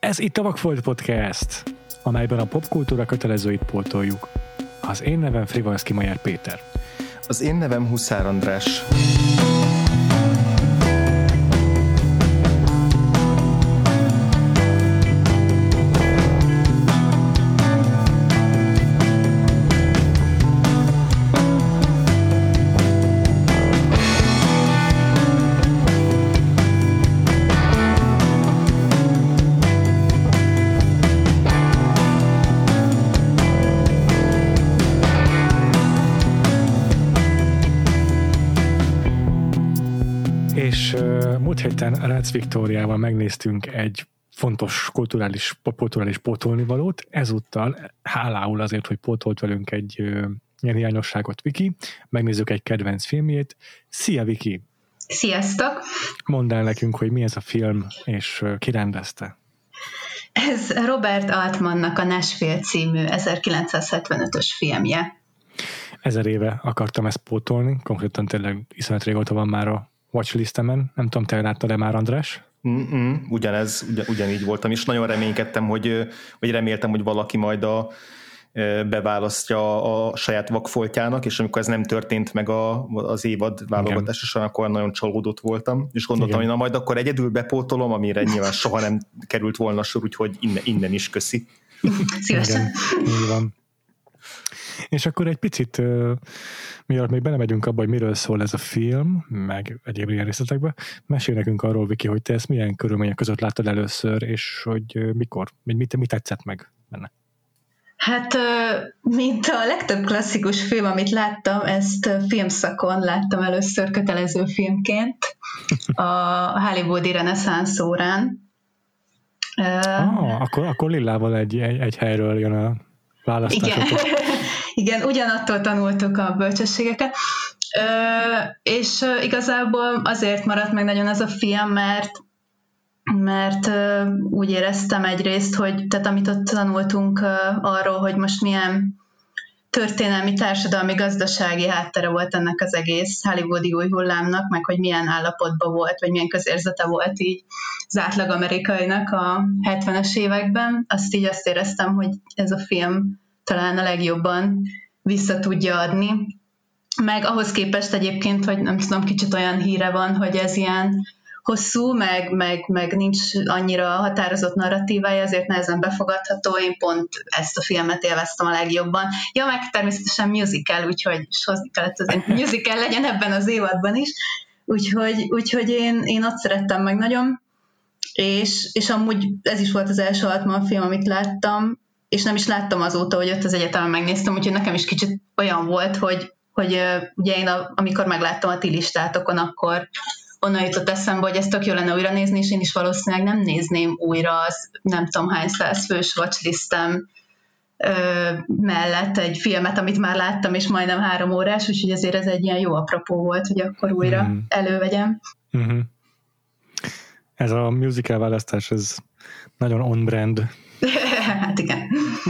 Ez itt a Vakfolt Podcast, amelyben a popkultúra kötelezőit pótoljuk. Az én nevem Frivalszki Mayer Péter. Az én nevem Huszár András. És múlt héten Rácz Viktóriával megnéztünk egy fontos kulturális pótolnivalót, ezúttal hálául azért, hogy pótolt velünk egy ilyen hiányosságot Viki, megnézzük egy kedvenc filmjét. Szia Viki! Sziasztok! Mondd el nekünk, hogy mi ez a film, és ki rendezte. Ez Robert Altmannak a Nashville című 1975-ös filmje. 1000 éve akartam ezt pótolni, konkrétan tényleg iszonyat régóta van már a watchlistemen. Nem tudom, te láttad-e már, András? Ugyanígy voltam, és nagyon reménykedtem, vagy reméltem, hogy valaki majd beválasztja a saját vakfoltjának, és amikor ez nem történt meg az évad válogatása során, akkor nagyon csalódott voltam, és gondoltam, hogy na majd akkor egyedül bepótolom, amire nyilván soha nem került volna sor, úgyhogy innen is köszi. Szívesen. Így van. És akkor egy picit, mielőtt még belemegyünk abba, hogy miről szól ez a film, meg egyéb ilyen részletekbe, mesélj nekünk arról, Viki, hogy te ezt milyen körülmények között láttad először, és hogy mikor, mi tetszett meg benne? Hát, mint a legtöbb klasszikus film, amit láttam, ezt filmszakon láttam először kötelező filmként, a hollywoodi reneszánsz órán. Akkor Lillával egy helyről jön a választás. Igen, ugyanattól tanultuk a bölcsességeket, és igazából azért maradt meg nagyon az a film, mert úgy éreztem egyrészt, hogy tehát amit ott tanultunk arról, hogy most milyen történelmi, társadalmi, gazdasági háttere volt ennek az egész hollywoodi új hullámnak, meg hogy milyen állapotban volt, vagy milyen közérzete volt így az átlag amerikainak a 70-es években. Azt éreztem, hogy ez a film talán a legjobban vissza tudja adni. Meg ahhoz képest egyébként, hogy nem tudom, kicsit olyan híre van, hogy ez ilyen hosszú, meg nincs annyira határozott narratívája, ezért nehezen befogadható. Én pont ezt a filmet élveztem a legjobban. Ja, meg természetesen musical, úgyhogy hozni kellett az musical legyen ebben az évadban is. Úgyhogy én ott szerettem meg nagyon. És amúgy ez is volt az első Altman film, amit láttam, és nem is láttam azóta, hogy ott az egyetemen megnéztem, úgyhogy nekem is kicsit olyan volt, hogy ugye én amikor megláttam a ti listátokon, akkor onnan jutott eszembe, hogy ezt tök jó lenne újra nézni, és én is valószínűleg nem nézném újra az nem tudom hány 100 fős watchlistem mellett egy filmet, amit már láttam, és majdnem 3 órás, úgyhogy ezért ez egy ilyen jó apropó volt, hogy akkor újra elővegyem. Mm-hmm. Ez a musical választás, ez nagyon on-brand. Hát igen.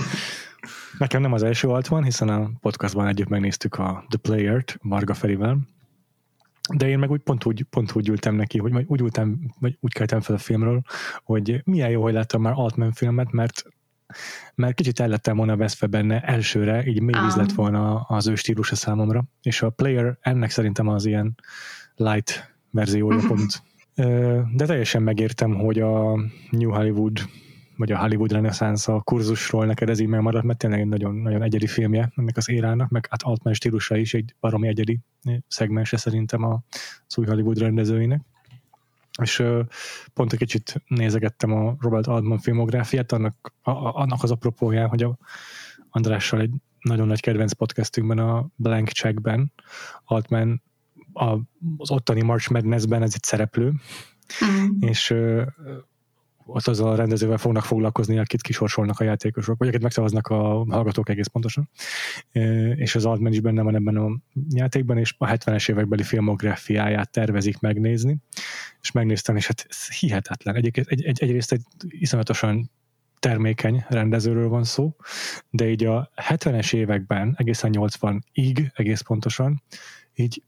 Nekem nem az első Altman, hiszen a podcastban együtt megnéztük a The Player-t Varga Ferivel, de én meg pont úgy ültem neki, hogy úgy keltem fel a filmről, hogy milyen jó, hogy láttam már Altman filmet, mert kicsit el lettem volna veszve benne elsőre, így mély víz lett volna az ő stílusa számomra, és a Player ennek szerintem az ilyen light verziója pont. De teljesen megértem, hogy a New Hollywood vagy a Hollywood reneszánsz a kurzusról neked ez így megmaradt, mert tényleg egy nagyon, nagyon egyedi filmje ennek az érának, meg hát Altman stílusa is egy baromi egyedi szegmense szerintem az új Hollywood rendezőinek. És pont egy kicsit nézegettem a Robert Altman filmográfiát, annak az apropóján, hogy a Andrással egy nagyon nagy kedvenc podcastünkben, a Blank Checkben Altman az ottani March Madness-ben ez egy szereplő, és ott az a rendezővel fognak foglalkozni, akit kisorsolnak a játékosok, vagy akit megszavaznak a hallgatók egész pontosan. És az Altman is benne van ebben a játékban, és a 70-es évekbeli filmográfiáját tervezik megnézni. És megnéztem, és hát hihetetlen. Egyrészt egy iszonyatosan termékeny rendezőről van szó, de így a 70-es években, egészen 80-ig egész pontosan, így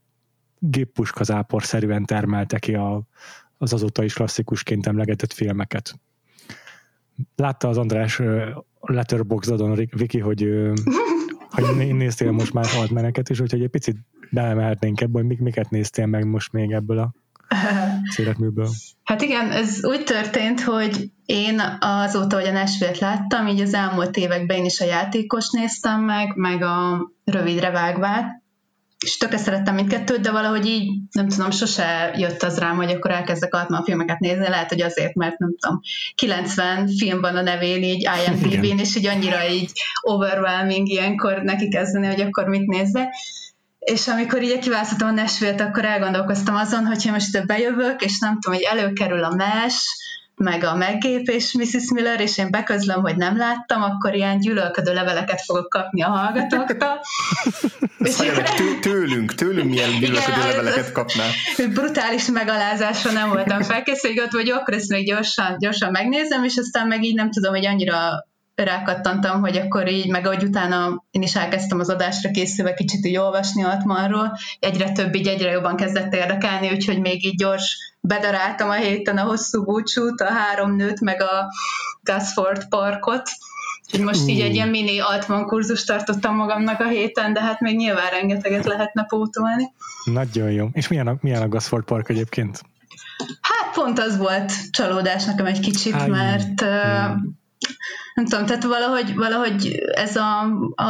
géppuskazáporszerűen termelte ki az azóta is klasszikusként emlegetett filmeket. Látta az András Letterboxdon, Viki, hogy néztél most már Altmaneket, és hogyha egy picit belemehetnénk ebből, hogy miket néztél meg most még ebből a életműből. Hát igen, ez úgy történt, hogy én azóta, hogy a Nashville-t láttam, így az elmúlt években én is a Játékos néztem meg a Rövidre vágvát, és tökre szerettem mindkettőt, de valahogy így, nem tudom, sose jött az rám, hogy akkor elkezdek Altman filmeket nézni, lehet, hogy azért, mert nem tudom, 90 film van a nevén így IMDb-n, és így annyira így overwhelming ilyenkor neki kezdeni, hogy akkor mit nézzek. És amikor így kiválasztottam a Nashville-t, akkor elgondolkoztam azon, hogyha most több bejövök, és nem tudom, hogy előkerül a Mesh, meg a Meggép és Mrs. Miller, és én beközlöm, hogy nem láttam, akkor ilyen gyűlölködő leveleket fogok kapni a hallgatóktól. Tőlünk milyen gyűlölködő leveleket kapnál. Brutális megalázásra nem voltam felkészülve, hogy akkor ezt még gyorsan megnézem, és aztán meg így nem tudom, hogy annyira rákattantam, hogy akkor így, meg ahogy utána én is elkezdtem az adásra készülve kicsit így olvasni Altmanról, egyre több, így egyre jobban kezdett érdekelni, úgyhogy még így gyors bedaráltam a héten a Hosszú búcsút, a 3 nőt, meg a Gosford Parkot. Úgyhogy most így egy ilyen mini Altman kurzust tartottam magamnak a héten, de hát még nyilván rengeteget lehetne pótolni. Nagyon jó. És milyen a Gosford Park egyébként? Hát pont az volt csalódás nekem egy kicsit, mert nem tudom, tehát valahogy ez a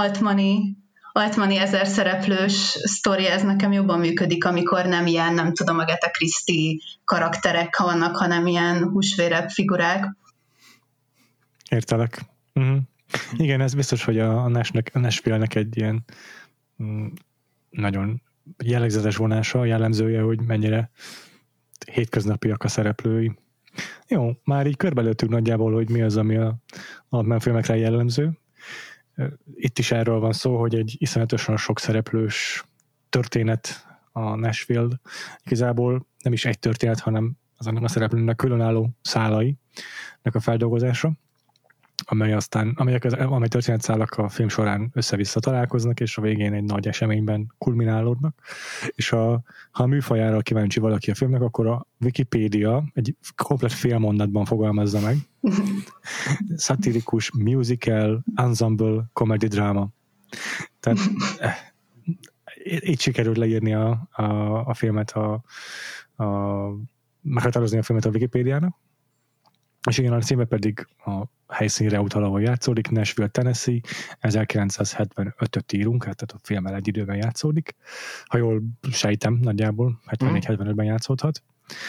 Altmani 1000 szereplős sztori, ez nekem jobban működik, amikor nem ilyen, nem tudom, Agatha Christie karakterek vannak, hanem ilyen húsvérebb figurák. Értelek. Uh-huh. Igen, ez biztos, hogy a Nashville-nek egy ilyen nagyon jellegzetes vonása, jellemzője, hogy mennyire hétköznapiak a szereplői. Jó, már így körbelőttük nagyjából, hogy mi az, ami a Altman filmekre jellemző. Itt is erről van szó, hogy egy iszonyatosan sok szereplős történet a Nashville. Igazából nem is egy történet, hanem azonnak a szereplőnek különálló szálainak a feldolgozása, amely történetszálak a film során össze-vissza találkoznak, és a végén egy nagy eseményben kulminálódnak. És ha a műfajára kíváncsi valaki a filmnek, akkor a Wikipédia egy komplet félmondatban fogalmazza meg. Szatirikus, musical, ensemble, comedy dráma. Tehát így sikerült leírni a filmet, meghatározni a filmet a Wikipédiának. És igen, a címe pedig a helyszínre utal, ahol játszódik, Nashville, Tennessee, 1975-öt írunk, tehát a filmmel egy időben játszódik. Ha jól sejtem, nagyjából 74-75-ben játszódhat.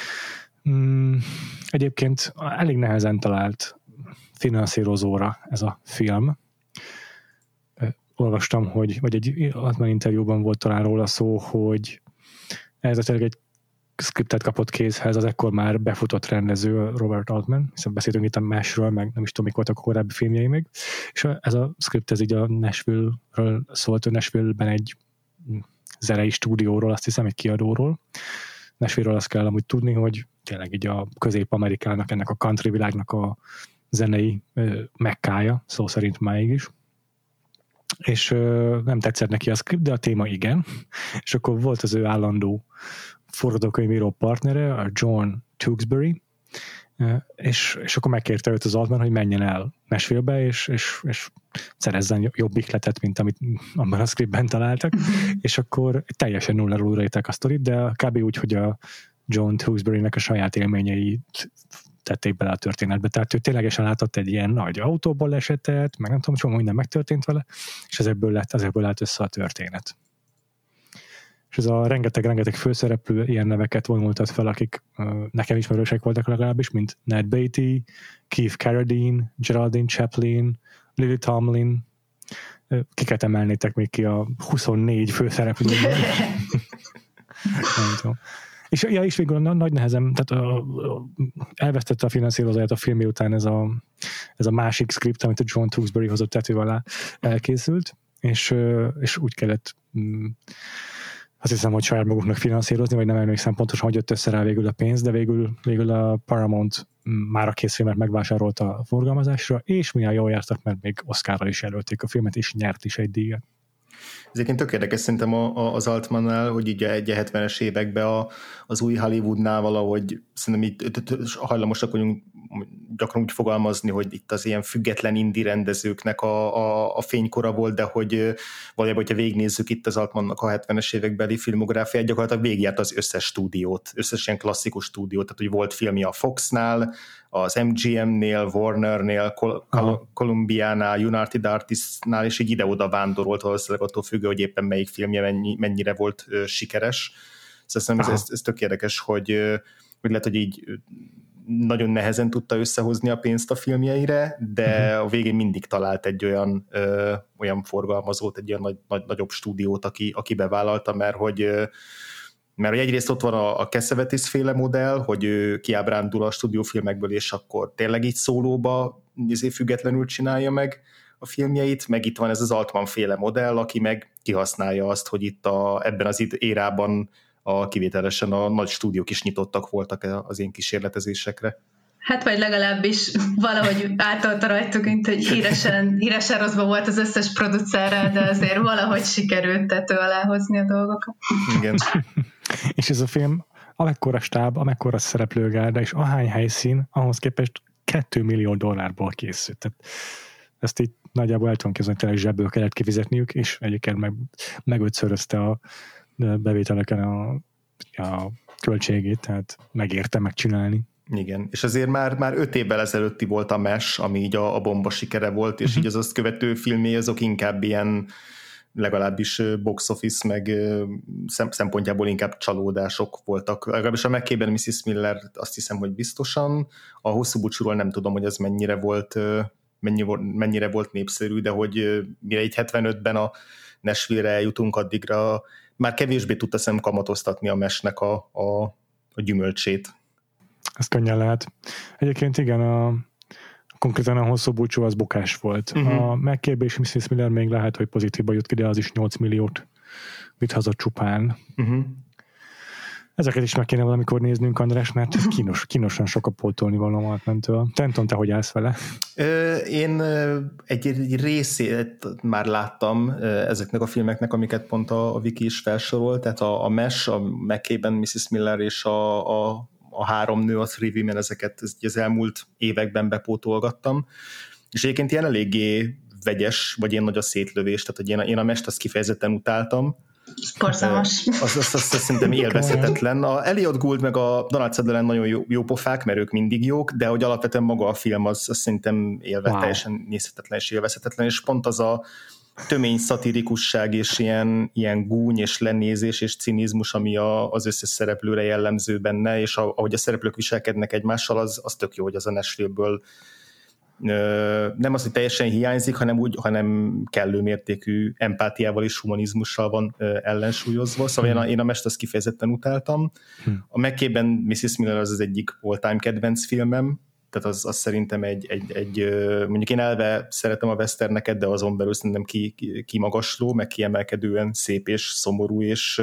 Egyébként elég nehezen talált finanszírozóra ez a film. Olvastam, vagy egy Altman interjúban volt talán róla szó, hogy eredetileg egy scriptet kapott kézhez az ekkor már befutott rendező Robert Altman, hiszen beszéltünk itt a Mashről, meg nem is tudom, mik voltak a korábbi filmjei még, és ez a script, ez így a Nashville-ről szólt, Nashville-ben egy zenei stúdióról, azt hiszem, egy kiadóról. Nashville-ről azt kell amúgy tudni, hogy tényleg így a Közép-Amerikának, ennek a country világnak a zenei mekkája, szó szerint máig is. És nem tetszett neki a script, de a téma igen. És akkor volt az ő állandó forgatókönyvíró partnere, a John Tewksbury, és akkor megkérte őt az Altman, hogy menjen el Nashville-be, és szerezzen jobb ihletet, mint amit abban a scriptben találtak, és akkor teljesen nulláról újraírták a sztorit, de kb. Úgy, hogy a John Tewksbury-nek a saját élményeit tették bele a történetbe. Tehát ő ténylegesen látott egy ilyen nagy autóból esetet, meg nem tudom, csomó minden megtörtént vele, és ezekből lett össze a történet. És ez a rengeteg főszereplő ilyen neveket vonultat fel, akik nekem ismerősek voltak legalábbis, mint Ned Beatty, Keith Carradine, Geraldine Chaplin, Lily Tomlin. Kiket emelnétek még ki a 24 főszereplőben? Nem tudom. És végül nagy nehezem, tehát elvesztette a finanszírozóját a filmé után ez a másik script, amit a John Tewksbury hozott tető alá elkészült, és úgy kellett azt hiszem, hogy saját maguknak finanszírozni, vagy nem emlékszem pontosan, hogy jött össze rá végül a pénz, de végül a Paramount már a kész filmet megvásárolta a forgalmazásra, és milyen jól jártak, mert még Oscarra is jelölték a filmet, és nyert is egy díjat. Ezért tök érdekes szerintem az Altmannál, hogy így egy 70-es években az új Hollywoodnál valahogy szerintem így hajlamosak vagyunk gyakran úgy fogalmazni, hogy itt az ilyen független indie rendezőknek a fénykora volt, de hogy valójában, hogyha végignézzük itt az Altmannak a 70-es évekbeli filmográfiát, gyakorlatilag végigjárt az összes stúdiót, összes ilyen klasszikus stúdiót, tehát hogy volt filmje a Foxnál, az MGM-nél, Warnernél, Columbiánál, United Artists-nál, és így ide-oda vándorolt, valószínűleg attól függő, hogy éppen melyik filmje mennyire volt sikeres. Szóval ez tök érdekes, hogy lehet, hogy így nagyon nehezen tudta összehozni a pénzt a filmjeire, de a végén mindig talált egy olyan forgalmazót, egy olyan nagyobb stúdiót, aki bevállalta, mert hogy egyrészt ott van a Cassavetes féle modell, hogy ő kiábrándul a stúdiófilmekből, és akkor tényleg így szólóba függetlenül csinálja meg a filmjeit, meg itt van ez az Altman féle modell, aki meg kihasználja azt, hogy itt ebben az érában kivételesen a nagy stúdiók is nyitottak voltak az én kísérletezésekre. Hát vagy legalábbis valahogy átolta rajtuk, mint hogy híresen rosszban volt az összes producerrel, de azért valahogy sikerült tető alá hozni a dolgokat. Igen. És ez a film amekkora stáb, amekkora szereplőgárda, és ahány helyszín, ahhoz képest $2 millió készült. Tehát ezt így nagyjából el tudom képzelni, tényleg zsebből kellett kifizetniük, és egyébként meg ötszörözte a bevételeken a költségét, tehát megérte megcsinálni. Igen, és azért már 5 évvel ezelőtti volt a Mesh, ami így a bomba sikere volt, és így az azt követő filmé azok inkább ilyen legalábbis box office meg szempontjából inkább csalódások voltak. Legalábbis a McKayben Mrs. Miller azt hiszem, hogy biztosan. A Hosszú búcsúról nem tudom, hogy ez mennyire volt népszerű, de hogy mire így 75-ben a Nashville-re eljutunk, addigra már kevésbé tudta szem kamatoztatni a Meshnek a gyümölcsét. Ez könnyen lehet. Egyébként igen, konkrétan a Hosszú búcsú az bukás volt. A McCabe és Mrs. Miller még lehet, hogy pozitívba jut ki, de az is 8 milliót vitt haza csupán. Ezeket is meg kéne valamikor néznünk, András, mert ez kínosan sok a pótolni való Altmantől. Nem tudom, te hogy állsz vele? Én egy részét már láttam ezeknek a filmeknek, amiket pont a Viki is felsorolt, tehát a Mesh, a McCabe-ben Mrs. Miller és a 3 nő, a Three Women, ezeket az elmúlt években bepótolgattam, és egyébként ilyen eléggé vegyes, vagy ilyen nagy a szétlövés, tehát hogy én a Mest azt kifejezetten utáltam. Borzalmas. Azt szerintem élvezhetetlen. A Elliot Gould meg a Donald Sutherland nagyon jó pofák, mert ők mindig jók, de hogy alapvetően maga a film az szerintem teljesen nézhetetlen és élvezhetetlen, és pont az a tömény szatirikusság és ilyen gúny és lenézés és cinizmus, ami az összes szereplőre jellemző benne, és ahogy a szereplők viselkednek egymással, az tök jó, hogy az a Nashville-ből nem az, hogy teljesen hiányzik, hanem kellő mértékű empátiával és humanizmussal van ellensúlyozva. Szóval én a Mest azt kifejezetten utáltam. A McCabe-ben Mrs. Miller az egyik all-time kedvenc filmem, tehát az szerintem egy mondjuk én elve szeretem a westerneket, de azon belül szerintem kimagasló, meg kiemelkedően szép és szomorú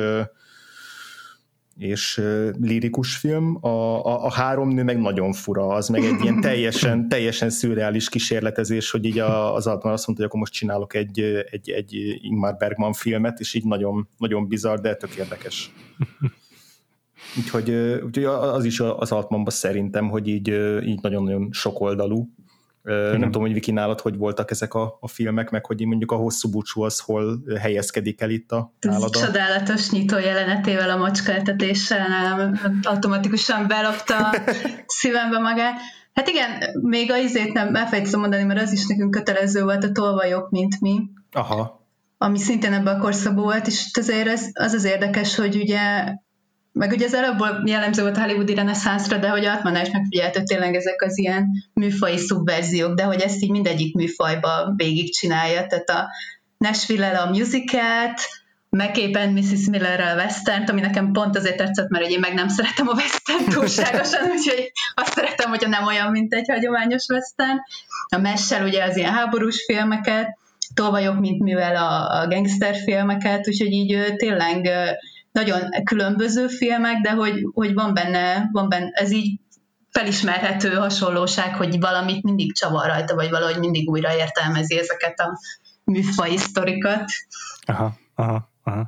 és lirikus film. A 3 nő meg nagyon fura, az meg egy ilyen teljesen szürreális kísérletezés, hogy így az Altman azt mondta, hogy akkor most csinálok egy Ingmar Bergman filmet, és így nagyon, nagyon bizarr, de tök érdekes. Úgyhogy az is az Altmanban szerintem, hogy így nagyon-nagyon sokoldalú. Nem tudom, hogy Viki, nálad hogy voltak ezek a filmek, meg hogy mondjuk a Hosszú búcsú az hol helyezkedik el itt nálad? Csodálatos nyitó jelenetével, a macskaeltetéssel nálam automatikusan belopta szívembe magát. Hát igen, még a izét nem elfelejtettem mondani, mert az is nekünk kötelező volt, a Tolvajok, mint mi. Aha. Ami szintén ebben a korszakban volt, és azért az érdekes, hogy ugye meg ugye az előbb jellemző volt a hollywoodi reneszánszra, de hogy Altman is megfigyelt, hogy tényleg ezek az ilyen műfaji szubverziók, de hogy ezt így mindegyik műfajba végigcsinálja, tehát a Nashville-el a musicalt, McCabe-ben Mrs. Millerrel a western, ami nekem pont azért tetszett, mert én meg nem szeretem a western túlságosan, úgyhogy azt szeretem, hogyha nem olyan, mint egy hagyományos western. A Mesh-sel ugye az ilyen háborús filmeket, Tolvajok, mint mivel a gangster filmeket, úgyhogy így tényleg nagyon különböző filmek, de hogy van benne, ez így felismerhető hasonlóság, hogy valamit mindig csavar rajta, vagy valahogy mindig újra értelmezi ezeket a műfaji sztorikat. Aha.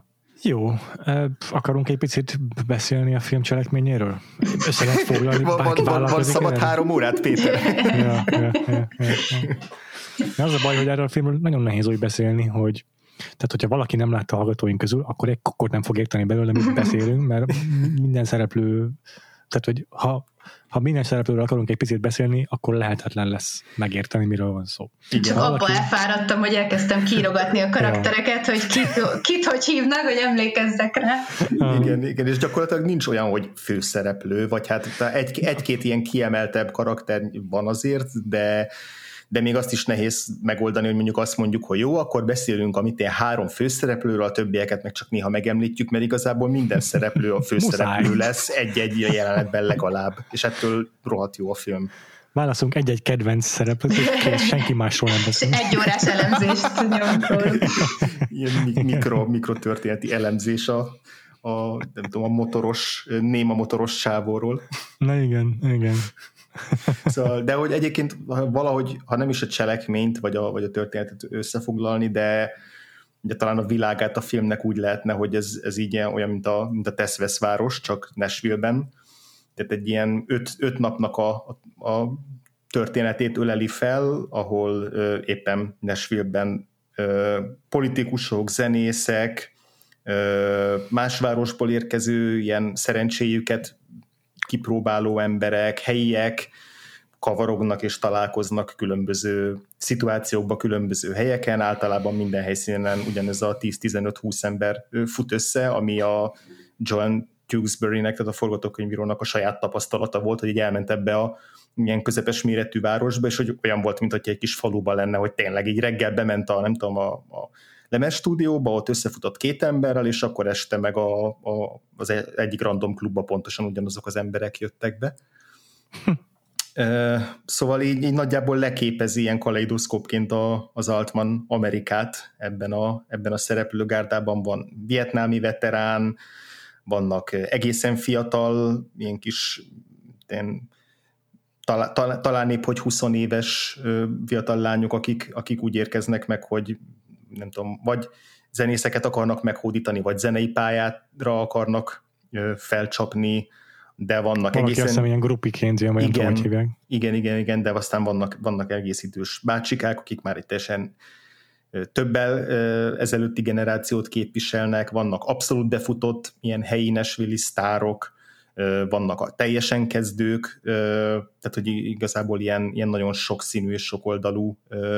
Jó, akarunk egy picit beszélni a film cselekményéről? Össze lehet foglalni, van szabad 3 órát, Péter? Ja. Az a baj, hogy erről a filmről nagyon nehéz úgy beszélni, hogy tehát, hogyha valaki nem látta a hallgatóink közül, akkor nem fog érteni belőle, mit beszélünk, mert minden szereplő, tehát, hogy ha minden szereplőről akarunk egy picit beszélni, akkor lehetetlen lesz megérteni, miről van szó. Csak abba elfáradtam, hogy elkezdtem kírogatni a karaktereket, hogy kit hogy hívnak, hogy emlékezzek rá. Igen, és gyakorlatilag nincs olyan, hogy főszereplő, vagy hát egy-két ilyen kiemeltebb karakter van azért, de még azt is nehéz megoldani, hogy mondjuk azt mondjuk, hogy jó, akkor beszélünk amit ilyen 3 főszereplőről, a többieket meg csak néha megemlítjük, mert igazából minden szereplő a főszereplő lesz egy-egy jelenetben legalább, és ettől rohadt jó a film. Válaszunk egy-egy kedvenc szereplőt, és senki másról nem beszél. 1 órás elemzést nyomkor. Ilyen mikrotörténeti elemzés a nem tudom, a motoros, néma motoros sávóról. Na igen. Szóval, de hogy egyébként valahogy, ha nem is a cselekményt, vagy a történetet összefoglalni, de ugye talán a világát a filmnek úgy lehetne, hogy ez így olyan, mint a Tesz-Vesz város, csak Nashville-ben. Tehát egy ilyen 5 napnak a történetét öleli fel, ahol éppen Nashville-ben politikusok, zenészek, más városból érkező ilyen szerencséjüket kipróbáló emberek, helyiek kavarognak és találkoznak különböző szituációkban, különböző helyeken, általában minden helyszínen ugyanez a 10-15-20 ember fut össze, ami a Joan Tewksbury-nek, tehát a forgatókönyvírónak a saját tapasztalata volt, hogy így elment ebbe a ilyen közepes méretű városba, és hogy olyan volt, mint hogy egy kis faluban lenne, hogy tényleg így reggel bement a lemezstúdióba, ott összefutott 2 emberrel, és akkor este meg az egyik random klubba pontosan ugyanazok az emberek jöttek be. Szóval így nagyjából leképezi ilyen kaleidoszkópként az Altman Amerikát ebben a szereplőgárdában. Van vietnámi veterán, vannak egészen fiatal, ilyen kis talán épp, hogy 20 éves fiatal lányok, akik úgy érkeznek meg, hogy nem tudom, vagy zenészeket akarnak meghódítani, vagy zenei pályára akarnak felcsapni, de vannak valaki egészen... ilyen grupiként, vagy nem tudom, hogy hívják. Igen, de aztán vannak egész idős bácsikák, akik már egy teljesen többel ezelőtti generációt képviselnek, vannak abszolút befutott ilyen helyi nashville-i sztárok, vannak a teljesen kezdők, tehát hogy igazából ilyen nagyon sokszínű és sokoldalú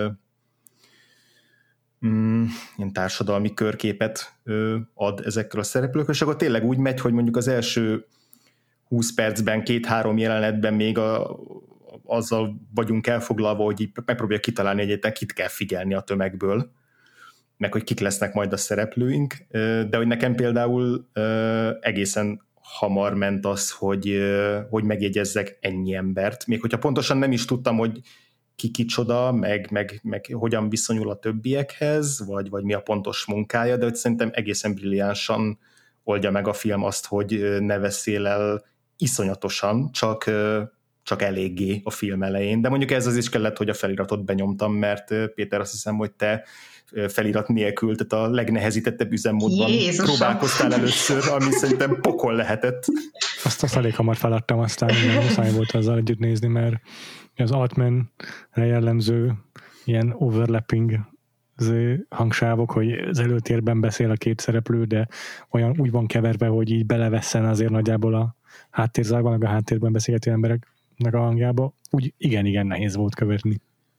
ilyen társadalmi körképet ad ezekről a szereplőkről, és akkor tényleg úgy megy, hogy mondjuk az első 20 percben, 2-3 jelenetben még azzal vagyunk elfoglalva, hogy így megpróbálja kitalálni egyébként, kit kell figyelni a tömegből, meg hogy kik lesznek majd a szereplőink, de hogy nekem például egészen hamar ment az, hogy megjegyezzek ennyi embert, még hogyha pontosan nem is tudtam, hogy ki kicsoda, meg hogyan viszonyul a többiekhez, vagy mi a pontos munkája, de hogy szerintem egészen brilliánsan oldja meg a film azt, hogy ne veszél el iszonyatosan, csak eléggé a film elején. De mondjuk ez az is kellett, hogy a feliratot benyomtam, mert Péter, azt hiszem, hogy te felirat nélkül, tehát a legnehezítettebb üzemmódban próbálkoztál először, ami szerintem pokol lehetett. Azt elég hamar feladtam, aztán muszáj volt azzal együtt nézni, mert az Altman-re jellemző ilyen overlapping hangsávok, hogy az előtérben beszél a 2 szereplő, de olyan úgy van keverve, hogy így belevesszen azért nagyjából a háttérzajban, meg a háttérben beszélgető embereknek a hangjába. Úgy igen nehéz volt követni.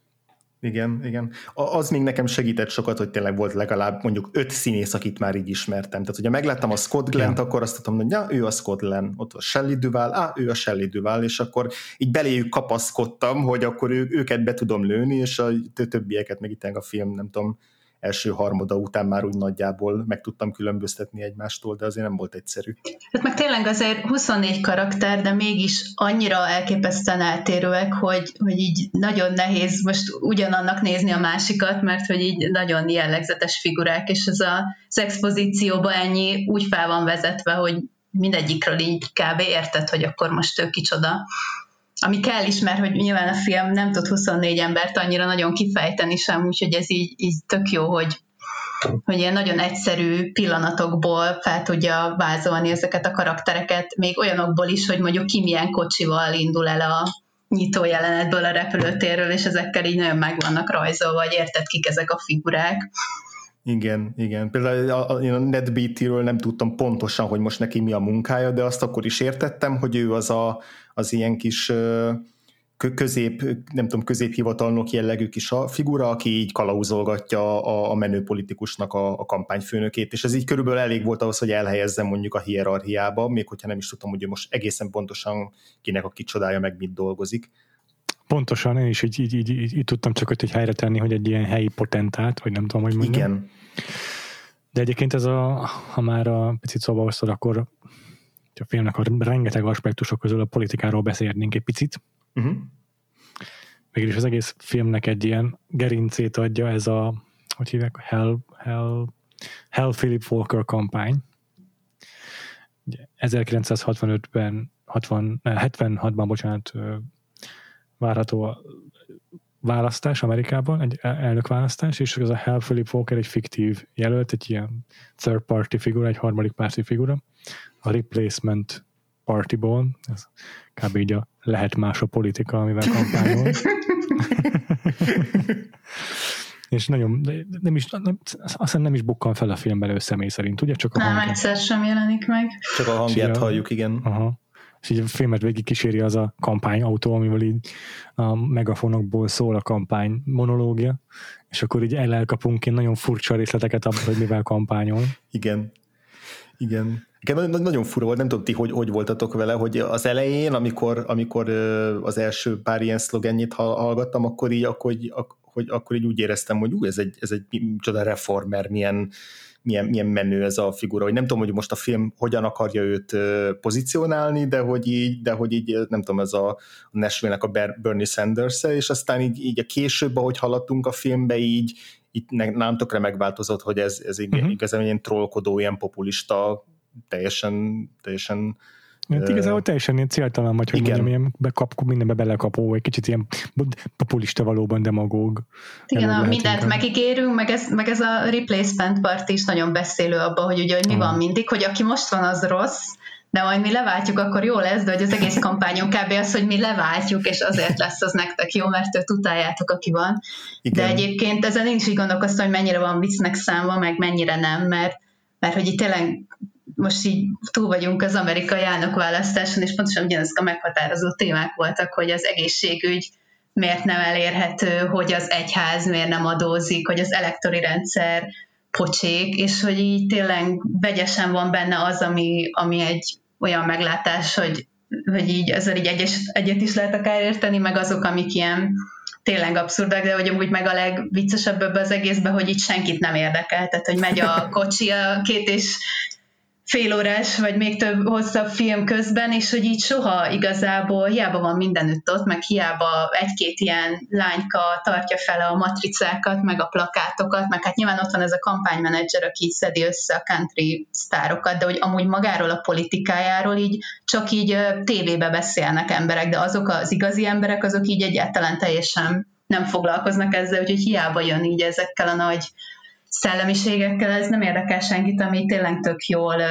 Igen. Az még nekem segített sokat, hogy tényleg volt legalább mondjuk 5 színész, akit már így ismertem. Tehát, hogyha megláttam a Scott Glenn-t, akkor azt tudom, hogy ja, ő a Scott Glenn, ott a Shelley Duvall, ő a Shelley Duvall, és akkor így beléjük kapaszkodtam, hogy akkor őket be tudom lőni, és a többieket meg itt a film, nem tudom, első harmada után már úgy nagyjából meg tudtam különböztetni egymástól, de azért nem volt egyszerű. Hát meg tényleg azért 24 karakter, de mégis annyira elképesztően eltérőek, hogy így nagyon nehéz most ugyanannak nézni a másikat, mert hogy így nagyon jellegzetes figurák, és ez az expozícióban ennyi úgy fel van vezetve, hogy mindegyikről így kb. Érted, hogy akkor most ő kicsoda. Ami kell is, mert hogy nyilván a film nem tud 24 embert annyira nagyon kifejteni sem, úgyhogy ez így tök jó, hogy hogy ilyen nagyon egyszerű pillanatokból fel tudja vázolni ezeket a karaktereket, még olyanokból is, hogy mondjuk ki milyen kocsival indul el a nyitó jelenetből a repülőtérről, és ezekkel így nagyon meg vannak rajzolva, vagy érted, kik ezek a figurák. Igen. Például a Ned Beattyről nem tudtam pontosan, hogy most neki mi a munkája, de azt akkor is értettem, hogy ő az ilyen kis középhivatalnok jellegű kis a figura, aki így kalauzolgatja a menő politikusnak a kampányfőnökét, és ez így körülbelül elég volt ahhoz, hogy elhelyezzem mondjuk a hierarchiába, még hogyha nem is tudtam, hogy most egészen pontosan kinek a kicsodája meg mit dolgozik. Pontosan, én is így tudtam csak hogy helyre tenni, hogy egy ilyen helyi potentát, vagy nem tudom, hogy mondjam. Igen. De egyébként ez ha már a picit szóba hoztad, akkor a filmnek a rengeteg aspektusok közül a politikáról beszélnénk egy picit. Végülis az egész filmnek egy ilyen gerincét adja ez a, hogy hívják, Hal Philip Volcker kampány. 1965-ben 76-ban, várható a választás Amerikában, egy elnökválasztás, és ez a Hal Philip Volcker egy fiktív jelölt, egy ilyen third party figura, egy harmadik párti figura, a Replacement Partyból, ez kb. Így a lehet más a politika, amivel kampányol. És nagyon, aztán nem is bukkan fel a filmben ő személy szerint, ugye? Csak a nem, egyszer sem jelenik meg. Csak a hangját halljuk, igen. Aha. És így a filmet végig kíséri az a kampányautó, amivel így a megafonokból szól a kampány monológia, és akkor így elkapunk ilyen nagyon furcsa részleteket abban, hogy mivel kampányol. Igen. Nagyon fura volt, nem tudom ti, hogy voltatok vele, hogy az elején, amikor az első pár ilyen szlogenjét hallgattam, akkor így úgy éreztem, hogy ez egy csoda reformer, milyen menő ez a figura, hogy nem tudom, hogy most a film hogyan akarja őt pozícionálni, de hogy így nem tudom, ez a Nashville-nek a Bernie Sanders-e, és aztán így a később, ahogy haladtunk a filmbe, így nálam tökre megváltozott, hogy ez igazán ilyen trollkodó, ilyen populista, teljesen igazából teljesen ilyen céltalan vagy, hogy mondjam, ilyen mindenbe belekapó, egy kicsit ilyen populista valóban demagóg. Igen, mindent megígérünk, meg ez a replacement part is nagyon beszélő abban, hogy ugye, hogy mi van mindig, hogy aki most van, az rossz, de majd mi leváltjuk, akkor jó lesz, de hogy az egész kampányon kb. Az, hogy mi leváltjuk, és azért lesz az nektek jó, mert őt utáljátok, aki van. Igen. De egyébként ezen én is így gondolkoztam, hogy mennyire van viccnek számva, meg mennyire nem, mert hogy itt tényleg most így túl vagyunk az amerikai elnökválasztáson, és pontosan ugyanezek a meghatározó témák voltak, hogy az egészségügy miért nem elérhető, hogy az egyház miért nem adózik, hogy az elektori rendszer pocsék, és hogy így tényleg vegyesen van benne az, ami egy olyan meglátás, hogy így ezzel így egyet is lehet akár érteni, meg azok, amik ilyen tényleg abszurdak, de hogy amúgy meg a legviccesebb ebbe az egészben, hogy itt senkit nem érdekel, tehát hogy megy a kocsi a 2,5 órás, vagy még több hosszabb film közben, és hogy így soha igazából hiába van mindenütt ott, meg hiába egy-két ilyen lányka tartja fel a matricákat, meg a plakátokat, meg hát nyilván ott van ez a kampánymenedzser, aki szedi össze a country sztárokat, de hogy amúgy magáról a politikájáról így csak így tévébe beszélnek emberek, de azok az igazi emberek, azok így egyáltalán teljesen nem foglalkoznak ezzel, úgyhogy hiába jön így ezekkel a nagy szellemiségekkel, ez nem érdekel senkit, ami tényleg tök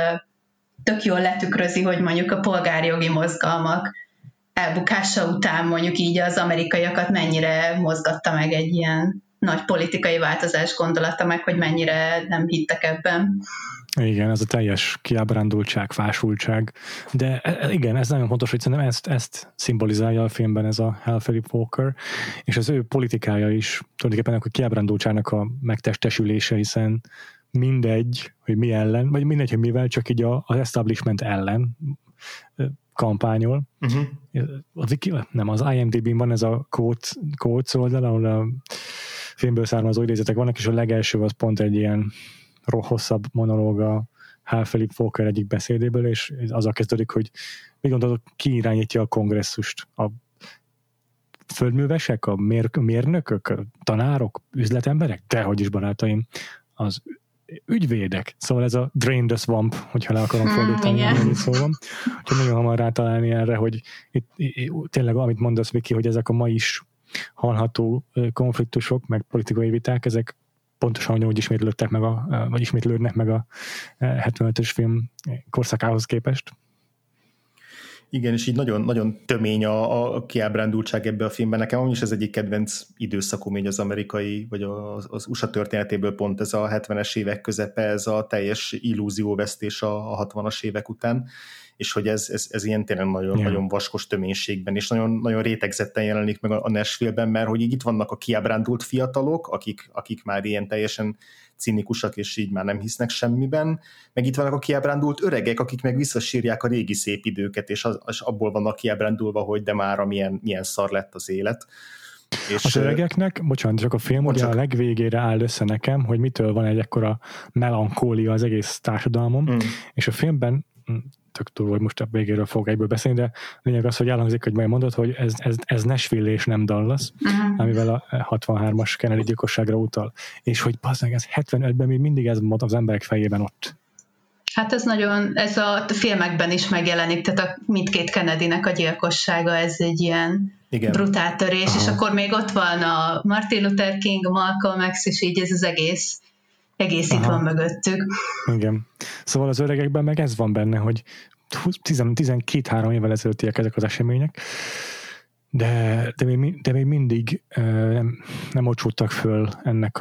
jól letükrözi, hogy mondjuk a polgárjogi mozgalmak elbukása után mondjuk így az amerikaiakat mennyire mozgatta meg egy ilyen nagy politikai változás gondolata, meg hogy mennyire nem hittek ebben. Igen, ez a teljes kiábrándultság, fásultság, de igen, ez nagyon fontos, hogy szerintem ezt szimbolizálja a filmben ez a Hal Philip Volcker, és az ő politikája is tulajdonképpen a kiábrándultságnak a megtestesülése, hiszen mindegy, hogy mi ellen, vagy mindegy, hogy mivel, csak így az establishment ellen kampányol. Az IMDb-n van ez a quotes oldal, ahol a filmből származó idézetek vannak, és a legelső az pont egy ilyen hosszabb monológ a Hal Philip Volcker egyik beszédéből, és azzal kezdődik, hogy mi gondolod, ki irányítja a kongresszust? A földművesek, a mérnökök, a tanárok, üzletemberek? Dehogy is, barátaim, az ügyvédek. Szóval ez a drain the swamp, hogyha le akarom fordítani, amit szóval. Úgyhogy nagyon hamar rátalálni erre, hogy itt tényleg, amit mondasz, Viki, hogy ezek a ma is hallható konfliktusok, meg politikai viták, ezek pontosan úgy ismétlődtek meg vagy ismétlődnek meg a 75-ös film korszakához képest. Igen, és így nagyon, nagyon tömény a kiábrándultság ebbe a filmben. Nekem is ez egyik kedvenc időszakom így az amerikai, vagy az USA történetéből pont ez a 70-es évek közepe, ez a teljes illúzióvesztés a 60-as évek után, és hogy ez ilyen tényleg nagyon, nagyon vaskos töménységben, és nagyon, nagyon rétegzetten jelenik meg a Nashville-ben, mert hogy így itt vannak a kiábrándult fiatalok, akik már ilyen teljesen cinikusak, és így már nem hisznek semmiben, meg itt vannak a kiábrándult öregek, akik meg visszasírják a régi szép időket, és abból vannak kiábrándulva, hogy de már milyen szar lett az élet. És az öregeknek, bocsánat, csak a film ugye a legvégére áll össze nekem, hogy mitől van egy ekkora melankólia az egész társadalmon, és a filmben tök túl, hogy most a végéről fogok egyből beszélni, de lényeg az, hogy elhangzik, hogy majd mondod, hogy ez Nashville és nem Dallas, amivel a 63-as Kennedy gyilkosságra utal. És hogy bazdmeg, ez 75-ben még mindig ez volt az emberek fejében ott. Hát ez a filmekben is megjelenik, tehát mindkét Kennedynek a gyilkossága, ez egy ilyen brutál törés, és akkor még ott van a Martin Luther King, Malcolm X, és így ez az egész itt van mögöttük. Igen. Szóval az öregekben meg ez van benne, hogy 12-3 évvel ezelőttiek ezek az események, de még mindig nem ocsúttak föl ennek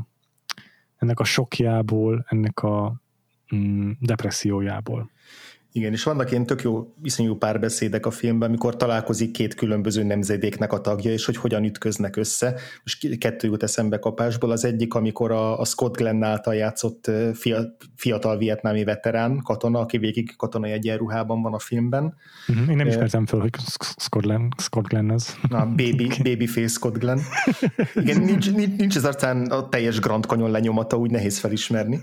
a sokjából, ennek a depressziójából. Igen, és vannak ilyen tök jó, iszonyú párbeszédek a filmben, amikor találkozik két különböző nemzedéknek a tagja, és hogy hogyan ütköznek össze. Most kettő jut eszembe kapásból. Az egyik, amikor a Scott Glenn által játszott fiatal vietnámi veterán katona, aki végig katonai egyenruhában van a filmben. Én nem ismertem föl, hogy Scott Glenn az. Babyface Scott Glenn. Igen, nincs az arcán a teljes Grand Canyon lenyomata, úgy nehéz felismerni.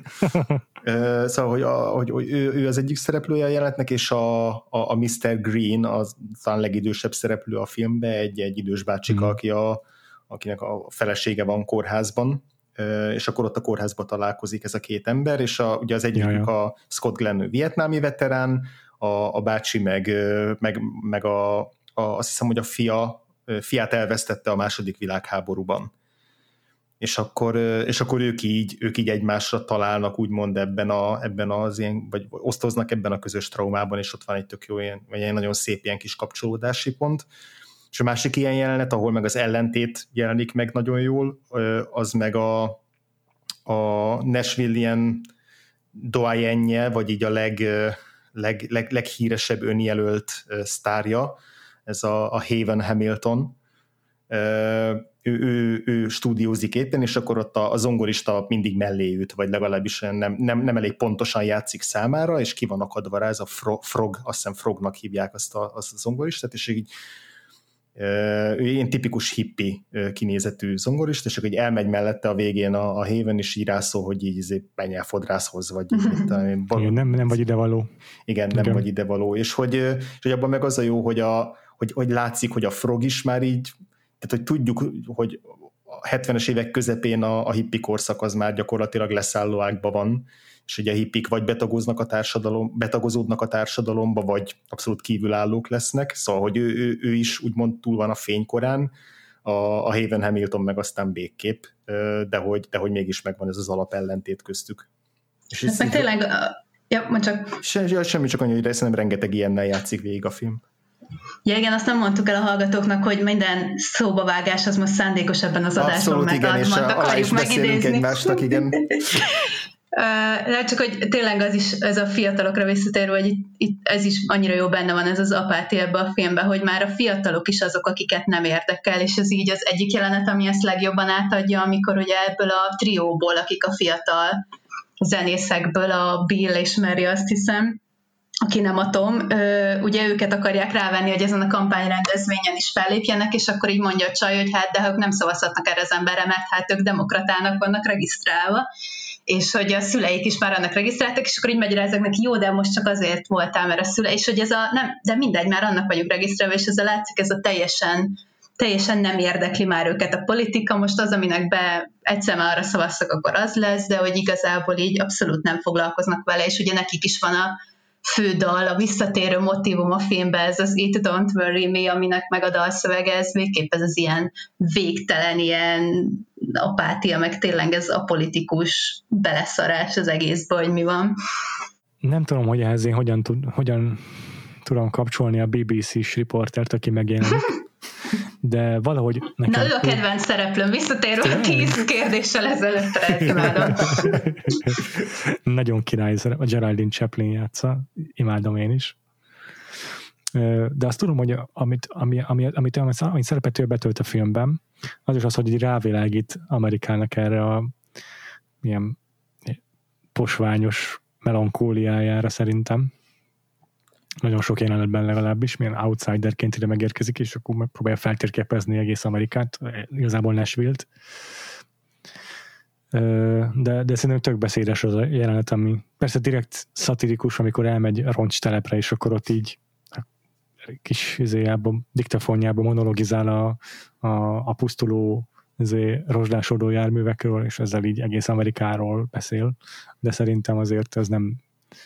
Szóval, hogy ő az egyik szereplője a jelenetnek, és a Mr. Green, az talán legidősebb szereplő a filmben, egy idős bácsika, akinek a felesége van kórházban, és akkor ott a kórházban találkozik ez a két ember, és ugye az egyik a Scott Glenn vietnámi veterán, a bácsi meg azt hiszem, hogy a fiát elvesztette a második világháborúban. És akkor ők így egymásra találnak, úgymond ebben az ilyen, vagy osztoznak ebben a közös traumában, és ott van egy tök jó, egy nagyon szép ilyen kis kapcsolódási pont. És a másik ilyen jelenet, ahol meg az ellentét jelenik meg nagyon jól, az meg a Nashville ilyen doyenje, vagy így a leghíresebb önjelölt sztárja, ez a Haven Hamilton. Ő stúdiózik éppen, és akkor ott a zongorista mindig mellé üt, vagy legalábbis nem elég pontosan játszik számára, és ki van akadva rá, ez a Frog, azt hiszem Frognak hívják azt a zongoristát, és így ő ilyen tipikus hippi kinézetű zongorista, és akkor így elmegy mellette a végén a Haven, és így rászól, hogy így menj el fodrászhoz, vagy nem vagy idevaló. Igen, nem vagy idevaló, és hogy abban meg az a jó, hogy látszik, hogy a Frog is már így, tehát hogy tudjuk, hogy a 70-es évek közepén a hippi korszak az már gyakorlatilag leszálló ágban van, és ugye a hippik vagy betagozódnak a társadalomba, vagy abszolút kívülállók lesznek, szóval, hogy ő is úgymond túl van a fénykorán, a Haven Hamilton meg aztán végképp, de hogy mégis megvan ez az alapellentét köztük. És ez meg tényleg, mondj csak. Semmi, csak annyi, hogy szerintem rengeteg ilyennel játszik végig a film. Ja igen, azt nem mondtuk el a hallgatóknak, hogy minden szóbavágás az most szándékos ebben az adásban, mert alá is beszélünk egymásnak, igen. Csak hogy tényleg ez a fiatalokra visszatérve, hogy itt ez is annyira jó benne van, ez az apátia ebben a filmben, hogy már a fiatalok is azok, akiket nem érdekel, és ez így az egyik jelenet, ami ezt legjobban átadja, amikor ugye ebből a trióból, akik a fiatal zenészekből, a Bill és Mary, azt hiszem, aki nem atom, ugye őket akarják rávenni, hogy ezen a kampányrendezvényen is fellépjenek, és akkor így mondja a csaj, hogy hát de ők nem szavazhatnak erre az emberre, mert hát ők demokratának vannak regisztrálva, és hogy a szüleik is már annak regisztráltak, és akkor így magyarázzák neki, jó, de most csak azért voltál, mert a szüleik, és hogy ez nem, de mindegy, már annak vagyunk regisztrálva, és ezzel látszik, ez a teljesen nem érdekli már őket a politika, most az, aminek egyszer már arra szavaztak, akkor az lesz, de hogy igazából így abszolút nem foglalkoznak vele, és ugye nekik is van a fő dal, a visszatérő motívum a filmben, ez az It Don't Worry Me, aminek meg a dalszövege, ez végképp ez az ilyen végtelen, ilyen apátia, meg tényleg ez a politikus beleszarás az egészbe, hogy mi van. Nem tudom, hogy ehhez én hogyan tudom kapcsolni a BBC-s riportert, aki megjelenik. De valahogy nekem... Na, ő a kedvenc szereplőm, visszatérve 10 kérdéssel ezelőttre, imádom. Nagyon király, a Geraldine Chaplin játsza, imádom én is. De azt tudom, hogy amit szerepet ő betölt a filmben, az is az, hogy rávilágít Amerikának erre a ilyen posványos melankóliájára szerintem. Nagyon sok jelenetben legalábbis, milyen outsiderként ide megérkezik, és akkor megpróbálja feltérképezni egész Amerikát, igazából Nashville-t. De szerintem tök beszédes az a jelenet, ami persze direkt szatirikus, amikor elmegy a roncstelepre, és akkor ott így kis diktafonjában monologizál a pusztuló rozsdásodó járművekről, és ezzel így egész Amerikáról beszél, de szerintem azért ez nem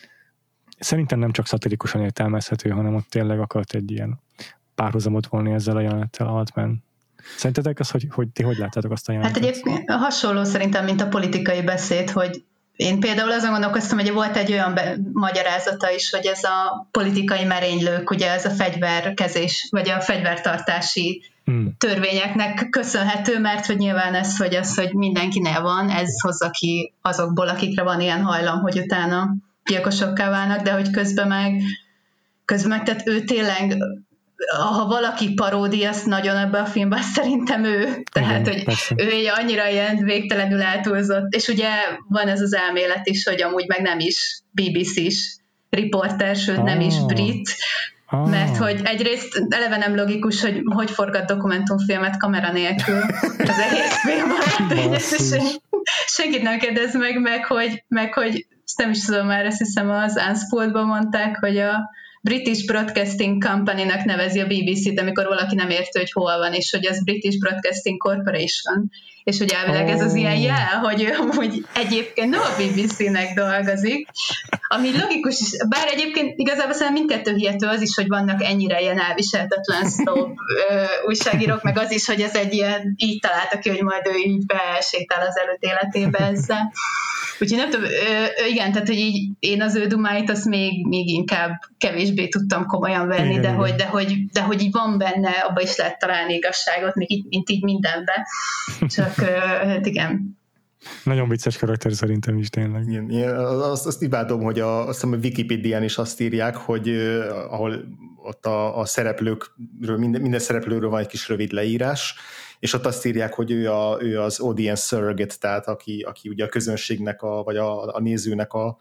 csak szatirikusan értelmezhető, hanem ott tényleg akart egy ilyen párhuzamot volni ezzel a jelenettel Altman. Szerintetek az, hogy ti hogy láttátok azt a jelenetet? Hát egyébként hasonló szerintem, mint a politikai beszéd, hogy én például azon gondolkoztam, hogy volt egy olyan magyarázata is, hogy ez a politikai merénylők, ugye ez a fegyverkezés, vagy a fegyvertartási törvényeknek köszönhető, mert hogy nyilván ez, hogy mindenkinél van, ez hozza ki azokból, akikre van ilyen hajlam, hogy utána gyilkosokká válnak, de hogy közben meg tehát ő tényleg, ha valaki paródia, azt nagyon ebben a filmben szerintem ő. Tehát, igen, hogy persze. ő egy annyira ilyen végtelenül eltúlzott, és ugye van ez az elmélet is, hogy amúgy meg nem is BBC-s riporter, sőt nem is brit, mert hogy egyrészt eleve nem logikus, hogy forgat dokumentumfilmet kamera nélkül az egész filmben. Senkit nem kérdez meg hogy nem is tudom már, azt hiszem az Unspooledban mondták, hogy a British Broadcasting Company-nak nevezi a BBC-t, amikor valaki nem érti, hogy hol van, és hogy az British Broadcasting Corporation, és hogy elvileg ez az ilyen jel, hogy ő amúgy egyébként nem a BBC-nek dolgozik, ami logikus is, bár egyébként igazából szerintem mindkettő hihető az is, hogy vannak ennyire ilyen elviselhetetlen snob újságírók, meg az is, hogy ez egy ilyen, így találta ki, hogy majd ő így besétál az előtt életébe ezzel. Úgyhogy nem tudom, igen, tehát hogy így én az ő dumáit azt még inkább kevésbé tudtam komolyan venni, igen, de hogy így van benne, abban is lehet találni igazságot, mint így mindenben. Csak hát igen. Nagyon vicces karakter szerintem is tényleg. Igen, azt imádom, hogy azt hiszem, a Wikipédián is azt írják, hogy ahol ott a szereplőkről, minden szereplőről van egy kis rövid leírás, és ott azt írják, hogy ő az audience surrogate, tehát aki ugye a közönségnek, vagy a nézőnek a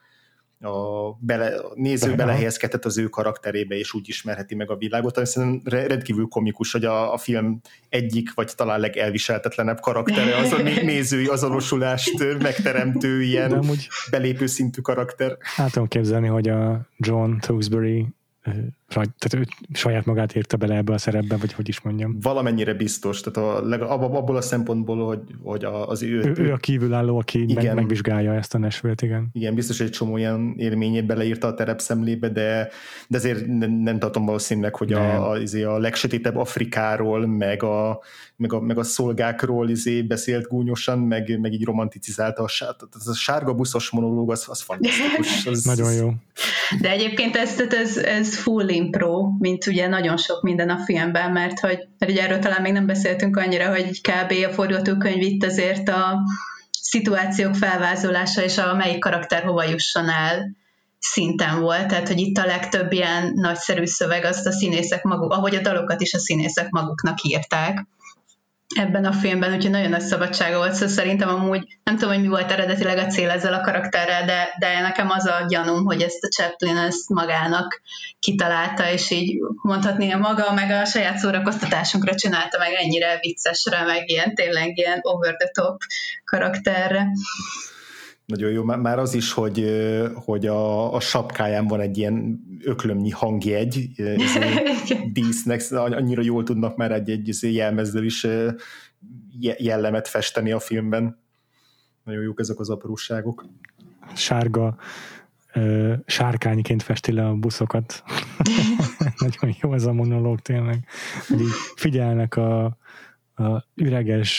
néző belehelyezkedhet az ő karakterébe, és úgy ismerheti meg a világot. Hiszen rendkívül komikus, hogy a film egyik, vagy talán legelviselhetetlenebb karaktere az a nézői azonosulást megteremtő ilyen belépő szintű karakter. Hát tudom képzelni, hogy a John Tewksbury tehát ő saját magát írta bele ebbe a szerepbe, vagy hogy is mondjam. Valamennyire biztos, tehát abból a szempontból, hogy az ő a kívülálló, aki megvizsgálja ezt a Nashville-t, igen. Igen, biztos, hogy egy csomó ilyen élményét beleírta a terepszemlébe, de azért nem tartom valószínűleg, hogy a legsötétebb Afrikáról, meg a szolgákról beszélt gúnyosan, meg így romanticizálta a sárga buszos monológ, az fantasztikus. Az nagyon jó. De egyébként ez full impro, mint ugye nagyon sok minden a filmben, mert ugye erről talán még nem beszéltünk annyira, hogy kb. A forgatókönyv itt azért a szituációk felvázolása és a melyik karakter hova jusson el szinten volt, tehát hogy itt a legtöbb ilyen nagyszerű szöveg azt a színészek maguk, ahogy a dalokat is a színészek maguknak írták ebben a filmben, úgyhogy nagyon nagy szabadsága volt, szóval szerintem amúgy nem tudom, hogy mi volt eredetileg a cél ezzel a karakterrel, de nekem az a gyanúm, hogy ezt a Chaplin ezt magának kitalálta, és így mondhatni a maga, meg a saját szórakoztatásunkra csinálta meg ennyire viccesre, meg ilyen tényleg ilyen over the top karakterre. Nagyon jó, már az is, hogy a sapkáján van egy ilyen öklömnyi hangjegy, dísznek, annyira jól tudnak már egy jelmezzel is jellemet festeni a filmben. Nagyon jók ezek az apróságok. Sárga sárkányként festi le a buszokat. Nagyon jó ez a monológ tényleg. Így figyelnek a üreges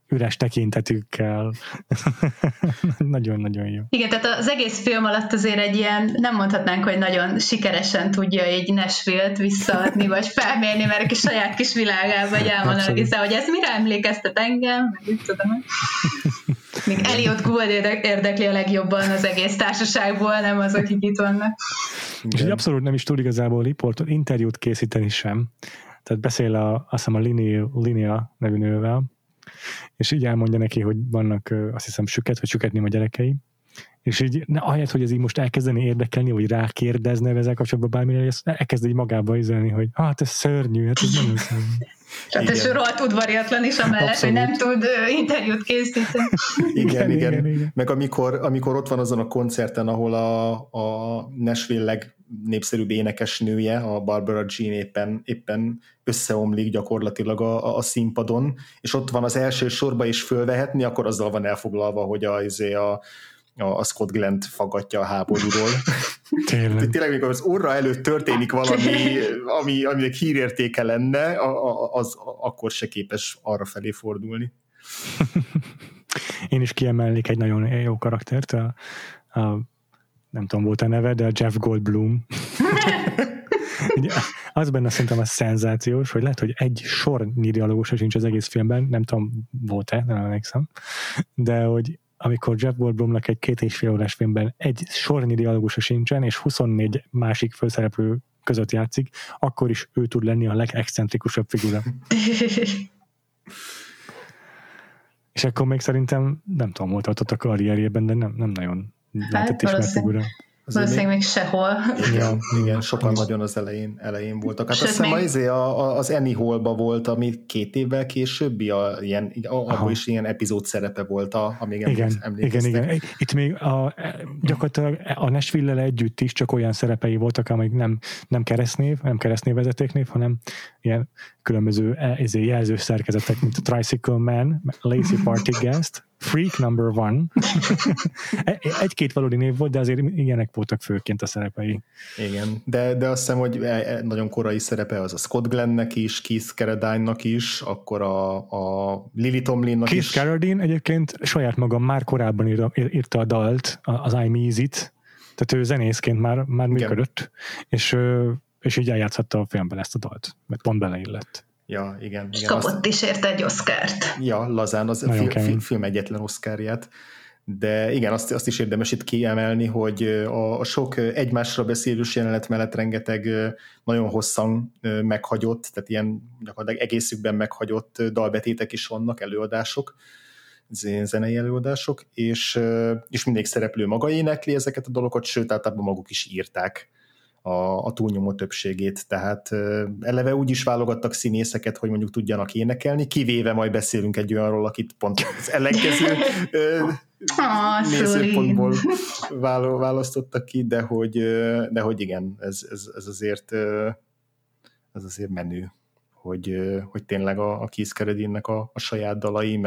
üres tekintetükkel. Nagyon-nagyon jó. Igen, tehát az egész film alatt azért egy ilyen, nem mondhatnánk, hogy nagyon sikeresen tudja egy Nashville-t visszaadni, vagy felmérni, mert a saját kis világába elmondanak, hiszen, hogy ez mire emlékeztet engem, meg úgy tudom. Még Elliot Gould érdekli a legjobban az egész társaságból, nem az, akik itt vannak. És így abszolút nem is tud igazából riportot, interjút készíteni sem. Tehát beszél azt hiszem a Linnea nevű nővel, és így elmondja neki, hogy vannak azt hiszem süketni a gyerekei, és így ahelyett, hogy ez így most elkezdeni érdekelni, vagy rákérdezne ezzel kapcsolatban bármire, elkezd így magába izolni, hogy hát ez szörnyű, hát ez nagyon szörnyű. Tehát ez rohadt udvariatlan is amellett, abszolút. Hogy nem tud interjút készíteni. Igen. Meg amikor ott van azon a koncerten, ahol a Nashville legnépszerűbb énekesnője, a Barbara Jean éppen összeomlik gyakorlatilag a színpadon, és ott van az első sorba is fölvehetni, akkor azzal van elfoglalva, hogy a Scott Glenn-t faggatja a háborúról. Tényleg, amikor az orra előtt történik valami, aminek hírértéke lenne, az akkor se képes arra felé fordulni. Én is kiemelnék egy nagyon jó karaktert, nem tudom, volt a neve, de a Jeff Goldblum. Az benne szerintem az szenzációs, hogy lehet, hogy egy sornyi dialógusa sincs az egész filmben, nem tudom, volt-e, nem emlékszem, de hogy amikor Jeff Goldblumnak egy 2,5 órás filmben egy sornyi dialógusa sincsen, és 24 másik főszereplő között játszik, akkor is ő tud lenni a legexcentrikusabb figura. És akkor még szerintem, nem tudom, volt ott a karrierjében, de nem nagyon lehetett ismert figura. Valószínűleg még sehol. Igen, sokan nagyon az elején voltak. Hát azt hiszem az Annie Hall-ba volt, ami 2 évvel későbbi, abban is ilyen epizód szerepe volt, amíg emlékeztek. Igen. Itt még gyakorlatilag a Nashville-lel együtt is csak olyan szerepei voltak, amik nem keresztnévvezetéknév, hanem ilyen különböző jelzős szerkezetek, mint a Tricycle Man, Lazy Party Guest, Freak Number 1. Egy-két valódi név volt, de azért ilyenek voltak főként a szerepei. Igen, de azt hiszem, hogy nagyon korai szerepe az a Scott Glennnek is, Keith Carradine-nak is, akkor a Lily Tomlinnak is. Keith Carradine egyébként saját maga már korábban írta a dalt, az I'm Easy-t, tehát ő zenészként már működött, és így eljátszhatta a filmben ezt a dalt, mert pont beleillett. Ja, igen. Kapott is érte egy Oscart. Ja, lazán az film egyetlen Oscarját. De igen, azt is érdemes itt kiemelni, hogy a sok egymásra beszélős jelenet mellett rengeteg nagyon hosszan meghagyott, tehát ilyen gyakorlatilag egészükben meghagyott dalbetétek is vannak, előadások, zenei előadások, és mindig szereplő maga énekli ezeket a dolgokat, sőt, általában maguk is írták a túlnyomó többségét, tehát eleve úgy is válogattak színészeket, hogy mondjuk tudjanak énekelni, kivéve majd beszélünk egy olyanról, akit pont az ellenkező nézőpontból választottak ki, de hogy igen, ez azért menő, hogy tényleg a Keith Carradine-nek a saját dalai,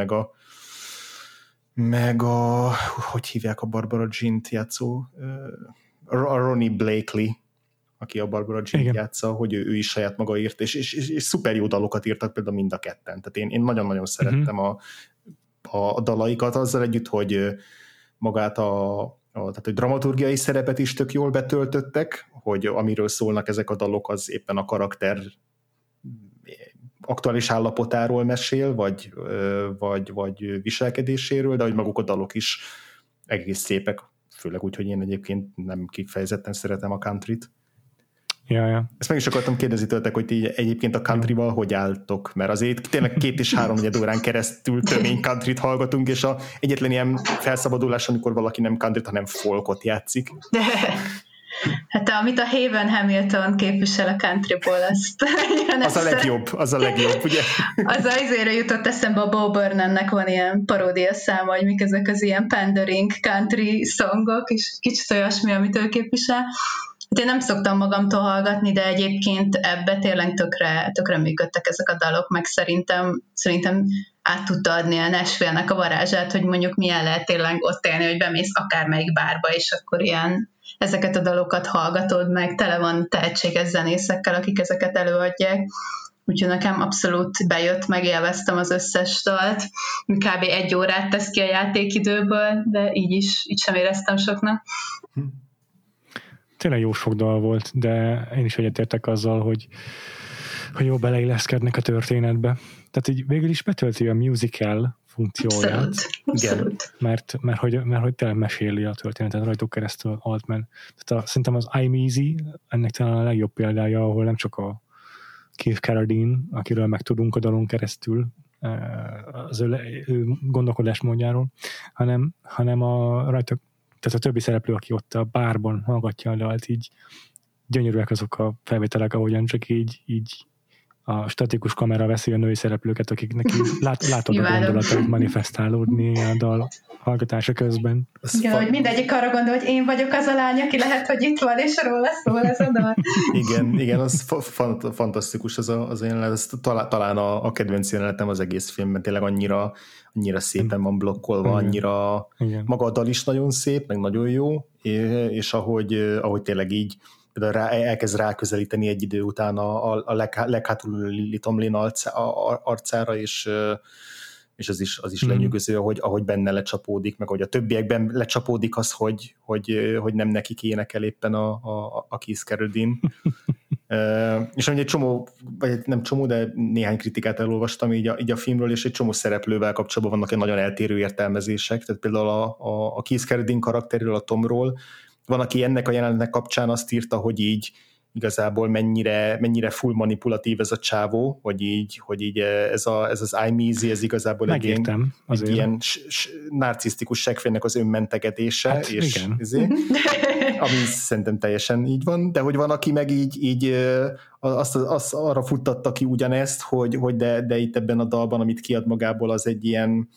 meg a hogy hívják a Barbara Jean-t játszó, a Ronnie Blakely, aki a Barbara Jean játsza, hogy ő is saját maga írt, és szuper jó dalokat írtak például mind a ketten. Tehát én nagyon-nagyon szerettem a dalaikat, azzal együtt, hogy magát tehát a dramaturgiai szerepet is tök jól betöltöttek, hogy amiről szólnak ezek a dalok, az éppen a karakter aktuális állapotáról mesél, vagy viselkedéséről, de hogy maguk a dalok is egész szépek, főleg úgy, hogy én egyébként nem kifejezetten szeretem a countryt. Ja. Ezt meg is akartam kérdezni tőletek, hogy ti egyébként a countryval hogy álltok, mert azért tényleg 2 és 3 órán keresztül tömény countryt hallgatunk, és egyetlen ilyen felszabadulás, amikor valaki nem countryt, hanem folkot játszik. Hát amit a Haven Hamilton képvisel a countryból, az a legjobb, ugye? Az azért jutott eszembe, a Bo Burnhamnek van ilyen paródia száma, hogy mik ezek az ilyen pandering country songok, és kicsit olyasmi, amit ő képvisel. Hát én nem szoktam magamtól hallgatni, de egyébként ebbe tényleg tökre működtek ezek a dalok, meg szerintem át tudta adni a Nashville-nek a varázsát, hogy mondjuk milyen lehet tényleg ott élni, hogy bemész akármelyik bárba, és akkor ilyen ezeket a dalokat hallgatod meg, tele van tehetséges zenészekkel, akik ezeket előadják. úgyhogy nekem abszolút bejött, megélveztem az összes dalt, kb. 1 órát tesz ki a játékidőből, de így sem éreztem soknak. Tényleg jó sok dal volt, de én is egyetértek azzal, hogy jó beleilleszkednek a történetbe. Tehát így végül is betölti a musical funkcióját. Abszolút. Mert hogy tényleg meséli a történetet rajtuk keresztül Altman. Tehát szerintem az I'm Easy ennek talán a legjobb példája, ahol nem csak a Keith Carradine, akiről megtudunk a dalon keresztül az ő gondolkodásmódjáról, hanem tehát a többi szereplő, aki ott a bárban hallgatja a dalt, így gyönyörűek azok a felvételek, ahogyan csak így a statikus kamera veszi a női szereplőket, akiknek látod a gondolatait manifestálódni a dal hallgatása közben. Igen, hogy mindegyik arra gondol, hogy én vagyok az a lány, aki lehet, hogy itt van, és róla szól ez a dal. Igen, az fantasztikus az jelenet, ez talán a kedvenc jelenetem az egész filmben, tényleg annyira szépen van blokkolva, annyira maga a dal is nagyon szép, meg nagyon jó, és ahogy tényleg így elkezd ráközelíteni egy idő után a leghátul Tomlin arcára, és az is lenyűgöző, ahogy benne lecsapódik, meg hogy a többiekben lecsapódik az, hogy nem nekik énekel éppen a Keith Carradine. És egy csomó, vagy nem csomó, de néhány kritikát elolvastam így a filmről, és egy csomó szereplővel kapcsolatban vannak nagyon eltérő értelmezések, tehát például a Keith Carradine karakteréről, a Tomról, van, aki ennek a jelenetnek kapcsán azt írta, hogy így igazából mennyire full manipulatív ez a csávó, hogy így ez az I'm Easy, ez igazából egy ilyen narcisztikus seggfejnek az önmentegetése, hát, és ami szerintem teljesen így van, de hogy van, aki meg így azt arra futtatta ki ugyanezt, hogy de itt ebben a dalban, amit kiad magából, az egy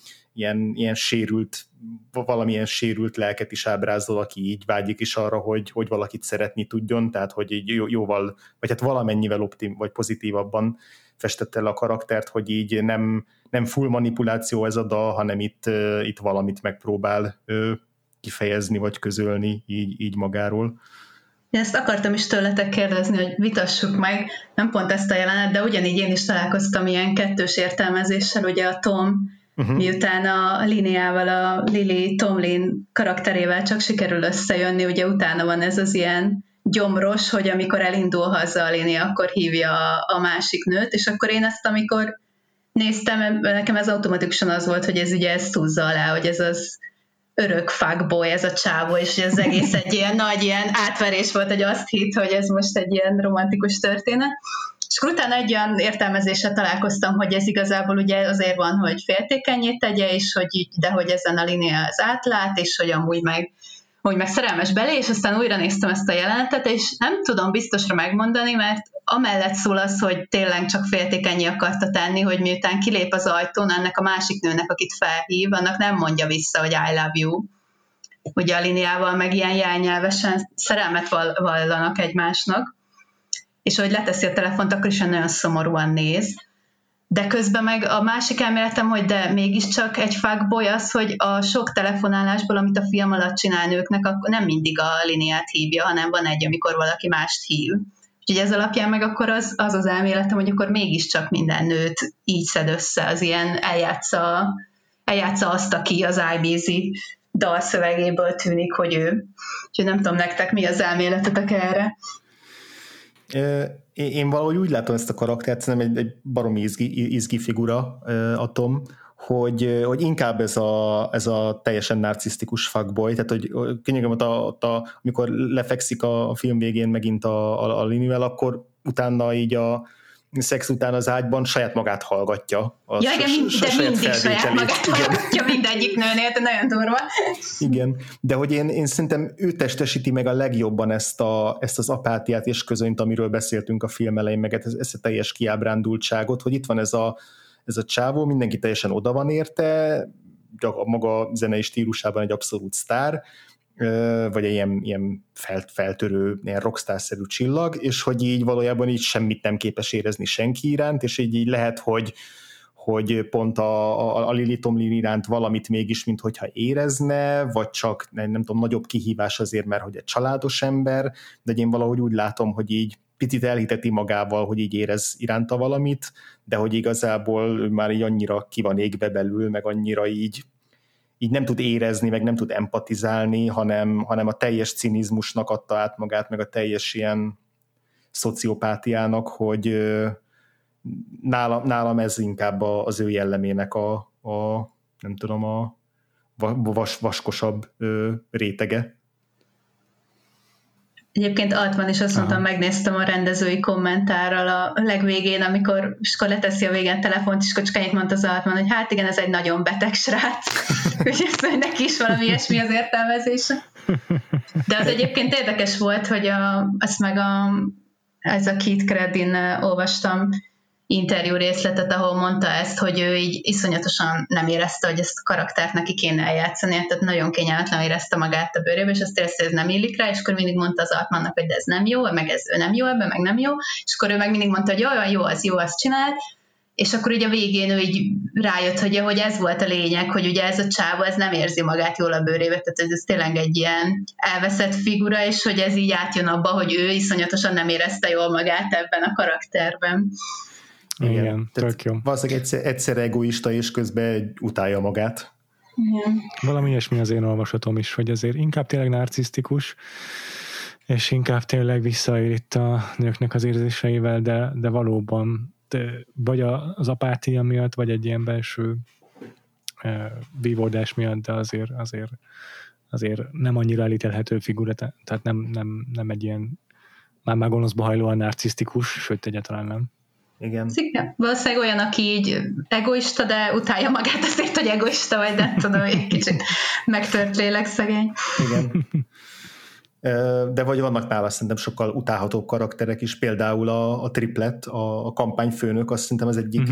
ilyen sérült, valamilyen sérült lelket is ábrázol, aki így vágyik is arra, hogy valakit szeretni tudjon, tehát hogy így jóval, vagy hát valamennyivel vagy pozitívabban festette el a karaktert, hogy így nem full manipuláció ez a dal, hanem itt valamit megpróbál kifejezni, vagy közölni így magáról. Ezt akartam is tőletek kérdezni, hogy vitassuk meg, nem pont ezt a jelenet, de ugyanígy én is találkoztam ilyen kettős értelmezéssel, ugye a Tom, miután a Lineával, a Lily Tomlin karakterével csak sikerül összejönni, ugye utána van ez az ilyen gyomros, hogy amikor elindul haza a Lini, akkor hívja a másik nőt, és akkor én ezt, amikor néztem, nekem ez automatikusan az volt, hogy ez ugye ezt húzza alá, hogy ez az örök fuckboy, ez a csávó, és ez egész egy ilyen nagy ilyen átverés volt, hogy azt hitt, hogy ez most egy ilyen romantikus történet. És akkor utána egy olyan értelmezéssel találkoztam, hogy ez igazából ugye azért van, hogy féltékenyé tegye, és hogy így, de hogy ezen a linia az átlát, és hogy amúgy meg szerelmes belé, és aztán újra néztem ezt a jelenetet, és nem tudom biztosra megmondani, mert amellett szól az, hogy tényleg csak féltékenyé akarta tenni, hogy miután kilép az ajtón, ennek a másik nőnek, akit felhív, annak nem mondja vissza, hogy I love you. Ugye a Liniával meg ilyen jelnyelvesen szerelmet vallanak egymásnak, és hogy leteszi a telefont, akkor is nagyon szomorúan néz. De közben meg a másik elméletem, hogy de mégiscsak egy fuckboy az, hogy a sok telefonálásból, amit a film alatt csinál nőknek, akkor nem mindig a Liniát hívja, hanem van egy, amikor valaki mást hív. Úgyhogy ez alapján meg akkor az elméletem, hogy akkor mégiscsak minden nőt így szed össze, az ilyen eljátsza azt, aki az IBZ dalszövegéből tűnik, hogy ő. Úgyhogy nem tudom nektek, mi az elméletetek erre. Én valahogy úgy látom ezt a karaktert, szerintem egy baromi izgi figura a Tom, hogy inkább ez a teljesen narcisztikus fuckboy, tehát hogy amikor lefekszik a film végén megint a Linivel, akkor utána így a szex után az ágyban saját magát hallgatja. Ja, igen, de mindig saját magát hallgatja mindegyik nőnél, de nagyon durva. Igen, de hogy én szerintem ő testesíti meg a legjobban ezt az apátiát és közönyt, amiről beszéltünk a film elején, meg ezt a teljes kiábrándultságot, hogy itt van ez a csávó, mindenki teljesen oda van érte, a maga zenei stílusában egy abszolút sztár, vagy egy ilyen feltörő, ilyen rockstar-szerű csillag, és hogy így valójában így semmit nem képes érezni senki iránt, és így lehet, hogy pont a Lily Tomlin iránt valamit mégis, mint hogyha érezne, vagy csak nem tudom, nagyobb kihívás azért, mert hogy egy családos ember, de én valahogy úgy látom, hogy így picit elhiteti magával, hogy így érez iránta valamit, de hogy igazából már így annyira ki van égve belül, meg annyira így nem tud érezni, meg nem tud empatizálni, hanem a teljes cinizmusnak adta át magát, meg a teljes ilyen szociopátiának, hogy nálam ez inkább az ő jellemének a nem tudom, a vaskosabb rétege. Egyébként Altman is azt mondtam, megnéztem a rendezői kommentárral a legvégén, amikor leteszi a végén telefont, és Kocskányt mondta az Altman, hogy hát igen, ez egy nagyon beteg srác. Úgyhogy neki is valami ilyesmi az értelmezése. De az egyébként érdekes volt, hogy ez a Keith Credin olvastam interjú részletet, ahol mondta ezt, hogy ő így iszonyatosan nem érezte, hogy ezt a karaktert neki kéne eljátszani, tehát nagyon kényelmetlen érezte magát a bőrébe, és azt érezte, hogy ez nem illik rá, és akkor mindig mondta az Altmannak, hogy de ez nem jó, meg ez nem jó ebben, meg nem jó, és akkor ő meg mindig mondta, hogy jó, azt csinált, és akkor így a végén ő így rájött, hogy ez volt a lényeg, hogy ugye ez a csávó, ez nem érzi magát jól a bőrébe, tehát ez tényleg egy ilyen elveszett figura, és hogy ez így átjön abba, hogy ő iszonyatosan nem érezte jól magát ebben a karakterben. Igen, tök jó. Valószínűleg egyszer egoista, és közben utálja magát. Igen. Valami ilyesmi az én olvasatom is, hogy azért inkább tényleg narcisztikus, és inkább tényleg visszaél itt a nőknek az érzéseivel, de valóban vagy az apátia miatt, vagy egy ilyen belső vívódás miatt, de azért nem annyira elítélhető figura, tehát nem egy ilyen már gonoszba hajlóan narcisztikus, sőt egyáltalán nem. Igen. Valószínűleg olyan, aki így egoista, de utálja magát azért, hogy egoista vagy, de tudom, egy kicsit megtört lélek szegény. Igen. De vagy vannak nála szerintem sokkal utálhatóbb karakterek is, például a triplet, a kampányfőnök, azt szerintem az egyik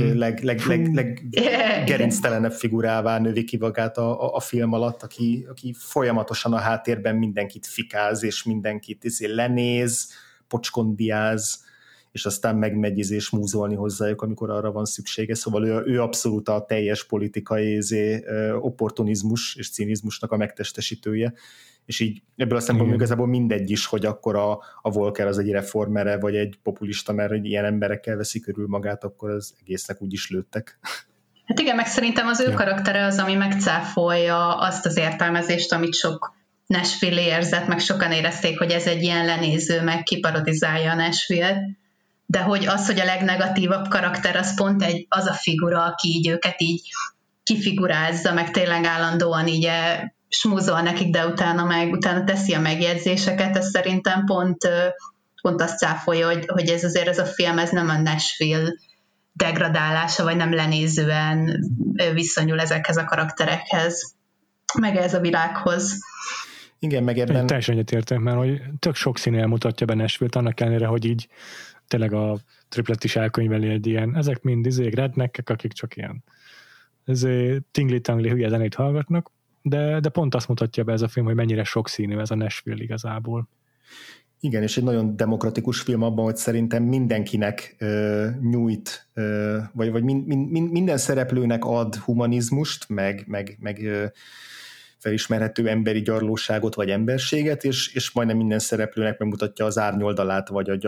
leggerinctelenebb figurává növi ki magát a film alatt, aki folyamatosan a háttérben mindenkit fikáz, és mindenkit lenéz, pocskondiáz, és aztán megmegy és múzolni hozzájuk, amikor arra van szüksége. Szóval ő abszolút a teljes politikai opportunizmus és cinizmusnak a megtestesítője. És így ebből a szempontból igazából mindegy is, hogy akkor a Walker az egy reformere, vagy egy populista, mert hogy ilyen emberekkel veszi körül magát, akkor az egésznek úgy is lőttek. Hát igen, meg szerintem az ő karaktere az, ami megcáfolja azt az értelmezést, amit sok Nashville érzett, meg sokan érezték, hogy ez egy ilyen lenéző, meg kiparodizálja a Nashville-t, de hogy az, hogy a legnegatívabb karakter, az pont az a figura, aki így őket így kifigurázza, meg tényleg állandóan így smúzol nekik, de utána teszi a megjegyzéseket, ez szerintem pont azt cáfolja, hogy ez azért ez a film, ez nem a Nashville degradálása, vagy nem lenézően viszonyul ezekhez a karakterekhez, meg ez a világhoz. Igen, meg ebben... Teljesen egyetértek, mert hogy tök sokszínűen mutatja be Nashville-t, annak ellenére, hogy így tényleg a triplet is elkönyveli egy ilyen, ezek mind redneckek, akik csak ilyen tingli-tangli hülye zenét hallgatnak, de pont azt mutatja be ez a film, hogy mennyire sokszínű ez a Nashville igazából. Igen, és egy nagyon demokratikus film abban, hogy szerintem mindenkinek nyújt, vagy minden szereplőnek ad humanizmust, meg felismerhető emberi gyarlóságot, vagy emberséget, és majdnem minden szereplőnek megmutatja az árnyoldalát, vagy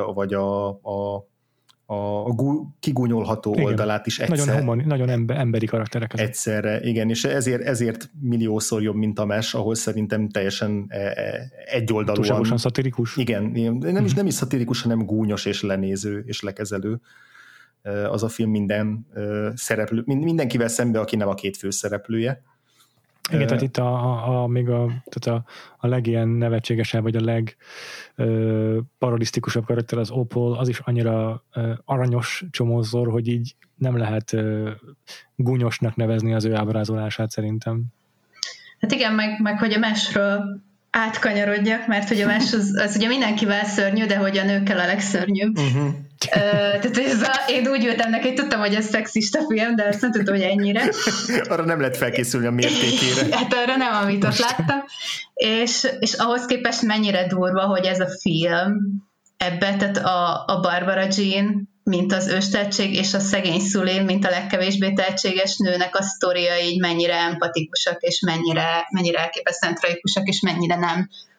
a kigúnyolható oldalát is egyszer. Nagyon emberi karakterek. Egyszerre, igen, és ezért milliószor jobb, mint a MES, ahol szerintem teljesen egyoldalúan. Túlságosan szatirikus. Igen, nem is szatirikus, hanem gúnyos és lenéző és lekezelő. Az a film minden szereplő, mindenkivel szembe, aki nem a két főszereplője. Igen, tehát itt még a legilyen nevetségesebb, vagy a legparodisztikusabb karakter az Opal, az is annyira aranyos csomószor, hogy így nem lehet gúnyosnak nevezni az ő ábrázolását szerintem. Hát igen, meg hogy a mesről átkanyarodjak, mert hogy a mes az ugye mindenkivel szörnyű, de hogy a nőkkel a legszörnyűbb. Tehát én úgy ültem neki, hogy tudtam, hogy ez szexista film, de ezt nem tudtam, hogy ennyire. Arra nem lehet felkészülni a mértékére. Hát arra nem, amit ott láttam. És ahhoz képest mennyire durva, hogy ez a film ebbe, tehát a Barbara Jean, mint az őstehetség, és a szegény Sulin, mint a legkevésbé tehetséges nőnek a sztoria így mennyire empatikusak, és mennyire elképesztően tragikusak, és mennyire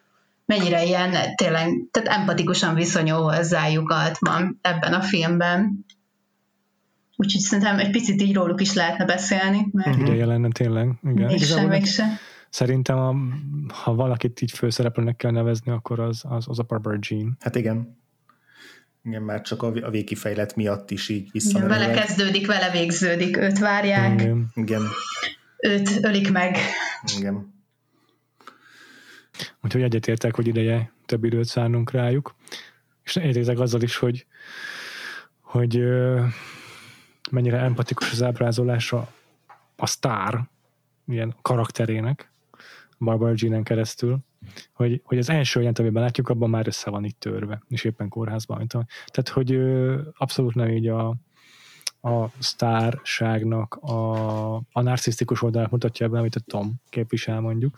mennyire ilyen tényleg, tehát empatikusan viszonyul hozzájuk Altman ebben a filmben. Úgyhogy szerintem egy picit így róluk is lehetne beszélni. Ideje lenne tényleg. Igen. Mégse. Szerintem, ha valakit így főszereplőnek kell nevezni, akkor az a Barbara Jean. Hát igen. Igen, már csak a végkifejlet miatt is így visszamenőleg. Vele kezdődik, vele végződik. Őt várják. Igen. Őt ölik meg. Igen. Úgyhogy egyetértek, hogy ideje több időt szánunk rájuk. És egyetértek azzal is, hogy mennyire empatikus az ábrázolása a sztár ilyen karakterének, Barbara Jean-en keresztül, hogy az első olyan, amiben látjuk, abban már össze van itt törve, és éppen kórházban. Tehát, hogy abszolút nem így a sztárságnak a narcisztikus oldalát mutatja ebben, amit a Tom képvisel mondjuk,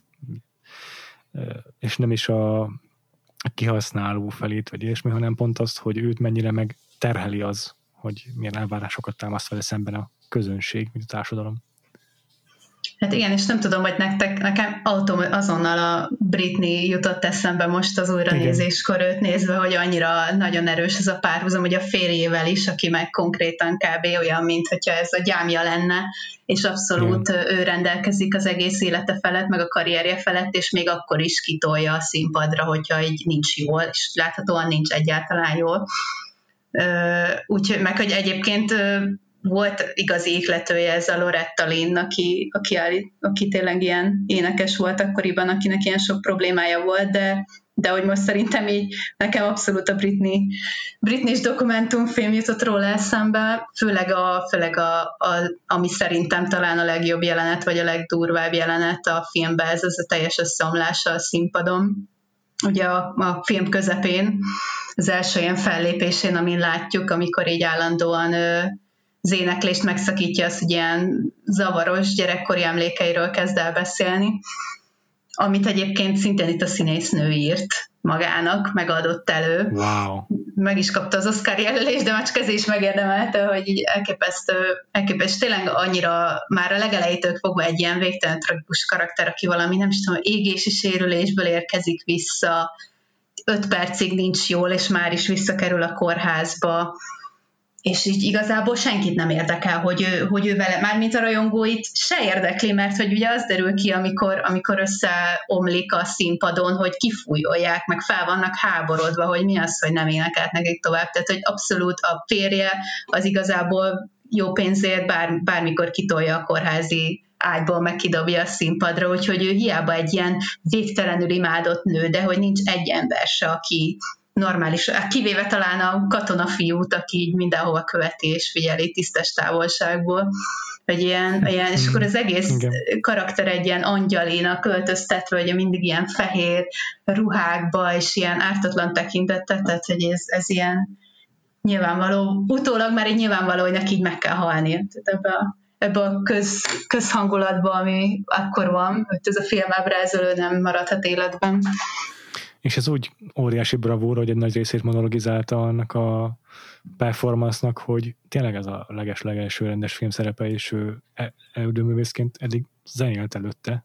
és nem is a kihasználó felét, vagy ilyesmi, hanem pont azt, hogy őt mennyire meg terheli az, hogy milyen elvárásokat támaszt vele szemben a közönség, mint a társadalom. Hát igen, és nem tudom, hogy nekem azonnal a Britney jutott eszembe most az újranézéskor őt nézve, hogy annyira nagyon erős ez a párhuzam, hogy a férjével is, aki meg konkrétan kb. Olyan, mint hogyha ez a gyámja lenne, és abszolút ő rendelkezik az egész élete felett, meg a karrierje felett, és még akkor is kitolja a színpadra, hogyha így nincs jól, és láthatóan nincs egyáltalán jól. Úgyhogy meg, hogy egyébként volt igazi ihletője ez a Loretta Lynn, aki tényleg ilyen énekes volt akkoriban, akinek ilyen sok problémája volt, de hogy most szerintem így nekem abszolút a Britney-s dokumentumfilm jutott róla eszembe, főleg ami szerintem talán a legjobb jelenet, vagy a legdurvább jelenet a filmben, ez az a teljes összeomlása a színpadon. Ugye a film közepén, az első ilyen fellépésén, amin látjuk, amikor így állandóan az éneklést megszakítja, az, hogy ilyen zavaros gyerekkori emlékeiről kezd el beszélni, amit egyébként szintén itt a színésznő írt magának, megadott elő. Wow. Meg is kapta az Oscar jelölést, de már csak ez is megérdemelte, hogy így elképesztő, tényleg annyira már a legelejétől fogva egy ilyen végtelen tragikus karakter, aki valami, nem is tudom, égési sérülésből érkezik vissza, 5 percig nincs jól, és már is visszakerül a kórházba, és így igazából senkit nem érdekel, hogy ő vele, mármint a rajongóit se érdekli, mert hogy ugye az derül ki, amikor összeomlik a színpadon, hogy kifújolják, meg fel vannak háborodva, hogy mi az, hogy nem énekelt nekik tovább. Tehát, hogy abszolút a férje az igazából jó pénzért bármikor kitolja a kórházi ágyból, meg kidobja a színpadra, úgyhogy ő hiába egy ilyen végtelenül imádott nő, de hogy nincs egy ember se, aki normális, kivéve talán a katonafiút, aki így mindenhova követi és figyeli tisztes távolságból, hogy ilyen, és akkor az egész karakter egy ilyen angyalina költöztetve, hogy mindig ilyen fehér ruhákba, és ilyen ártatlan tekintettet, tehát hogy ez ilyen nyilvánvaló, utólag már így nyilvánvaló, hogy neki így meg kell halni. Tehát ebbe a közhangulatba, ami akkor van, hogy ez a filmábrázoló nem maradhat életben. És ez úgy óriási bravúr, hogy egy nagy részét monologizálta annak a performance-nak, hogy tényleg ez a leges-legelső rendes filmszerepe, és ő elődőművészként eddig zenélt előtte.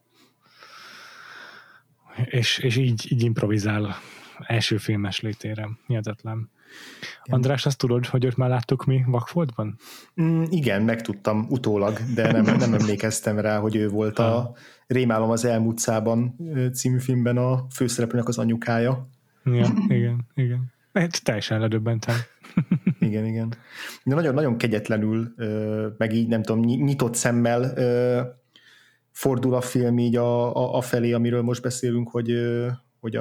És így improvizál első filmes létére. Hihetetlen. András, azt tudod, hogy őt már láttuk mi Vakfoltban? Igen, megtudtam utólag, de nem emlékeztem rá, hogy ő volt a Rémálom az elmúlt szában című filmben a főszereplőnek az anyukája. Ja, igen. Teljesen ledöbbentem. Igen. De nagyon kegyetlenül, meg így nem tudom, nyitott szemmel fordul a film így a felé, amiről most beszélünk, hogy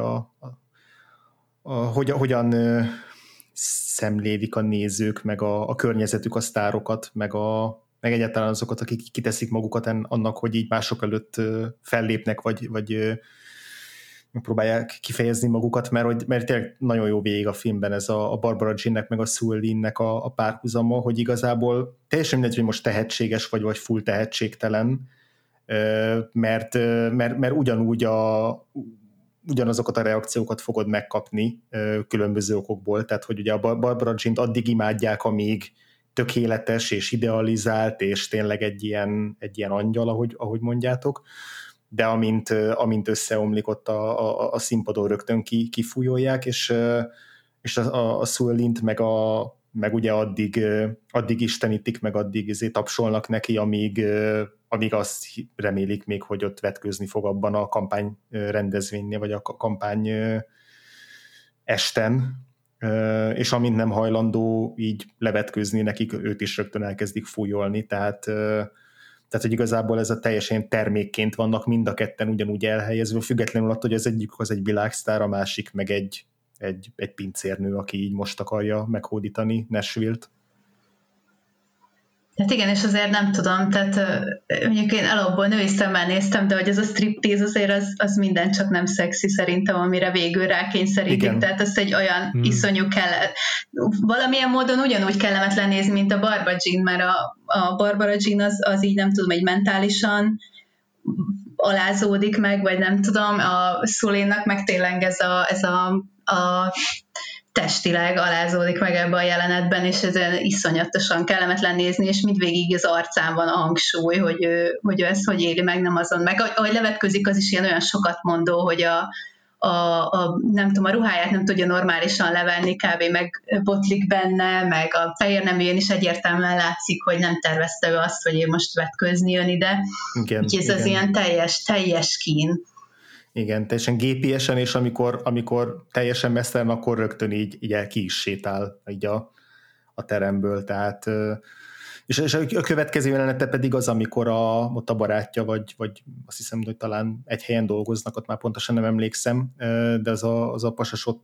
hogyan szemlélik a nézők, meg a környezetük a sztárokat, meg egyáltalán azokat, akik kiteszik magukat annak, hogy így mások előtt fellépnek, vagy próbálják kifejezni magukat, mert tényleg nagyon jó végig a filmben ez a Barbara Jeannek, meg a Sue Lynn-nek a párhuzama, hogy igazából teljesen mindegy, hogy most tehetséges vagy full tehetségtelen, mert ugyanúgy ugyanazokat a reakciókat fogod megkapni különböző okokból, tehát hogy ugye a Barbara Jean-t addig imádják, amíg tökéletes és idealizált, és tényleg egy ilyen angyal, ahogy mondjátok, de amint összeomlik ott a színpadon rögtön kifújolják, és a Suellint meg ugye addig istenítik, meg addig tapsolnak neki, amíg azt remélik még, hogy ott vetkőzni fog abban a kampány rendezvénynél, vagy a kampány esten, és amint nem hajlandó így levetkőzni nekik, őt is rögtön elkezdik fújolni, tehát hogy igazából ez a teljesen termékként vannak mind a ketten ugyanúgy elhelyezve, függetlenül attól, hogy az egyik az egy világsztár, a másik meg egy pincérnő, aki így most akarja meghódítani Nashville-t. Hát igen, és azért nem tudom, tehát mondjuk én alapból női szemmel néztem, de hogy ez a striptease azért az minden csak nem szexi szerintem, amire végül rákényszerítik, tehát ez egy olyan iszonyú valamilyen módon ugyanúgy kellemetlen nézni, mint a Barbara Jean, mert a Barbara Jean az így nem tudom, egy mentálisan alázódik meg, vagy nem tudom, a Suellinnak meg tényleg ez a testileg alázódik meg ebbe a jelenetben, és ez iszonyatosan kellemetlen nézni, és mindvégig az arcán van a hangsúly, hogy ő ezt hogy éli meg, nem azon. Meg ahogy levetközik, az is ilyen olyan sokat mondó, hogy nem tudom, a ruháját nem tudja normálisan levenni, kb. Meg botlik benne, meg a fehér neműjén is egyértelműen látszik, hogy nem tervezte ő azt, hogy ő most vetközni jön ide. Úgyhogy ez az ilyen teljes kín. Igen, teljesen gépiesen, és amikor teljesen mesztelen, akkor rögtön így ki is sétál így a teremből, tehát és a következő jelenete pedig az, amikor ott a barátja, vagy azt hiszem, hogy talán egy helyen dolgoznak, ott már pontosan nem emlékszem, de az a pasas ott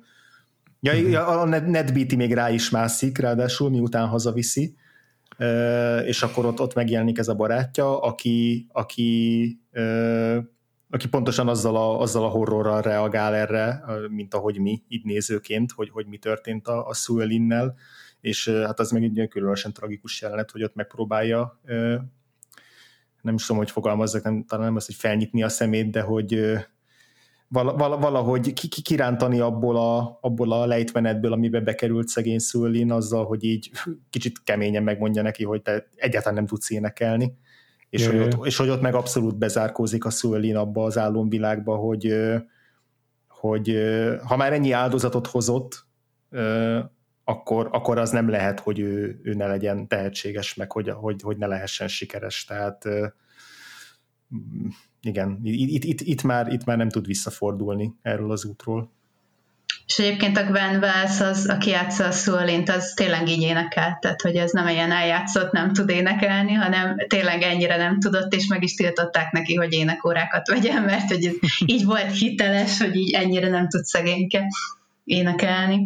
a Ned Beatty még rá is mászik, ráadásul miután hazaviszi, és akkor ott megjelenik ez a barátja, aki pontosan azzal a horrorral reagál erre, mint ahogy mi, így nézőként, hogy mi történt a Suellinnel, és hát az meg egy különösen tragikus jelenet, hogy ott megpróbálja, nem is tudom, hogy fogalmazzak, talán nem az, hogy felnyitni a szemét, de hogy valahogy kirántani abból a lejtmenetből, amiben bekerült szegény Suellin, azzal, hogy így kicsit keményen megmondja neki, hogy te egyáltalán nem tudsz énekelni. És hogy ott meg abszolút bezárkózik a Suellin abba az álomvilágba, hogy ha már ennyi áldozatot hozott, akkor az nem lehet, hogy ő ne legyen tehetséges, meg hogy ne lehessen sikeres. Tehát igen, itt már nem tud visszafordulni erről az útról. És egyébként a Gwen Wells, aki játsza a Suellint, az tényleg így énekel, tehát hogy ez nem ilyen eljátszott, nem tud énekelni, hanem tényleg ennyire nem tudott, és meg is tiltották neki, hogy énekórákat vegyen, mert hogy ez így volt hiteles, hogy így ennyire nem tud szegényke énekelni.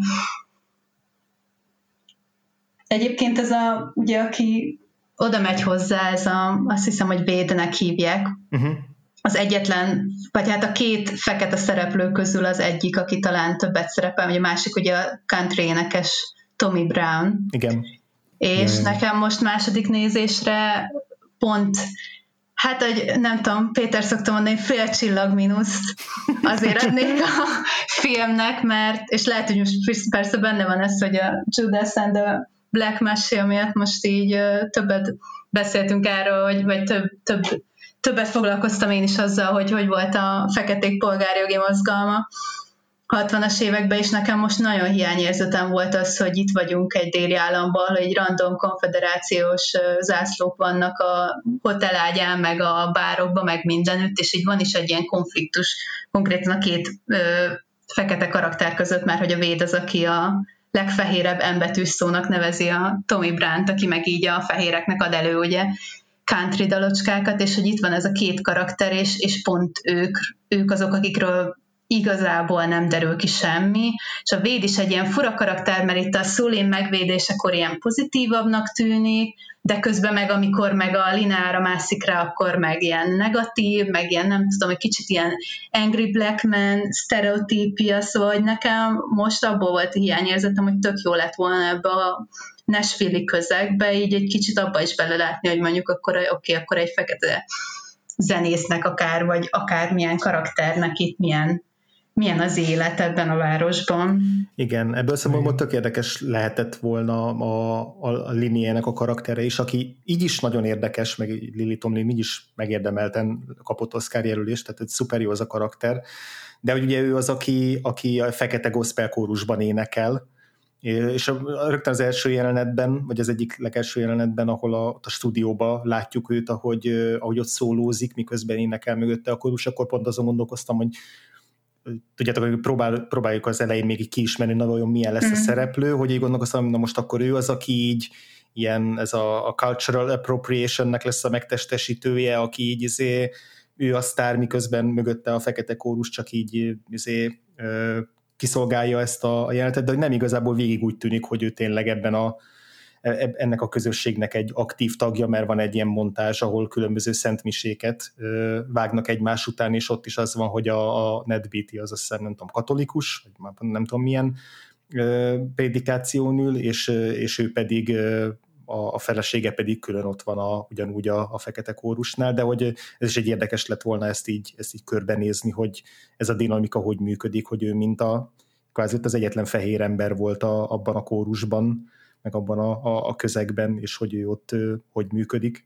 Egyébként ez ugye aki oda megy hozzá, azt hiszem, hogy Wade-nek hívják, az egyetlen, vagy hát a két fekete szereplő közül az egyik, aki talán többet szerepel, vagy a másik ugye a country énekes Tommy Brown. Igen. És nekem most második nézésre pont, hát hogy nem tudom, Péter szokta mondani, fél csillag mínuszt azért adnék a filmnek, mert, és lehet, hogy most persze benne van ez, hogy a Judas and the Black Messiah miatt most így többet beszéltünk erről, vagy többet foglalkoztam én is azzal, hogy volt a feketék polgárjogi mozgalma 60-as években, és nekem most nagyon hiányérzetem volt az, hogy itt vagyunk egy déli államban, hogy egy random konfederációs zászlók vannak a hotelágyán, meg a bárokban, meg mindenütt, és így van is egy ilyen konfliktus konkrétan a két fekete karakter között, mert hogy a Wade az, aki a legfehérebb M-betűs szónak nevezi a Tommy Brown-t, aki meg így a fehéreknek ad elő, ugye, country dalocskákat, és hogy itt van ez a két karakter, és pont ők azok, akikről igazából nem derül ki semmi, és a Wade is egy ilyen fura karakter, mert itt a Suellin megvédésekor ilyen pozitívabbnak tűnik, de közben meg amikor meg a lineára mászik rá, akkor meg ilyen negatív, meg ilyen nem tudom, egy kicsit ilyen angry black man sztereotípia, szóval hogy nekem most abból volt hiányérzetem, hogy tök jó lett volna ebbe a Nashville-i közegbe, így egy kicsit abba is belelátni, hogy mondjuk akkor egy fekete zenésznek akár, vagy akármilyen karakternek itt milyen milyen az élet ebben a városban. Igen, ebből szempontból tök érdekes lehetett volna a Linney-nek a karaktere is, aki így is nagyon érdekes, meg Lily Tomlin így is megérdemelten kapott Oscar jelölést, tehát szuper jó az a karakter, de ugye ő az, aki a fekete gospel kórusban énekel, és rögtön az első jelenetben, vagy az egyik legelső jelenetben, ahol a stúdióban látjuk őt, ahogy ott szólózik, miközben énekel mögötte a kórus, akkor pont azon gondolkoztam, hogy tudjátok, hogy próbáljuk az elején még így kiismerni, na vajon milyen lesz a szereplő, hogy így gondolkoztam, na most akkor ő az, aki így ilyen, ez a cultural appropriationnek lesz a megtestesítője, aki így ő a sztár, miközben mögötte a fekete kórus csak így kiszolgálja ezt a jelenetet, de nem igazából végig úgy tűnik, hogy ő tényleg ennek a közösségnek egy aktív tagja, mert van egy ilyen montázs, ahol különböző szentmiséket vágnak egymás után, és ott is az van, hogy a Ned Beatty az azt hiszem, nem tudom, katolikus, vagy nem tudom milyen prédikáción ül, és ő pedig a felesége pedig külön ott van ugyanúgy a fekete kórusnál, de hogy ez is egy érdekes lett volna ezt így körbenézni, hogy ez a dinamika hogy működik, hogy ő mint kvázi az egyetlen fehér ember volt abban a kórusban, meg abban a közegben, és hogy ő ott hogy működik.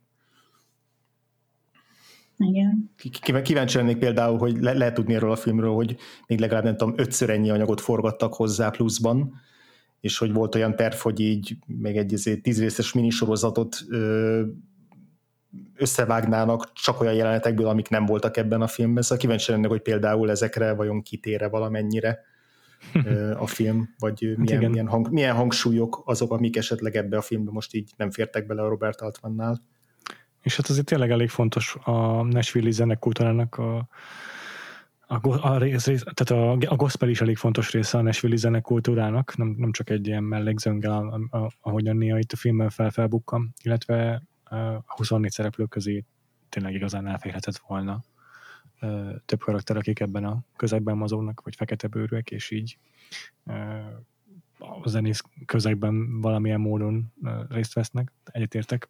Igen. Kíváncsi lennék például, hogy lehet tudni erről a filmről, hogy még legalább nem tudom, 5-ször ennyi anyagot forgattak hozzá pluszban, és hogy volt olyan terv, hogy így még egy 10 részes minisorozatot összevágnának csak olyan jelenetekből, amik nem voltak ebben a filmben. Szóval kíváncsi lennék, hogy például ezekre vajon kitére valamennyire a film, vagy milyen hangsúlyok azok, amik esetleg ebbe a filmbe most így nem fértek bele a Robert Altmannál. És hát azért tényleg elég fontos a Nashville-i zenekultúrának tehát a gospel is elég fontos része a Nashville-i zenekultúrának, nem csak egy ilyen mellékzöngel, ahogyan néha itt a filmben felbukkan, illetve a 24 szereplő közé tényleg igazán elférhetett volna több karakter, akik ebben a közegben mozognak, vagy fekete bőrűek, és így a zenész közegben valamilyen módon részt vesznek, egyetértek.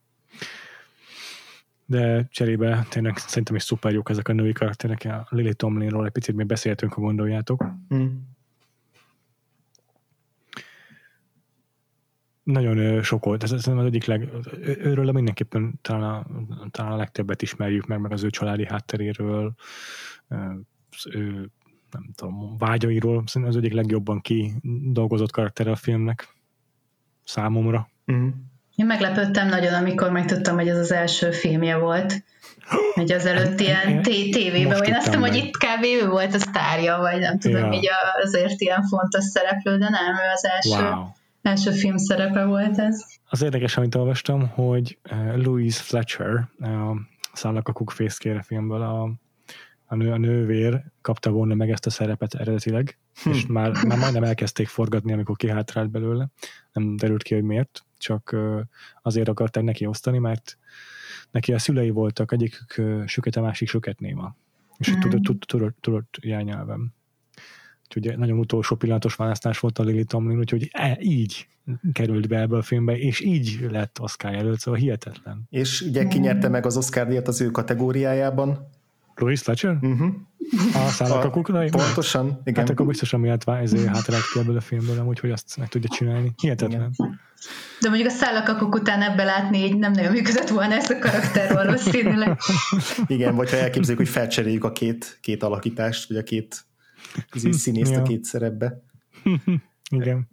De cserébe tényleg szerintem is szuper jók ezek a női karakterek. A Lily Tomlinról egy picit még beszéltünk, ha gondoljátok. Nagyon sok volt. Ez az egyik őről mindenképpen talán a legtöbbet ismerjük meg az ő családi hátteréről, az ő nem tudom, vágyairól. Szerintem az egyik legjobban kidolgozott karaktere a filmnek számomra. Én meglepődtem nagyon, amikor megtudtam, hogy ez az első filmje volt. Hogy az előtt ilyen tévében, vagy azt tudom, hogy itt kb. Ő volt a sztárja, vagy nem tudom, így azért ilyen fontos szereplő, de nem, ő az első film szerepe volt ez. Az érdekes, amit olvastam, hogy Louise Fletcher, a Szállakakuk fészkére filmből a nővér kapta volna meg ezt a szerepet eredetileg, és már majdnem elkezdték forgatni, amikor kihátrált belőle. Nem derült ki, hogy miért, csak azért akarták neki osztani, mert neki a szülei voltak, egyikük süket, a másik süketnéma. És tudott jelnyelven. Úgyhogy nagyon utolsó pillanatos választás volt a Lily Tomlin, úgyhogy így került be ebbe a filmbe, és így lett Oscar jelölt, szóval hihetetlen. És ugye ki nyerte meg az Oscar-díjat az ő kategóriájában? Louise Fletcher? A Szállakakukra? Pontosan, igen. Hát akkor biztosan miatt hátrált ki ebből a filmből, amúgy, hogy azt meg tudja csinálni. Hihetetlen. Igen. De mondjuk a Szállakakuk után ebbe látni, így nem nagyon működött volna ezt a karakter valószínűleg. Igen, vagy ha elképzeljük, hogy felcseréljük a két alakítást, vagy a két színészt a két szerepbe. Igen.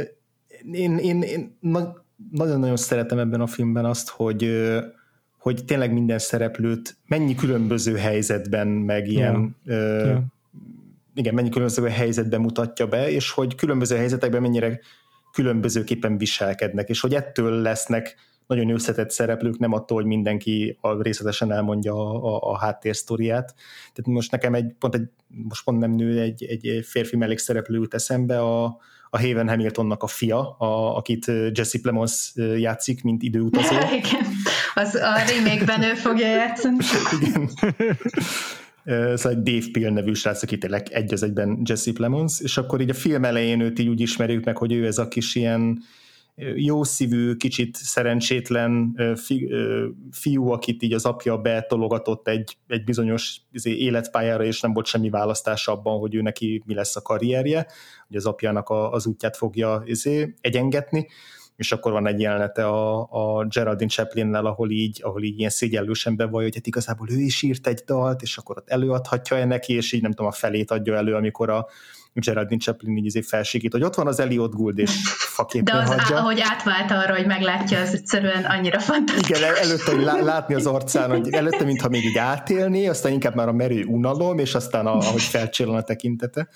Én nagyon-nagyon szeretem ebben a filmben azt, hogy tényleg minden szereplőt mennyi különböző helyzetben, meg ilyen igen, mennyi különböző helyzetben mutatja be, és hogy különböző helyzetekben mennyire különbözőképpen viselkednek, és hogy ettől lesznek nagyon összetett szereplők, nem attól, hogy mindenki részletesen elmondja a háttérsztoriát. Tehát most nekem most pont nem nő, egy férfi mellékszereplő jut eszembe, a Haven Hamiltonnak a fia, akit Jesse Plemons játszik, mint időutazó. Igen, az a remake-ben ő fogja játszani. Igen. Szóval egy Dave Peel nevű srác, aki tényleg egy az egyben Jesse Plemons, és akkor így a film elején őt így úgy ismerjük meg, hogy ő ez a kis ilyen jó szívű, kicsit szerencsétlen fiú, akit így az apja betologatott egy bizonyos életpályára, és nem volt semmi választása abban, hogy ő neki mi lesz a karrierje, hogy az apjának az útját fogja egyengetni, és akkor van egy jelenete a Geraldine Chaplinnel, ahol így ilyen szégyellősen bevallja, hogy hát igazából ő is írt egy dalt, és akkor ott előadhatja neki, és így nem tudom, a felét adja elő, amikor a Geraldine Chaplin így felsikít, hogy ott van az Elliot Gould, és faképpen hagyja. De ahogy átvált arra, hogy meglátja, az egyszerűen annyira fantasztikus. Igen, előtte, hogy látni az arcán, hogy előtte, mintha még így átélni, aztán inkább már a merő unalom, és aztán ahogy felcsillan a tekintete.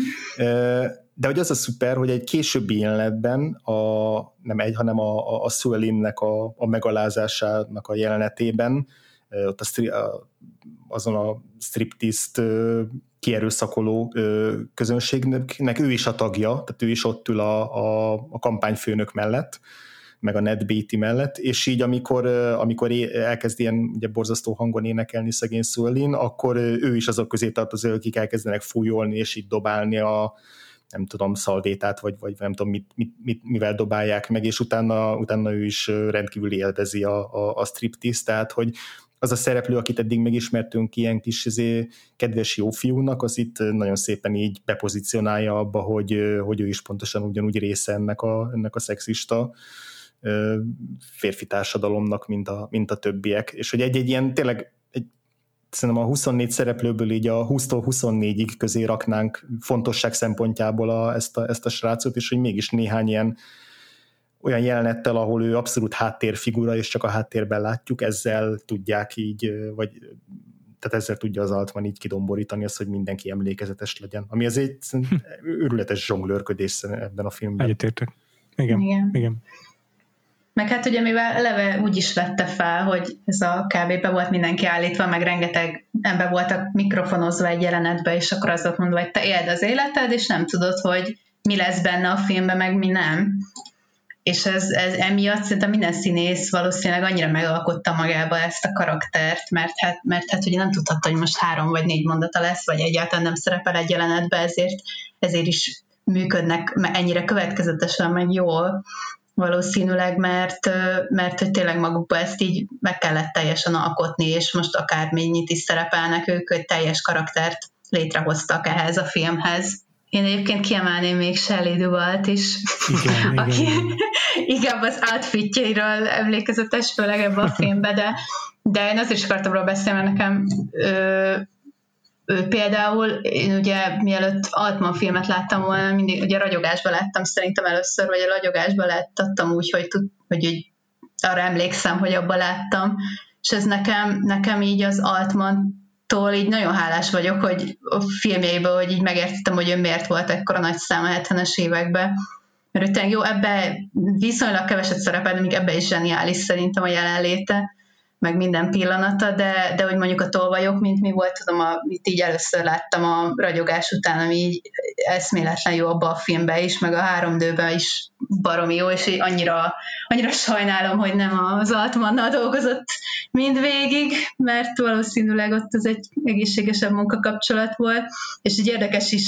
De hogy az a szuper, hogy egy későbbi jelenetben hanem a Sue-Lynnek a megalázásának a jelenetében ott azon a striptease-t kierőszakoló közönségnek ő is a tagja, tehát ő is ott ül a kampányfőnök mellett, meg a Ned Beatty mellett, és így amikor elkezd ilyen ugye borzasztó hangon énekelni szegény Sue-Lyn, akkor ő is azok közé tartozó, akik elkezdenek fújolni, és így dobálni nem tudom, szalvétát, vagy nem tudom, mivel dobálják meg, és utána ő is rendkívül élvezi a striptease, tehát hogy az a szereplő, akit eddig megismertünk ilyen kis kedves jó fiúnak, az itt nagyon szépen így bepozícionálja abba, hogy ő is pontosan ugyanúgy része ennek a szexista férfi társadalomnak, mint a többiek. És hogy egy ilyen tényleg szerintem a 24 szereplőből így a 20-tól 24-ig közé raknánk fontosság szempontjából ezt a srácot, és hogy mégis néhány ilyen olyan jelenettel, ahol ő abszolút háttérfigura, és csak a háttérben látjuk, ezzel tudják így, tehát ezzel tudja az Altman így kidomborítani azt, hogy mindenki emlékezetes legyen. Ami az egy őrületes zsonglőrködés ebben a filmben. Egyetértek. Igen. Meg hát ugye mivel eleve úgy is vette fel, hogy ez a kb. Be volt mindenki állítva, meg rengeteg ember voltak mikrofonozva egy jelenetbe, és akkor az ott mondva, hogy te éld az életed, és nem tudod, hogy mi lesz benne a filmben, meg mi nem. És ez emiatt szerintem minden színész valószínűleg annyira megalkotta magába ezt a karaktert, mert hát ugye nem tudhatta, hogy most 3 vagy 4 mondata lesz, vagy egyáltalán nem szerepel egy jelenetbe, ezért is működnek ennyire következetesen, meg jól valószínűleg, mert hogy tényleg magukba ezt így meg kellett teljesen alkotni, és most akármennyit is szerepelnek ők, hogy teljes karaktert létrehoztak ehhez a filmhez. Én egyébként kiemelném még Shelley Duvall-t is, aki inkább az outfitjeiről emlékezetes, főleg ebben a filmben, de én azért is akartam róla beszélni, mert nekem ő például, én ugye mielőtt Altman filmet láttam volna, mindig ugye ragyogásban láttam szerintem először, vagy a ragyogásban láttam úgy, hogy arra emlékszem, hogy abban láttam, és ez nekem így az Altmantól így nagyon hálás vagyok, hogy a filmjeiből, hogy így megértettem, hogy ő miért volt ekkora nagy szám a 70-es években, mert tényleg jó, ebbe viszonylag keveset szerepel, de még ebbe is zseniális szerintem a jelenléte, meg minden pillanata, de hogy mondjuk a Tolvajok, mint mi volt, tudom, itt így először láttam a ragyogás után, ami így eszméletlen jó abban a filmben is, meg a 3D-ben is baromi jó, és annyira sajnálom, hogy nem az Altmannal dolgozott mindvégig, mert valószínűleg ott az egy egészségesebb munkakapcsolat volt, és így érdekes is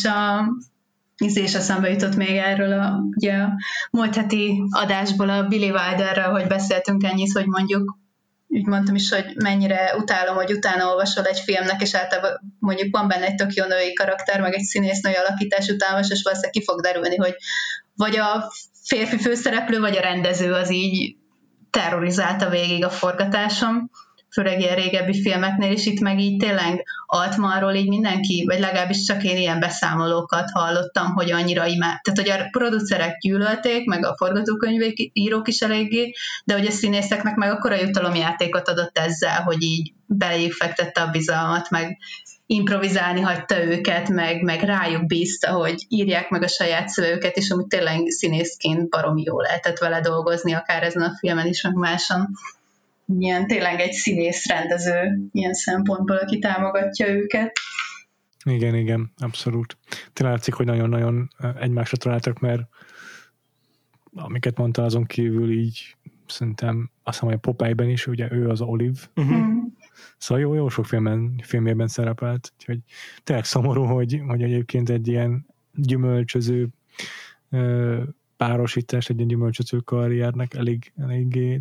és eszembe jutott még erről ugye a múlt heti adásból a Billy Wilderről, hogy beszéltünk ennyit, hogy mondjuk úgy mondtam is, hogy mennyire utálom, hogy utána olvasol egy filmnek, és általában mondjuk van benne egy tök jó női karakter, meg egy színésznői alakítás után, és valószínűleg ki fog derülni, hogy vagy a férfi főszereplő, vagy a rendező az így terrorizálta végig a forgatásom, főleg ilyen régebbi filmeknél, és itt meg így tényleg Altmanról így mindenki, vagy legalábbis csak én ilyen beszámolókat hallottam, hogy annyira tehát hogy a producerek gyűlölték, meg a forgatókönyvírók is eléggé, de hogy a színészeknek meg akkora jutalomjátékot adott ezzel, hogy így beléjük fektette a bizalmat, meg improvizálni hagyta őket, meg rájuk bízta, hogy írják meg a saját szövőket, és amúgy tényleg színészként baromi jó lehetett vele dolgozni, akár ezen a filmen is, meg máson. Ilyen tényleg egy színész rendező ilyen szempontból, aki támogatja őket. Igen, abszolút. Tényleg látszik, hogy nagyon-nagyon egymásra találtak, mert amiket mondta azon kívül így szerintem azt hiszem, hogy a Popeye-ben is, ugye ő az Olive. Szóval jó sok filmében szerepelt, úgyhogy tényleg szomorú, hogy egyébként egy ilyen gyümölcsöző párosítás egy gyümölcsöző karriernek eléggé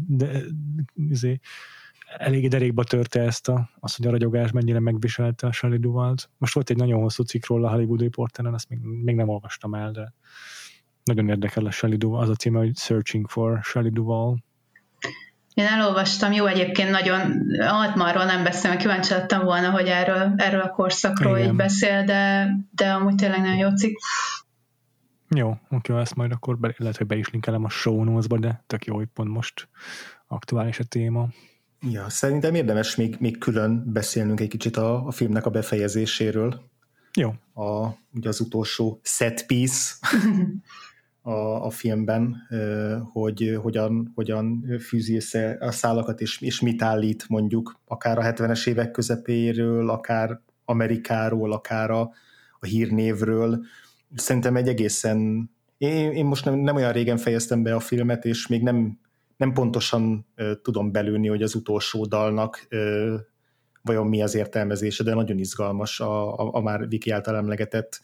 derékba törte azt, hogy a ragyogás mennyire megviselte a Shelley Duvall-t. Most volt egy nagyon hosszú cikk róla a Hollywood Reporteren, azt még nem olvastam el, de nagyon érdekel a Shelley Duvall. Az a címe, hogy Searching for Shelley Duvall. Én elolvastam, jó, egyébként nagyon Altmanról nem beszélem, kíváncsi lettem volna, hogy erről a korszakról így beszél, de amúgy tényleg nagyon jó cikk. Jó, oké, ezt majd akkor lehet, hogy be is linkelem a show notes-ba, de tök jó, hogy pont most aktuális a téma. Ja, szerintem érdemes még külön beszélnünk egy kicsit a filmnek a befejezéséről. Jó. Ugye az utolsó set piece a filmben, hogy hogyan fűzi össze a szálakat, és mit állít mondjuk akár a 70-es évek közepéről, akár Amerikáról, akár a hírnévről. Szerintem egy egészen... Én most nem olyan régen fejeztem be a filmet, és még nem pontosan tudom belőni, hogy az utolsó dalnak vajon mi az értelmezése, de nagyon izgalmas a már Viki által emlegetett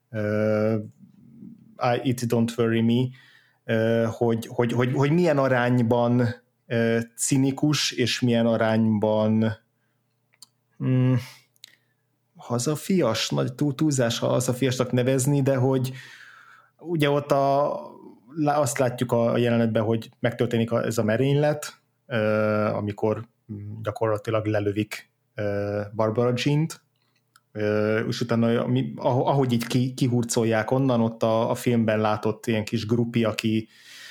It Don't Worry Me, hogy milyen arányban cinikus, és milyen arányban hazafias, nagy túlzás hazafiasnak nevezni, de hogy ugye ott azt látjuk a jelenetben, hogy megtörténik ez a merénylet, amikor gyakorlatilag lelövik Barbara Jean-t, és utána, ahogy így kihurcolják onnan, ott a filmben látott ilyen kis grupi, aki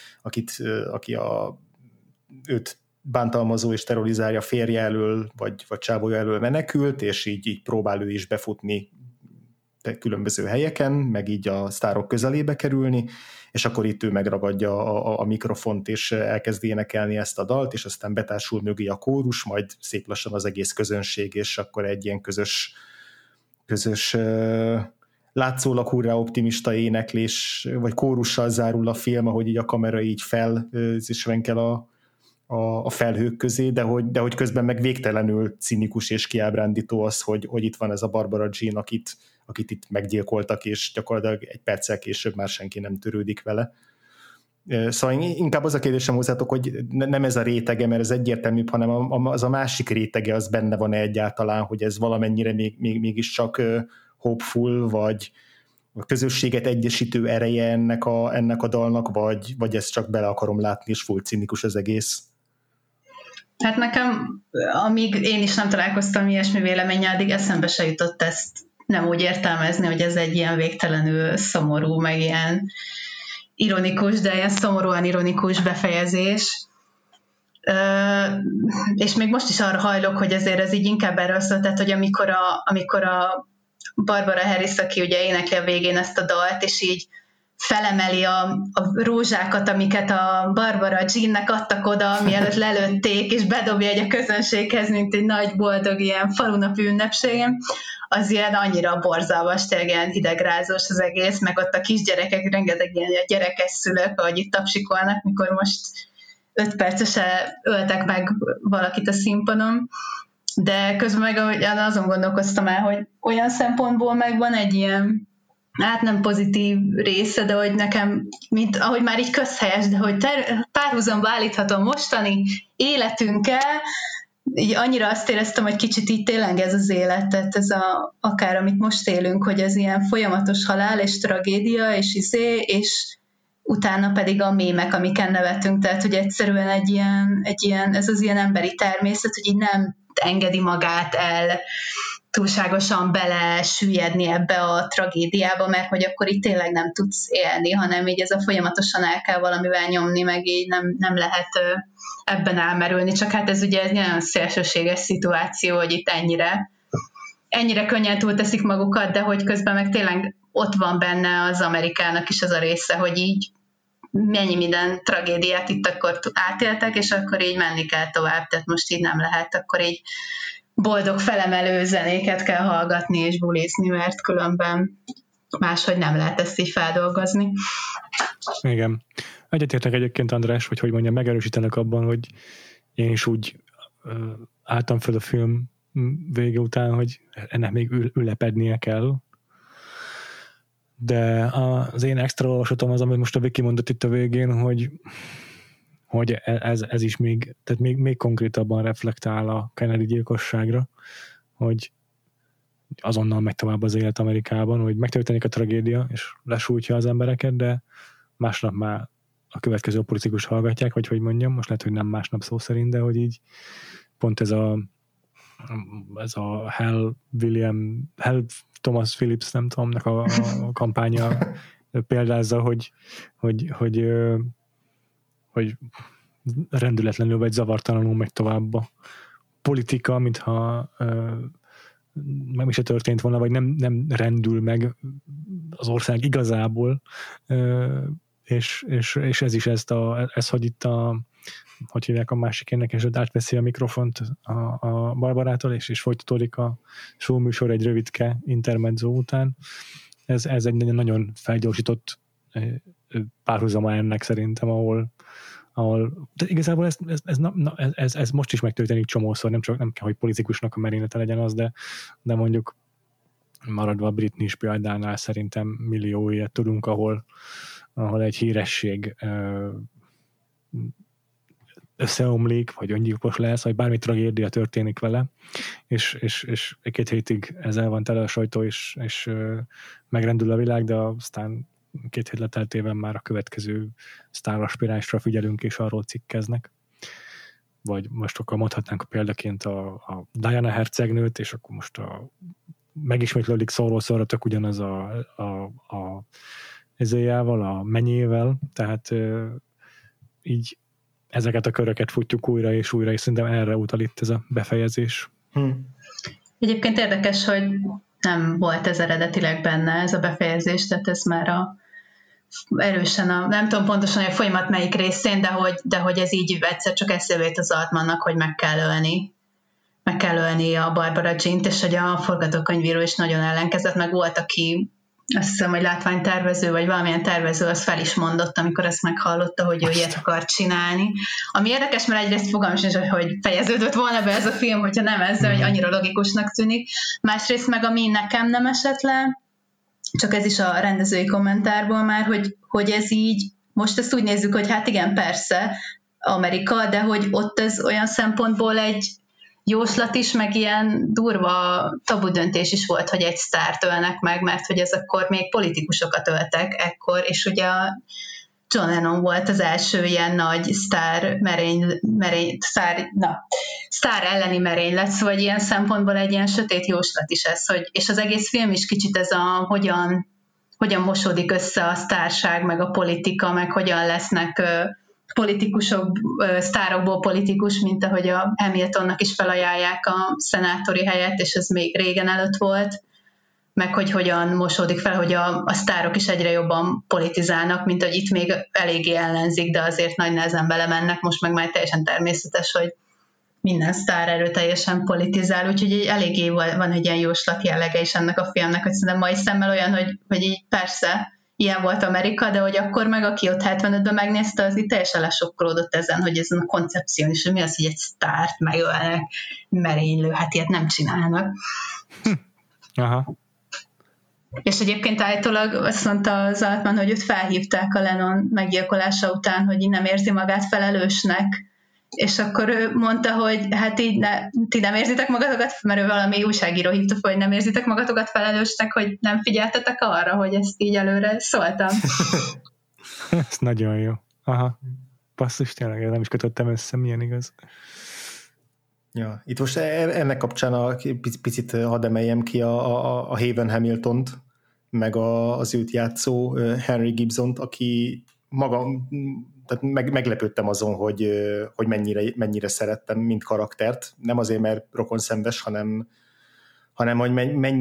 őt bántalmazó és terrorizálja férje elől, vagy csávója elől menekült, és így próbál ő is befutni különböző helyeken, meg így a sztárok közelébe kerülni, és akkor itt ő megragadja a mikrofont, és elkezd énekelni ezt a dalt, és aztán betársul mögé a kórus, majd szép lassan az egész közönség, és akkor egy ilyen közös látszólag hurrá optimista éneklés, vagy kórussal zárul a film, ahogy így a kamera így svenkel a felhők közé, de hogy közben meg végtelenül cinikus és kiábrándító az, hogy itt van ez a Barbara Jean, akit itt meggyilkoltak, és gyakorlatilag egy perccel később már senki nem törődik vele. Szóval inkább az a kérdésem hozzátok, hogy nem ez a rétege, mert ez egyértelműbb, hanem az a másik rétege, az benne van egyáltalán, hogy ez valamennyire mégiscsak hopeful, vagy a közösséget egyesítő ereje ennek a dalnak, vagy ezt csak bele akarom látni, és full cinikus az egész. Hát nekem, amíg én is nem találkoztam ilyesmi véleménnyel, addig eszembe se jutott ezt nem úgy értelmezni, hogy ez egy ilyen végtelenül szomorú, meg ilyen ironikus, de ilyen szomorúan ironikus befejezés. És még most is arra hajlok, hogy ezért ez így inkább erről szól, tehát, hogy amikor a Barbara Harris, aki ugye énekli a végén ezt a dalt, és így felemeli a rózsákat, amiket a Barbara Jeannek adtak oda, mielőtt lelőtték, és bedobja egy a közönséghez, mint egy nagy boldog ilyen falunapi ünnepségem, az ilyen annyira borzalmas, tényleg ilyen hidegrázós az egész, meg ott a kisgyerekek, rengeteg ilyen gyerekes szülők, ahogy itt tapsikolnak, mikor most 5 percesen öltek meg valakit a színpadon, de közben meg azon gondolkoztam el, hogy olyan szempontból megvan egy ilyen, hát nem pozitív része, de hogy nekem, mint ahogy már így közhelyes, de hogy párhuzamba állíthatom mostani életünkkel, így annyira azt éreztem, hogy kicsit így tényleg ez az élet, tehát ez akár amit most élünk, hogy ez ilyen folyamatos halál és tragédia, és utána pedig a mémek, amiken nevetünk, tehát hogy egyszerűen egy ilyen, ez az ilyen emberi természet, hogy így nem engedi magát el túlságosan bele süllyedni ebbe a tragédiába, mert hogy akkor itt tényleg nem tudsz élni, hanem így ez a folyamatosan el kell valamivel nyomni, meg így nem lehet ebben elmerülni, csak hát ez ugye egy nagyon szélsőséges szituáció, hogy itt ennyire könnyen túlteszik magukat, de hogy közben meg tényleg ott van benne az Amerikának is az a része, hogy így mennyi minden tragédiát itt akkor átéltek, és akkor így menni kell tovább, tehát most így nem lehet, akkor így boldog felemelő zenéket kell hallgatni és bulizni, mert különben máshogy nem lehet ezt így feldolgozni. Igen. Egyetértek egyébként, András, hogy mondjam, megerősítenek abban, hogy én is úgy álltam fel a film vége után, hogy ennek még ülepednie kell. De az én extra olvasatom az, amit most a Viki mondott itt a végén, hogy ez is tehát még konkrétabban reflektál a Kennedy gyilkosságra, hogy azonnal megy tovább az élet Amerikában, hogy megtörténik a tragédia, és lesújtja az embereket, de másnap már a következő politikus hallgatják, vagy hogy mondjam, most lehet, hogy nem másnap szó szerint, de hogy így pont ez a Hal Thomas Phillips, nem tudom, a kampánya példázza, hogy rendületlenül vagy zavartalanul megy tovább a politika, mintha meg is se történt volna, vagy nem rendül meg az ország igazából, és ez is ez, hogy itt hogy hívják a másik ennek, és átveszi a mikrofont a Barbarától, és folytatódik a showműsor egy rövidke intermezzo után. Ez egy nagyon felgyorsított párhuzama ennek szerintem, ahol de igazából ez most is megtörténik csomószor, nem kell, hogy politikusnak a merénylete legyen az, de mondjuk maradva a Britney is példánál szerintem millió ilyet tudunk, ahol egy híresség összeomlik, vagy öngyilkos lesz, vagy bármi tragédia történik vele, és 2 hétig ezzel van tele a sajtó, és megrendül a világ, de aztán 2 hét leteltében már a következő sztáraspiránsra figyelünk, és arról cikkeznek. Vagy most akkor mondhatnánk példaként a Diana hercegnőt, és akkor most megismétlődik szóról szóra tök ugyanaz a ezéjával, a menyével, tehát így ezeket a köröket futjuk újra és újra, és szerintem erre utal itt ez a befejezés. Egyébként érdekes, hogy nem volt ez eredetileg benne, ez a befejezés, tehát ez már erősen nem tudom pontosan, hogy a folyamat melyik részén, de hogy ez így egyszer csak eszébe jut az Altmannak, hogy meg kell ölni a Barbara Jean-t, és hogy a forgatókönyvíró is nagyon ellenkezett, meg volt, aki azt hiszem, hogy látványtervező, vagy valamilyen tervező, az fel is mondott, amikor ezt meghallotta, hogy ő ilyet akar csinálni. Ami érdekes, mert egyrészt fogalmam sincs, hogy fejeződött volna be ez a film, hogyha nem ezzel, hogy annyira logikusnak tűnik. Másrészt meg, ami nekem nem esett le, csak ez is a rendezői kommentárból már, hogy ez így, most ezt úgy nézzük, hogy hát igen, persze, Amerika, de hogy ott ez olyan szempontból egy jóslat is, meg ilyen durva tabu döntés is volt, hogy egy sztárt ölnek meg, mert hogy ez akkor még politikusokat öltek ekkor, és ugye a John Lennon volt az első ilyen nagy sztár elleni merénylet, szóval ilyen szempontból egy ilyen sötét jóslat is ez, és az egész film is kicsit ez hogyan mosódik össze a sztárság, meg a politika, meg hogyan lesznek politikusok, sztárokból politikus, mint ahogy a Hamiltonnak is felajánlják a szenátori helyet, és ez még régen előtt volt, meg hogy hogyan mosódik fel, hogy a sztárok is egyre jobban politizálnak, mint hogy itt még eléggé ellenzik, de azért nagy nehezen belemennek, most meg már teljesen természetes, hogy minden sztár erőteljesen politizál, úgyhogy eléggé van egy ilyen jóslat jellege is ennek a filmnek, hogy szerintem mai szemmel olyan, hogy így persze, ilyen volt Amerika, de hogy akkor meg, aki ott 75-ben megnézte, az itt teljesen lesokkolódott ezen, hogy ez a koncepció is, hogy mi az, hogy egy sztárt megölnek, merénylő, hát ilyet nem csinálnak. Aha. És egyébként állítólag azt mondta az Altman, hogy őt felhívták a Lennon meggyilkolása után, hogy így nem érzi magát felelősnek, és akkor ő mondta, hogy hát így ti nem érzitek magatokat, mert ő valami újságíró hívta fel, hogy nem érzitek magatokat felelősnek, hogy nem figyeltetek arra, hogy ezt így előre szóltam. Ez nagyon jó. Aha. Basszus, tényleg nem is kötöttem össze, milyen igaz. Ja, itt most ennek kapcsán picit hadd emeljem ki a Haven Hamiltont, meg az őt játszó Henry Gibsont, aki maga, tehát meglepődtem azon, hogy mennyire szerettem, mint karaktert. Nem azért, mert rokonszenves, hanem hogy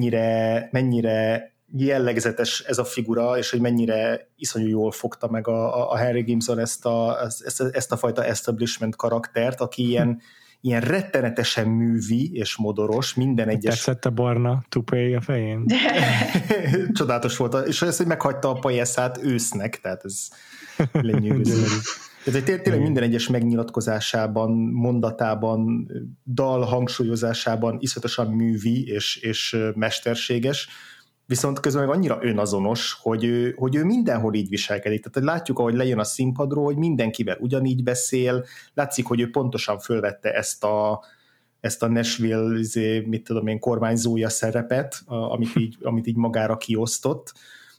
mennyire jellegzetes ez a figura, és hogy mennyire iszonyú jól fogta meg a Henry Gibson ezt a fajta establishment karaktert, aki ilyen rettenetesen művi és modoros, minden egyes... Tetszett a barna tupé a fején? Csodálatos volt, és ez, hogy meghagyta a pajeszát ősznek, tehát ez lenyűgöző. Tehát tényleg minden egyes megnyilatkozásában, mondatában, dal hangsúlyozásában iszonyatosan művi és mesterséges, viszont közben meg annyira önazonos, hogy ő mindenhol így viselkedik. Tehát látjuk, ahogy lejön a színpadról, hogy mindenkivel ugyanígy beszél, látszik, hogy ő pontosan fölvette ezt a Nashville, mit tudom én, kormányzója szerepet, amit így magára kiosztott,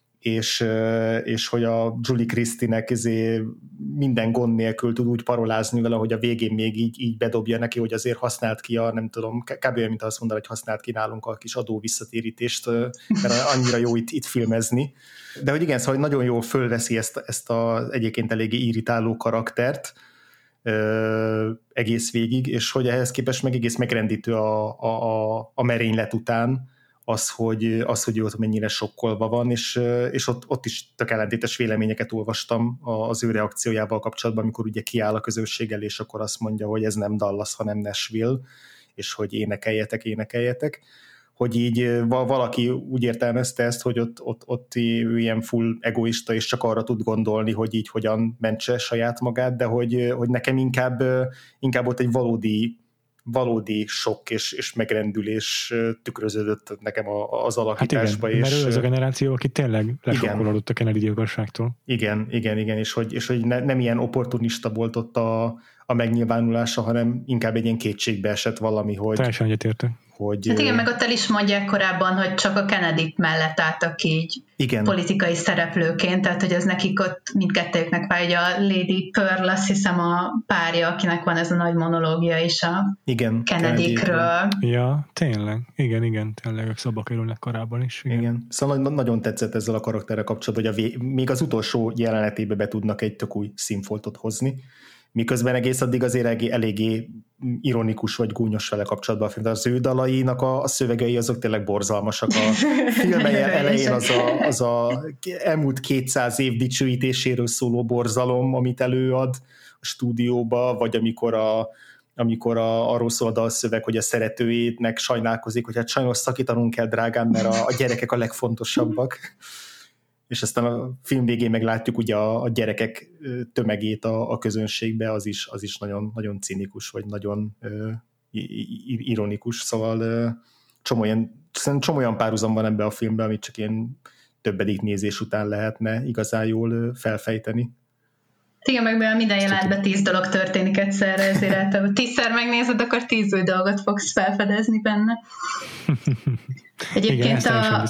és hogy a Julie Christie-nek minden gond nélkül tud úgy parolázni vele, hogy a végén még így bedobja neki, hogy azért használt ki nem tudom, kb. Mint azt mondani, hogy használt ki nálunk a kis adó visszatérítést, mert annyira jó itt filmezni. De hogy igen, szóval nagyon jól fölveszi ezt az egyébként eléggé irritáló karaktert egész végig, és hogy ehhez képest meg egész megrendítő a merénylet után, az, hogy ő ott mennyire sokkolva van, és ott is tök ellentétes véleményeket olvastam az ő reakciójával kapcsolatban, amikor ugye kiáll a közönség elé, és akkor azt mondja, hogy ez nem Dallas, hanem Nashville, és hogy énekeljetek. Hogy így valaki úgy értelmezte ezt, hogy ott ő ilyen full egoista, és csak arra tud gondolni, hogy így hogyan mentse saját magát, de hogy nekem inkább ott egy valódi sok és megrendülés tükröződött nekem az alakításba. Hát igen, mert ő az a generáció, aki tényleg lesokkolódott a Kennedy gyilkosságtól. Igen, és hogy nem ilyen opportunista volt ott a megnyilvánulása, hanem inkább egy ilyen kétségbe esett valami, hogy... Teljesen egyetértek. Hát igen, meg ott el is mondják korábban, hogy csak a Kennedy mellett álltak így politikai szereplőként, tehát hogy ez nekik ott mindkettőjüknek vagy a Lady Pearl, azt hiszem a párja, akinek van ez a nagy monológia is a Kennedykről. Ja, tényleg. Igen, tényleg ők szóba kerülnek korábban is. Igen. Szóval nagyon tetszett ezzel a karakterrel kapcsolatban, hogy még az utolsó jelenetébe be tudnak egy tök új színfoltot hozni, miközben egész addig azért eléggé ironikus vagy gúnyos vele kapcsolatban a film. De az ő dalainak a szövegei azok tényleg borzalmasak. A film elején az a elmúlt 200 év dicsőítéséről szóló borzalom, amit előad a stúdióba, vagy amikor arról szól a dalszöveg, hogy a szeretőjének sajnálkozik, hogy hát sajnos szakítanunk kell, drágám, mert a gyerekek a legfontosabbak. És aztán a film végén meglátjuk ugye a gyerekek tömegét a közönségbe, az is nagyon, nagyon cinikus, vagy nagyon ironikus, szóval csomó olyan párhuzam van ebbe a filmben, amit csak ilyen többedik nézés után lehetne igazán jól felfejteni. Igen, meg mivel minden jelenetben 10 dolog történik egyszerre, ezért általában 10-szer megnézed, akkor 10 új dolgot fogsz felfedezni benne. Egyébként igen,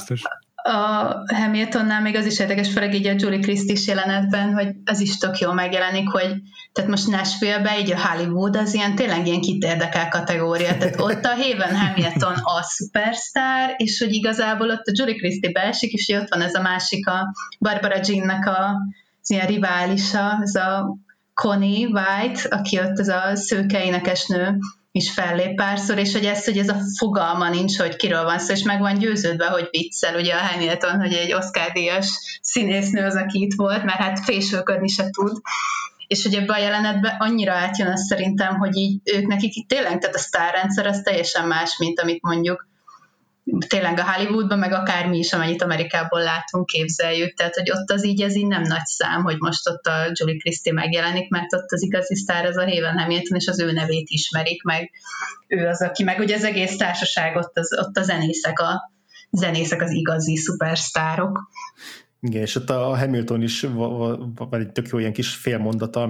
a Hamiltonnál még az is érdekes, főleg így a Julie Christie-s jelenetben, hogy az is tök jól megjelenik, hogy tehát most Nashville-ben így a Hollywood az ilyen tényleg ilyen kit érdekel kategória, tehát ott a Haven Hamilton a szupersztár, és hogy igazából ott a Julie Christie beesik, és ott van ez a másik, a Barbara Jean-nek az ilyen riválisa, ez a Connie White, aki ott ez a szőke énekesnő is fellép párszor, és hogy ez a fogalma nincs, hogy kiről van szó, és meg van győződve, hogy viccel ugye a Hamilton, hogy egy Oscar-díjas színésznő az, aki itt volt, mert hát fésülködni se tud. És hogy ebben a jelenetben annyira átjön az szerintem, hogy így ők nekik tényleg, tehát a sztárrendszer az teljesen más, mint amit mondjuk tényleg a Hollywoodban, meg akármi is, amennyit Amerikából látunk, képzeljük. Tehát, hogy ott ez így nem nagy szám, hogy most ott a Julie Christie megjelenik, mert ott az igazi sztár az a Haven Hamilton, és az ő nevét ismerik, meg ő az, aki, meg ugye az egész társaság, ott a zenészek az igazi szupersztárok. Igen, és ott a Hamilton is van egy tök jó ilyen kis félmondata,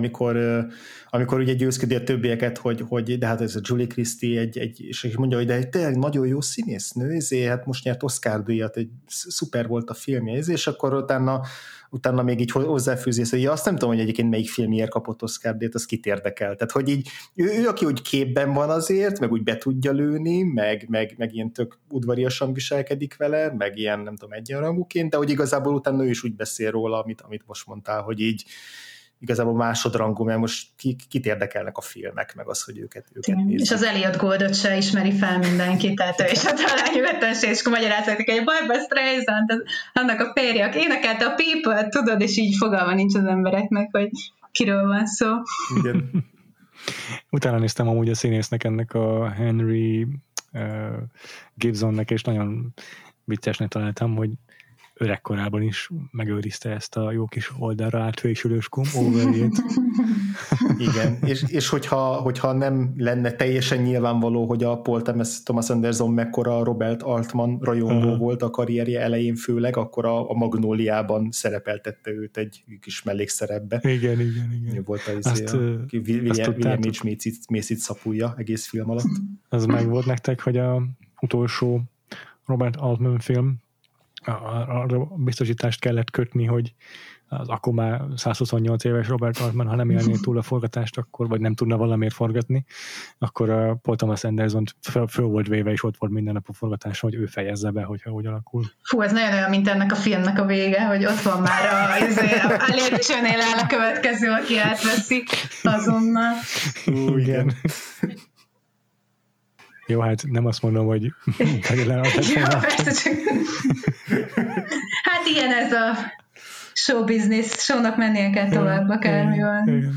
amikor ugye győzködi a többieket, hogy de hát ez a Julie Christie és mondja, hogy de tényleg nagyon jó színésznő, hát most nyert Oscar-díjat, egy szuper volt a filmje, és akkor utána még így hozzáfűzi, hogy azt nem tudom, hogy egyébként melyik filmért kapott Oscar-díjat, az kit érdekel. Tehát, hogy így ő aki úgy képben van azért, meg úgy be tudja lőni, meg ilyen tök udvariasan viselkedik vele, meg ilyen, nem tudom, egyenrangúként, de hogy igazából utána ő is úgy beszél róla, amit most mondtál, hogy így igazából másodrangú, mert most kit érdekelnek a filmek, meg az, hogy őket nézik. És az Elliot Gouldot se ismeri fel mindenki, tehát ő is a talányüvetenség, és akkor magyarázzák, hogy Barbra Streisand, annak a férje, aki énekelte a People, tudod, és így fogalma nincs az embereknek, hogy kiről van szó. Igen. Utána néztem amúgy a színésznek, ennek a Henry Gibsonnek, és nagyon viccesnek találtam, hogy öregkorában is megőrizte ezt a jó kis oldalra átfésülős overjét. Igen, és hogyha nem lenne teljesen nyilvánvaló, hogy a Paul Thomas Anderson mekkora Robert Altman rajongó volt a karrierje elején főleg, akkor a Magnóliában szerepeltette őt egy kis mellékszerepbe. Igen. Volt William H. Macy szapulja egész film alatt. Az meg volt nektek, hogy a utolsó Robert Altman film, arra biztosítást kellett kötni, hogy az akkor már 128 éves Robert Altman, ha nem élné túl a forgatást, akkor, vagy nem tudna valamiért forgatni, akkor a Paul Thomas Anderson föl volt véve, és ott volt minden nap a forgatáson, hogy ő fejezze be, hogyha úgy alakul. Fú, ez nagyon olyan, mint ennek a filmnek a vége, hogy ott van már a lépcsőnél áll a következő, aki átveszi azonnal. Igen. Jó, hát nem azt mondom, hogy hát ilyen ez a show business, shownak mennie kell tovább, akármi van.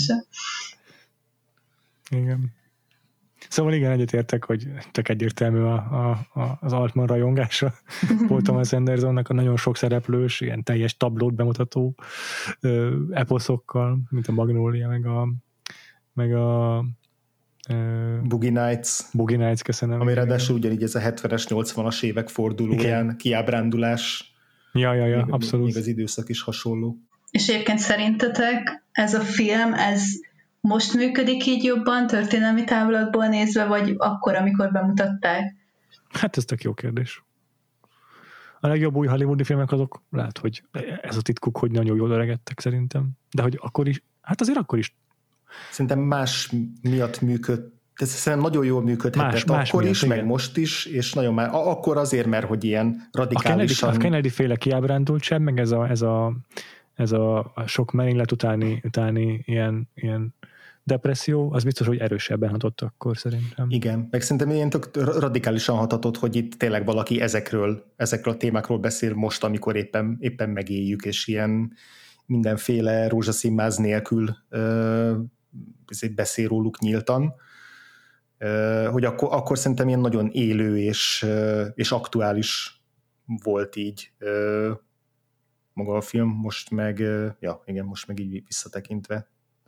Igen. Szóval igen, egyetértek, hogy tök egyértelmű az Altman rajongása. Paul Thomas Andersonnak a nagyon sok szereplős, ilyen teljes tablót bemutató eposzokkal, mint a Magnolia, meg a Boogie Nights, köszönöm. Ami ráadásul ugyanígy ez a 70-es, 80-as évek fordulóján igen. Kiábrándulás. Ja, abszolút. Még az időszak is hasonló. És egyébként szerintetek ez a film, ez most működik így jobban, történelmi távlatból nézve, vagy akkor, amikor bemutatták? Hát ez tök jó kérdés. A legjobb új hollywoodi filmek azok, lehet, hogy ez a titkuk, hogy nagyon jól öregedtek szerintem. De hogy akkor is, hát azért akkor is. Szerintem más miatt ez szerintem nagyon jól működhetett más akkor miatt, is, igen. Meg most is, és nagyon már, akkor azért, mert hogy ilyen radikálisan... A Kennedy-féle kiábrándultság, meg ez a sok merénylet utáni ilyen depresszió, az biztos, hogy erősebben hatott akkor szerintem. Igen, meg szerintem ilyen tök radikálisan hatatott, hogy itt tényleg valaki ezekről a témákról beszél most, amikor éppen megéljük, és ilyen mindenféle rózsaszínmáz nélkül beszél róluk nyíltan, hogy akkor szerintem ilyen nagyon élő és aktuális volt így maga a film, most meg így visszatekintve.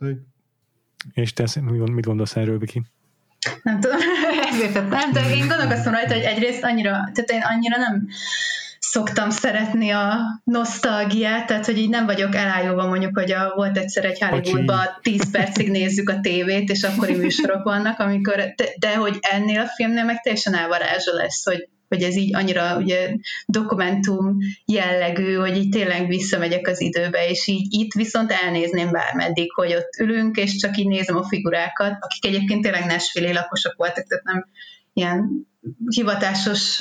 És te mit gondolsz erről, Viki? Nem tudom, ezért nem, de én gondolkoztam rajta, hogy egyrészt tehát én annyira nem szoktam szeretni a nosztalgiát, tehát hogy így nem vagyok elájulva mondjuk, hogy volt egyszer egy Hollywoodban 10 percig nézzük a tévét, és akkori műsorok vannak, amikor, de hogy ennél a filmnél meg teljesen elvarázsa lesz, hogy ez így annyira ugye dokumentum jellegű, hogy így tényleg visszamegyek az időbe, és így itt viszont elnézném bármeddig, hogy ott ülünk, és csak így nézem a figurákat, akik egyébként tényleg Nashville-i lakosok voltak, tehát nem ilyen hivatásos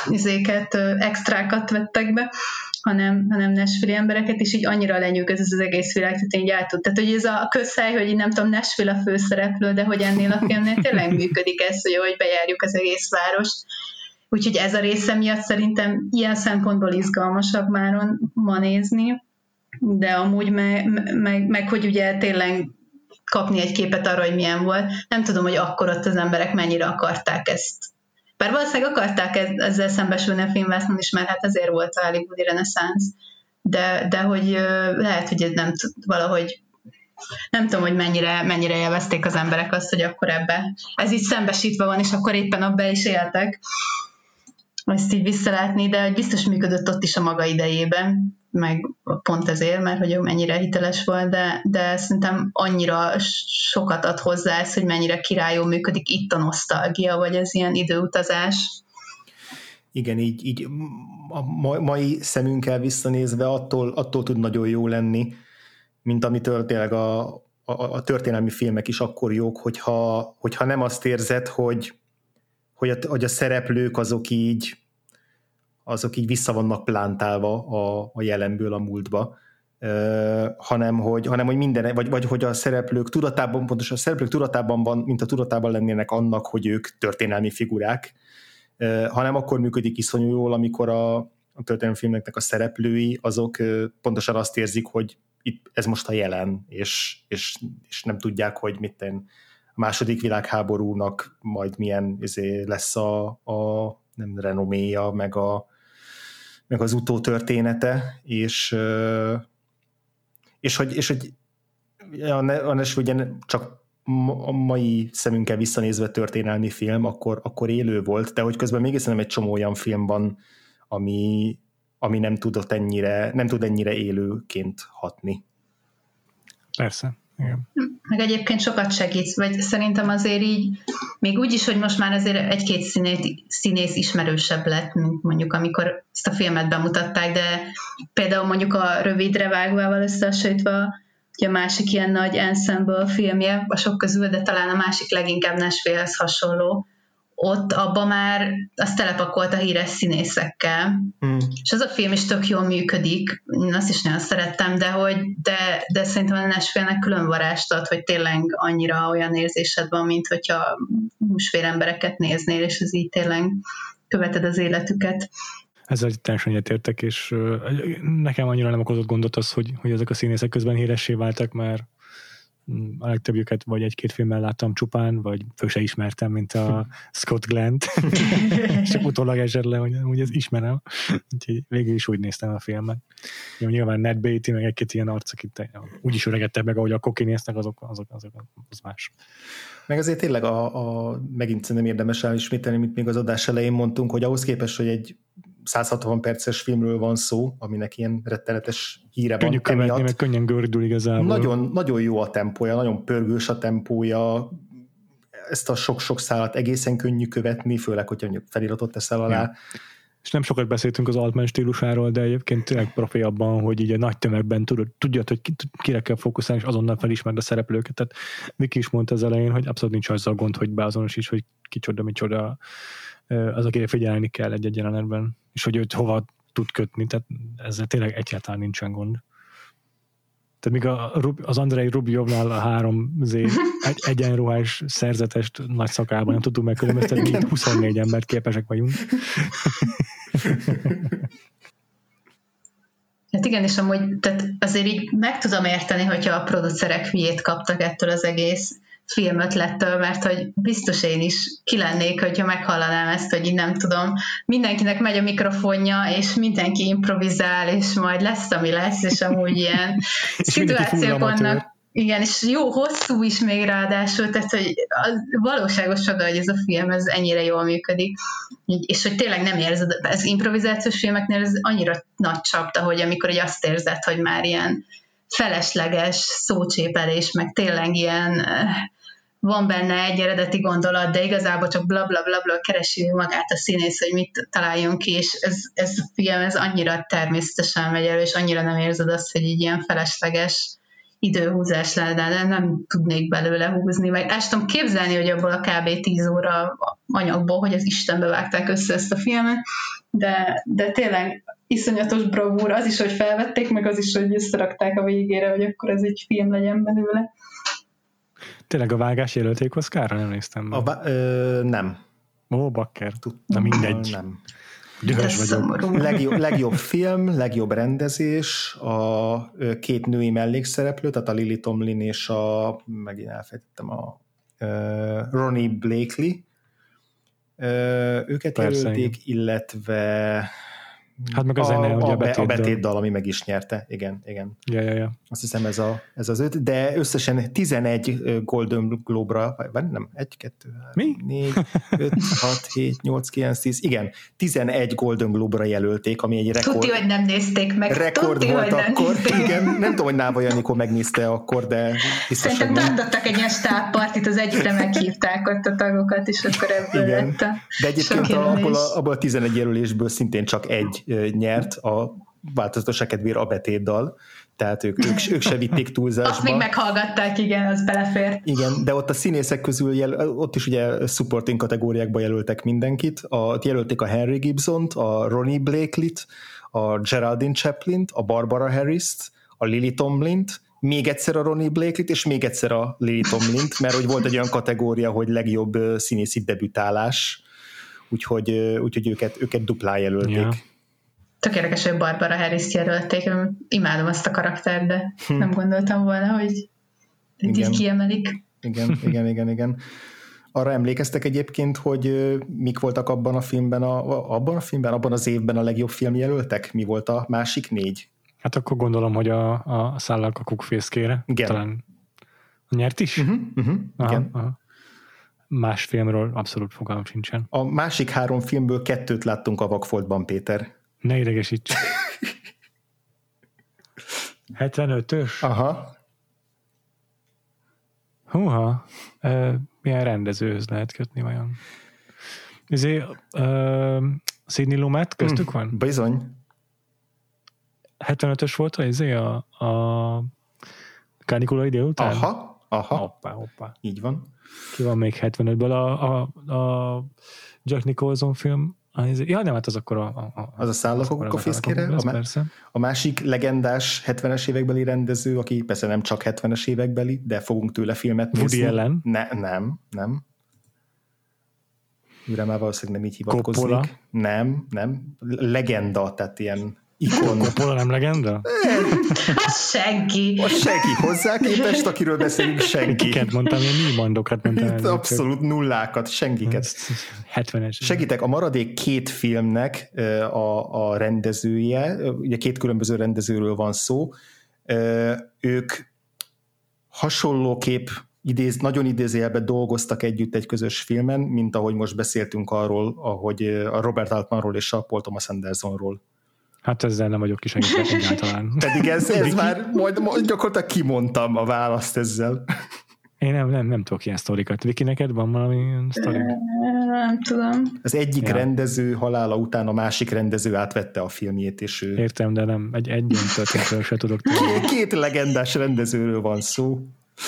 extrákat vettek be, hanem Nashville-i embereket, és így annyira lenyűgöz ez az egész világ, tehát így tehát hogy ez a közhely, hogy így nem tudom, Nashville a főszereplő, de hogy ennél a filmnél tényleg működik ez, hogy ahogy bejárjuk az egész várost. Úgyhogy ez a része miatt szerintem ilyen szempontból izgalmasabb máron ma nézni, de amúgy meg hogy ugye tényleg kapni egy képet arra, hogy milyen volt. Nem tudom, hogy akkor ott az emberek mennyire akarták ezt. Bár valószínűleg akarták ezzel szembesülni a filmvásznon is, mert hát ezért volt a hollywoodi reneszánsz. De hogy lehet, hogy ez nem valahogy nem tudom, hogy mennyire élvezték az emberek azt, hogy akkor ez így szembesítve van, és akkor éppen abba is éltek. Ezt így visszalátni, de biztos működött ott is a maga idejében, meg pont ezért, mert hogy mennyire hiteles volt, de szerintem annyira sokat ad hozzá ez, hogy mennyire királyul működik itt a nosztalgia, vagy ez ilyen időutazás. Igen, így a mai szemünkkel visszanézve attól tud nagyon jó lenni, mint amitől tényleg a történelmi filmek is akkor jók, hogyha nem azt érzed, hogy a szereplők azok így vissza vannak plántálva a jelenből a múltba, hanem hogy minden, vagy hogy a szereplők tudatában, pontosan a szereplők tudatában van, mint a tudatában lennének annak, hogy ők történelmi figurák, hanem akkor működik iszonyú jól, amikor a történelmi filmeknek a szereplői azok pontosan azt érzik, hogy itt ez most a jelen, és nem tudják, hogy a második világháborúnak majd milyen lesz a nem renoméja, meg meg az utótörténete, és hogy a Nashville ugye csak a mai szemünkkel visszanézve történelmi film, akkor élő volt, de hogy közben mégis nem egy csomó olyan film van, ami nem tud ennyire élőként hatni. Persze, igen. Meg egyébként sokat segít, vagy szerintem azért így, még úgy is, hogy most már azért egy-két színész ismerősebb lett, mint mondjuk amikor ezt a filmet bemutatták, de például mondjuk a Rövidre vágvával összehasonlítva, ugye a másik ilyen nagy ensemble filmje a sok közül, de talán a másik leginkább Nashville-hez hasonló, ott abban már az telepakolt a híres színészekkel. És az a film is tök jól működik, én azt is nagyon szerettem, de szerintem a Nashville-nek külön varást ad, hogy tényleg annyira olyan érzésed van, mint hogyha húsvér embereket néznél, és ez így tényleg követed az életüket. Ezzel teljesen egyetértek, és nekem annyira nem okozott gondot az, hogy ezek a színészek közben híressé váltak, mert a legtöbbjüket vagy egy-két filmmel láttam csupán, vagy föl se ismertem, mint a Scott Glenn-t. Csak utólag esett le, hogy ez ismerem. Úgyhogy végül is úgy néztem a filmet. Jó, nyilván Ned Beatty, meg egy-két ilyen arcok itt úgyis öregedtek meg, ahogy a koki néznek, azok az más. Meg azért tényleg megint nem érdemes elismételni, mint még az adás elején mondtunk, hogy ahhoz képest, hogy egy 160 perces filmről van szó, aminek ilyen rettenetes híre van. Könnyű követni, meg könnyen gördül igazából. Nagyon, nagyon jó a tempója, nagyon pörgős a tempója, ezt a sok-sok szálat egészen könnyű követni, főleg, hogyha feliratot teszel alá. Ja. És nem sokat beszéltünk az Altman stílusáról, de egyébként tényleg profi abban, hogy így a nagy tömegben tudjad, hogy kire kell fókuszálni, és azonnal felismerd a szereplőket. Tehát Viki is mondta az elején, hogy abszolút nincs azzal gond, hogy beazonosíts, hogy kicsoda, micsoda az, akire figyelni kell egy jelenetben, és hogy őt hova tud kötni, tehát ezzel tényleg egyáltalán nincsen gond. Tehát míg az Andrei Rubljovnál a 3Z egyenruhás szerzetest nagy szakában nem tudtuk megkülönböztetni, így 24 embert képesek vagyunk. Hát igen, és amúgy tehát azért így meg tudom érteni, hogyha a producerek hülyét kaptak ettől az egész filmötlettől, mert hogy biztos én is ki lennék, hogyha meghallanám ezt, hogy így nem tudom, mindenkinek megy a mikrofonja, és mindenki improvizál, és majd lesz, ami lesz, és amúgy ilyen szituációk vannak. Igen, és jó, hosszú is még ráadásul, tehát hogy valóságos csoda, hogy ez a film ez ennyire jól működik, és hogy tényleg nem érzed, az improvizációs filmeknél ez annyira nagy csapda, hogy amikor így azt érzed, hogy már ilyen felesleges szócsépelés, meg tényleg ilyen van benne egy eredeti gondolat, de igazából csak blablabla keresi magát a színész, hogy mit találjon ki, és ez a film ez annyira természetesen megy elő, és annyira nem érzed azt, hogy így ilyen felesleges időhúzás lenne, de nem tudnék belőle húzni, meg ezt tudom képzelni, hogy abból a kb. 10 óra anyagból, hogy az Istenbe vágták össze ezt a filmet, de tényleg iszonyatos bravúr, az is, hogy felvették, meg az is, hogy összerakták a végére, hogy akkor ez egy film legyen belőle. Tényleg a vágás jelölték Oscarra? Nem néztem. Nem. Ó, bakker. Na mindegy. Nem. Dühös vagyok. Legjobb film, legjobb rendezés, a két női mellékszereplő, tehát a Lily Tomlin és megint elfejtettem a Ronnie Blakely. Őket jelölték, illetve hát meg a zene, ugye a betétdal, ami meg is nyerte. Igen. Ja. Azt hiszem ez az 5, de összesen 11 Golden Globe-ra, nem, 1, 2, 3, 4, 5, 6, 7, 8, 9, 10, igen, 11 Golden Globe-ra jelölték, ami egy rekord. Tudti, hogy nem nézték meg. Rekord volt akkor, igen. Nem tudom, hogy Náva Janikó megnézte akkor, de biztos, szerintem tartottak egy ilyen stábpartit, az egyikre meghívták ott a tagokat, és akkor ebből lett a de egyébként abból a 11 jelölésből szintén csak egy nyert, a változatosság kedvére a betétdal, tehát ők se vitték túlzásba. Azt még meghallgatták, igen, az belefér. Igen, de ott a színészek közül, ott is ugye supporting kategóriákba jelöltek mindenkit, jelölték a Henry Gibsont, a Ronnie Blakely-t, a Geraldine Chaplin-t, a Barbara Harris-t, a Lily Tomlin-t, még egyszer a Ronnie Blakely-t, és még egyszer a Lily Tomlin-t, mert hogy volt egy olyan kategória, hogy legjobb színészi debütálás, úgyhogy őket duplán jelölték. Ja. Tök érdekes, hogy Barbara Harris-t jelölték. Imádom azt a karaktert, de nem gondoltam volna, hogy így kiemelik. Igen. Arra emlékeztek egyébként, hogy mik voltak abban az évben a legjobb filmjelöltek? Mi volt a másik 4? Hát akkor gondolom, hogy a Szállal kakuk fészkére. Igen. Talán nyert is? Igen. Aha. Más filmről abszolút fogalmam sincsen. A másik 3 filmből 2 láttunk a Vakfoltban, Péter. Ne idegesíts. 75-ös? Aha. Húha. Milyen rendezőhöz lehet kötni vajon? Sidney Lumet köztük van? Bizony. 75-ös volt a Kánikula idő után? Aha. Hoppá. Így van. Ki van még 75-ből? A Jack Nicholson film? Ja, nem, hát az akkor az a Szállakok a fészkére. A másik legendás 70-es évekbeli rendező, aki persze nem csak 70-es évekbeli, de fogunk tőle filmet nézni. Woody Allen? Nem. Őre már valószínűleg nem így hivatkoznék. Coppola? Nem. Legenda, tehát ilyen ikon. Coppola nem legenda? Senki. A senki hozzá képest, akiről beszélünk, senki. Kiket mondtam, ilyen nyilmandokat mondtam. Itt abszolút nullákat, senkiket. 70-es. Segítek, a maradék 2 filmnek a rendezője, ugye 2 különböző rendezőről van szó, ők hasonlóképp nagyon idézőjelben dolgoztak együtt egy közös filmen, mint ahogy most beszéltünk arról, ahogy a Robert Altmanról és a Paul Thomas Andersonról. Hát ezzel nem vagyok kisegítve egyáltalán. Pedig ez már majd gyakorlatilag kimondtam a választ ezzel. Én nem tudok ilyen sztorikat. Viki, neked van valami sztori? Nem tudom. Az egyik rendező halála után a másik rendező átvette a filmjét, és ő... Értem, de nem. Egy ilyen történetről se tudok tudni. 2 legendás rendezőről van szó.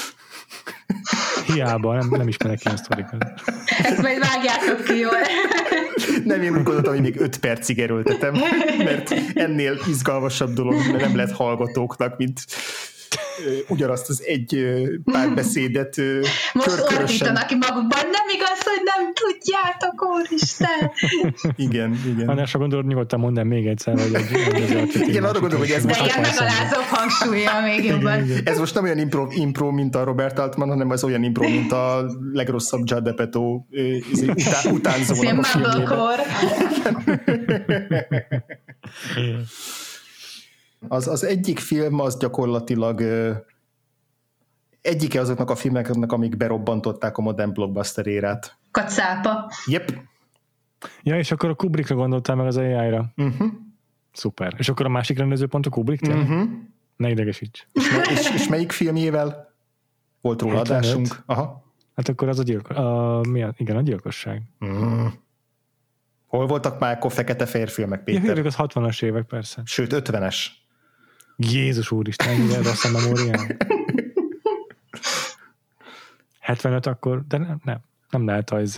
Hiába, nem ismerek ilyen sztorikat. Ezt majd vágjátok ki jól. Nem, én úgy gondoltam, hogy még 5 percig erőltetem, mert ennél izgalmasabb dolog nem lett hallgatóknak, mint ugyanazt az egy párbeszédet most ordítanak ki magukban, nem igaz, hogy nem tudjátok, úristen! Igen. Annásra gondolod, nyugodtan mondd el még egyszer, hogy igen, arra gondolom, hogy ez most... De ilyen megalázóbb hangsúlya még jobban. Ez most nem olyan impro, mint a Robert Altman, hanem ez olyan impro, mint a legrosszabb Judd Apatow utánzónak a filmjében. Az egyik film az gyakorlatilag egyike azoknak a filmeknek, amik berobbantották a modern blockbuster érát. Kacápa. Yep. Ja, és akkor a Kubrickra gondoltál meg az AI-ra. Szuper. És akkor a másik rendező pont a Kubrick tényleg? Ne idegesíts. És melyik filmjével volt róla adásunk? Aha. Hát akkor az a gyilkosság. Hol voltak már akkor fekete-fehér filmek, Péter? Ja, az 60-as évek, persze. Sőt, 50-es. Jézus úristen, ennyire rossz a memóriám. 75 akkor, de nem lehet a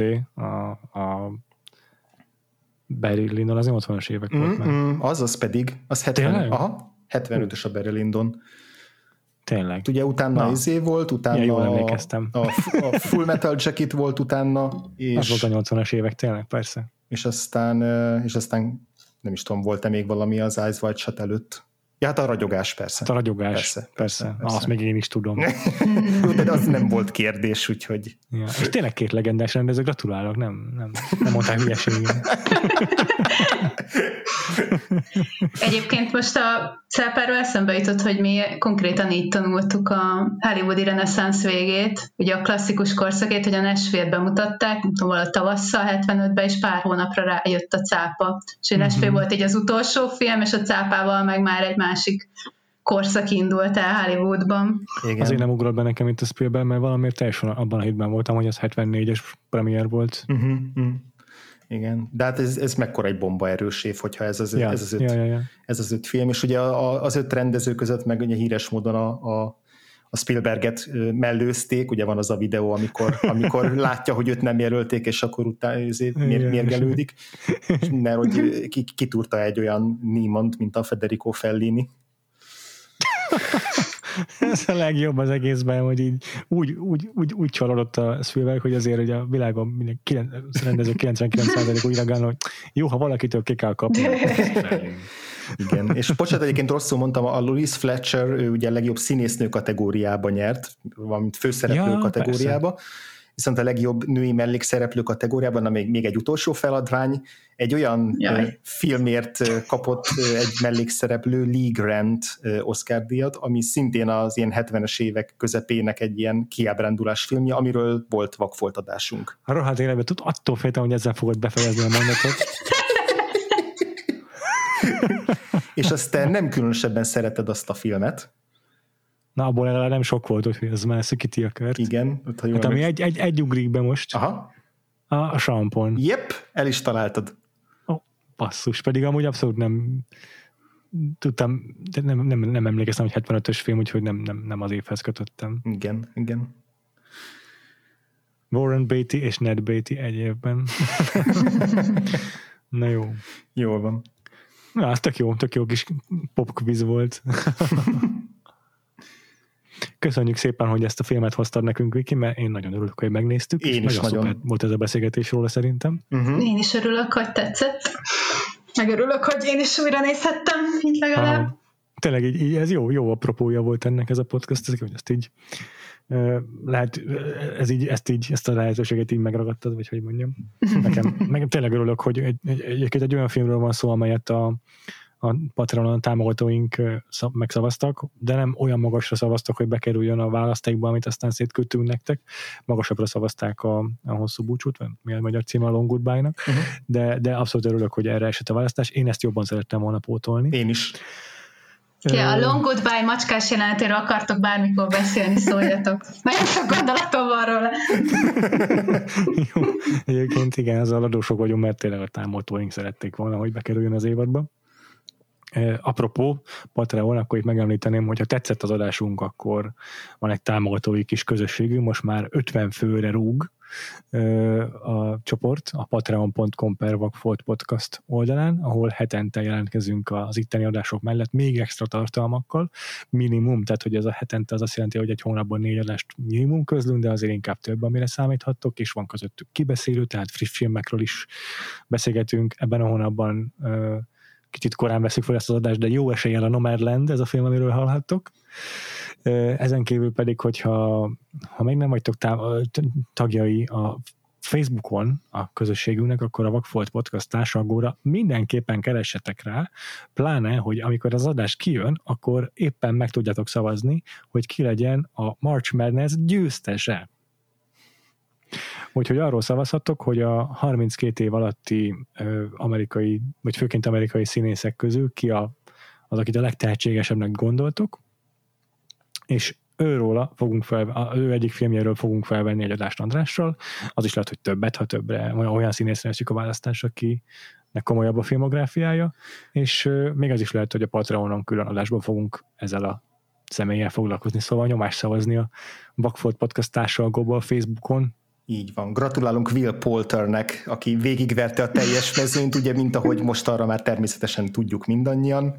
Barry Lyndon, az 80-as évek volt már. Az pedig, az 75-ös a Barry Lyndon. Tényleg. Ugye utána volt, utána a Full Metal Jacket volt utána. És az volt a 80-as évek, tényleg, persze. És aztán nem is tudom, volt-e még valami az Eyes Wide Shut előtt? Ja, hát a ragyogás, persze. Hát a ragyogás, persze. Azt még én is tudom. De az nem volt kérdés, úgyhogy... Ja, és tényleg 2 legendás rendező, gratulálok, nem mondták hülyeséget. Egyébként most a cápáról eszembe jutott, hogy mi konkrétan így tanultuk a hollywoodi reneszánsz végét, ugye a klasszikus korszakét, hogy a Nashville-t bemutatták, nem tudom, valahogy tavasszal 75-ben, és pár hónapra rájött a cápa. És a Nashville volt így az utolsó film, és a cápával meg már egy másik korszak indult el Hollywoodban. Igen. Azért nem ugrott be nekem itt a Spielberg, mert valamiért teljesen abban a hitben voltam, hogy az 74-es premier volt. Igen, de hát ez mekkora egy bomba erős év, hogyha ez az 5 film, és ugye az 5 rendező között meg ugye híres módon a Spielberget mellőzték, ugye van az a videó, amikor látja, hogy őt nem jelölték, és akkor utána mérgelődik, mert hogy kitúrta egy olyan Niemant, mint a Federico Fellini. Ez a legjobb az egészben, hogy így úgy csalódott a Spielberg, hogy azért hogy a világon minden rendező 99% úgy reagálna, hogy jó, ha valakitől ki kell kapni. Igen, és bocsánat, egyébként rosszul mondtam, a Louise Fletcher, ő ugye a legjobb színésznő kategóriában nyert, valamint főszereplő kategóriába. viszont a legjobb női mellékszereplő kategóriában még egy utolsó feladvány, egy olyan filmért kapott egy mellékszereplő, Lee Grant Oscar-díjat, ami szintén az ilyen 70-es évek közepének egy ilyen kiábrándulás filmje, amiről volt vakfoltadásunk. A rohadt életben attól féltem, hogy ezzel fogod befejezni a mondatot. És azt te nem különösebben szereted azt a filmet. Na, abból legalább nem sok volt, hogy ez már szükíti a kört. Igen. Hát ami egy ugrik be most. Aha. A sampon. Yep, el is találtad. Basszus, pedig amúgy abszolút nem tudtam, nem emlékeztem, hogy 75-ös film, úgyhogy nem az évhez kötöttem. Igen. Warren Beatty és Ned Beatty egy évben. Na jó. Jól van. Na, az tök jó kis popquiz volt. Köszönjük szépen, hogy ezt a filmet hoztad nekünk, Viki, mert én nagyon örülök, hogy megnéztük. Én is nagyon. Szuper volt ez a beszélgetés róla szerintem. Én is örülök, hogy tetszett. Meg örülök, hogy én is újra nézhettem, így legalább. Tényleg így ez jó apropója volt ennek ez a podcast, hogy ezt így lehet, ezt a lehetőséget így megragadtad, vagy hogy mondjam. Nekem tényleg örülök, hogy egyébként egy olyan filmről van szó, amelyet a Patreonon támogatóink megszavaztak, de nem olyan magasra szavaztak, hogy bekerüljön a választékba, amit aztán szétküldtünk nektek. Magasabbra szavazták a hosszú búcsút, mi a magyar címe a Long Goodbye-nak, de abszolút örülök, hogy erre esett a választás. Én ezt jobban szerettem volna pótolni. Én is. A Long Goodbye macskás jelenetéről akartok bármikor beszélni, szóljatok. Nagyon sok gondolatom van róla. Jó, egyébként igen, ezzel adósok vagyunk, mert tényleg a támogatóink szerették volna, hogy bekerüljön az évadba. Apropó Patreon, akkor itt megemlíteném, hogyha tetszett az adásunk, akkor van egy támogatói kis közösségünk, most már 50 főre rúg a csoport, a patreon.com/vakfolt podcast oldalán, ahol hetente jelentkezünk az itteni adások mellett még extra tartalmakkal, minimum, tehát hogy ez a hetente az azt jelenti, hogy egy hónapban 4 adást minimum közlünk, de azért inkább több, amire számíthattok, és van közöttük kibeszélő, tehát friss filmekről is beszélgetünk. Ebben a hónapban kicsit korán veszük fel ezt az adást, de jó eséllyel a Nomadland, ez a film, amiről hallhattok. Ezen kívül pedig, hogyha még nem vagytok tagjai a Facebookon a közösségünknek, akkor a Vakfolt Podcast társalgóra mindenképpen keressetek rá, pláne, hogy amikor az adás kijön, akkor éppen meg tudjátok szavazni, hogy ki legyen a March Madness győztese. Úgyhogy arról szavazhattok, hogy a 32 év alatti amerikai, vagy főként amerikai színészek közül ki az, akit a legtehetségesebbnek gondoltok, és ő egyik filmjéről fogunk felvenni egy adást Andrással, az is lehet, hogy többet, ha többre, olyan színészre esik a választás, akinek komolyabb a filmográfiája, és még az is lehet, hogy a Patreonon külön adásban fogunk ezzel a személlyel foglalkozni, szóval nyomást szavazni a Vakfolt Podcast társalgóba a Facebookon. Így van. Gratulálunk Will Poulternek, aki végigverte a teljes mezőnyt, ugye, mint ahogy most arra már természetesen tudjuk mindannyian.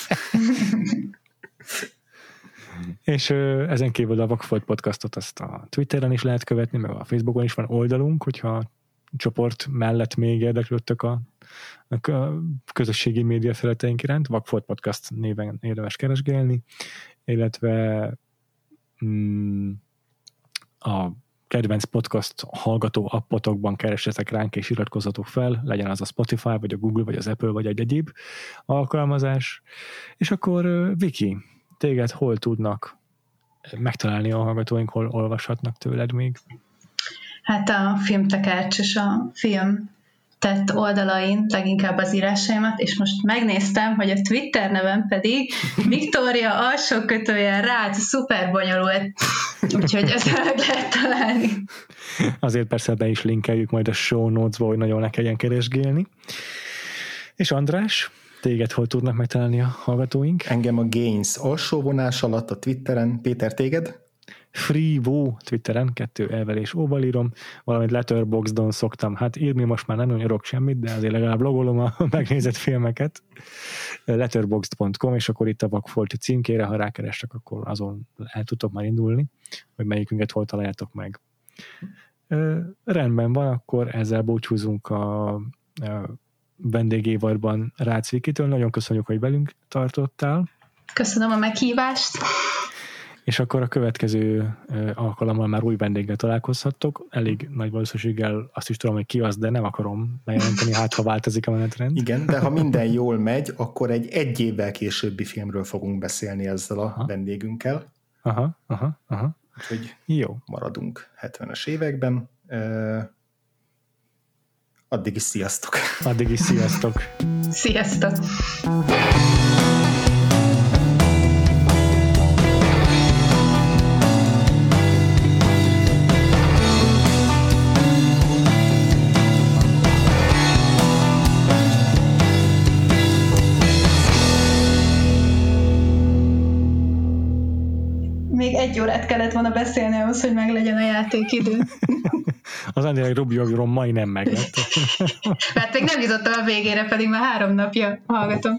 És ezen kívül a Vakfolt Podcastot azt a Twitteren is lehet követni, meg a Facebookon is van oldalunk, hogyha a csoport mellett még érdeklődtök a közösségi média felületeink iránt, Vakfolt Podcast néven érdemes keresgélni, illetve a kedvenc podcast hallgató appotokban keressetek ránk és iratkozzatok fel, legyen az a Spotify, vagy a Google, vagy az Apple, vagy egy egyéb alkalmazás. És akkor Viki, téged hol tudnak megtalálni a hallgatóink, hol olvashatnak tőled még? Hát a Filmtekercs és a film tett oldalain leginkább az írásaimat, és most megnéztem, hogy a Twitter nevem pedig Viktória _Rácz, szuper bonyolult, úgyhogy ezt meg lehet találni. Azért persze be is linkeljük majd a show notes-ba, hogy nagyon ne kelljen keresgélni. És András, téged hol tudnak megtalálni a hallgatóink? Engem a Gains alsóvonás alatt a Twitteren. Péter, téged? Freevo Twitteren, 2 elvel és óval írom, valamint Letterboxdon szoktam írni, most már nem nagyon írok semmit, de azért legalább logolom a megnézett filmeket. Letterboxd.com, és akkor itt a Vakfolt címkére, ha rákerestek, akkor azon el tudtok már indulni, hogy melyikünket hol találjátok meg. Rendben van, akkor ezzel búcsúzunk a vendégévadban Rácz Vikitől. Nagyon köszönjük, hogy velünk tartottál. Köszönöm a meghívást. És akkor a következő alkalommal már új vendéggel találkozhattok. Elég nagy valószínűséggel azt is tudom, hogy ki az, de nem akarom bejelenteni, hát ha változik a menetrend. Igen, de ha minden jól megy, akkor egy évvel későbbi filmről fogunk beszélni ezzel a vendégünkkel. Aha. Úgyhogy jó. Maradunk 70-es években. Addig is sziasztok! Sziasztok! Még 1 órát kellett volna beszélni ahhoz, hogy meglegyen a játékidő. Az ennél Ruby majdnem meglett. Mert még nem jutottam a végére, pedig már 3 napja hallgatom.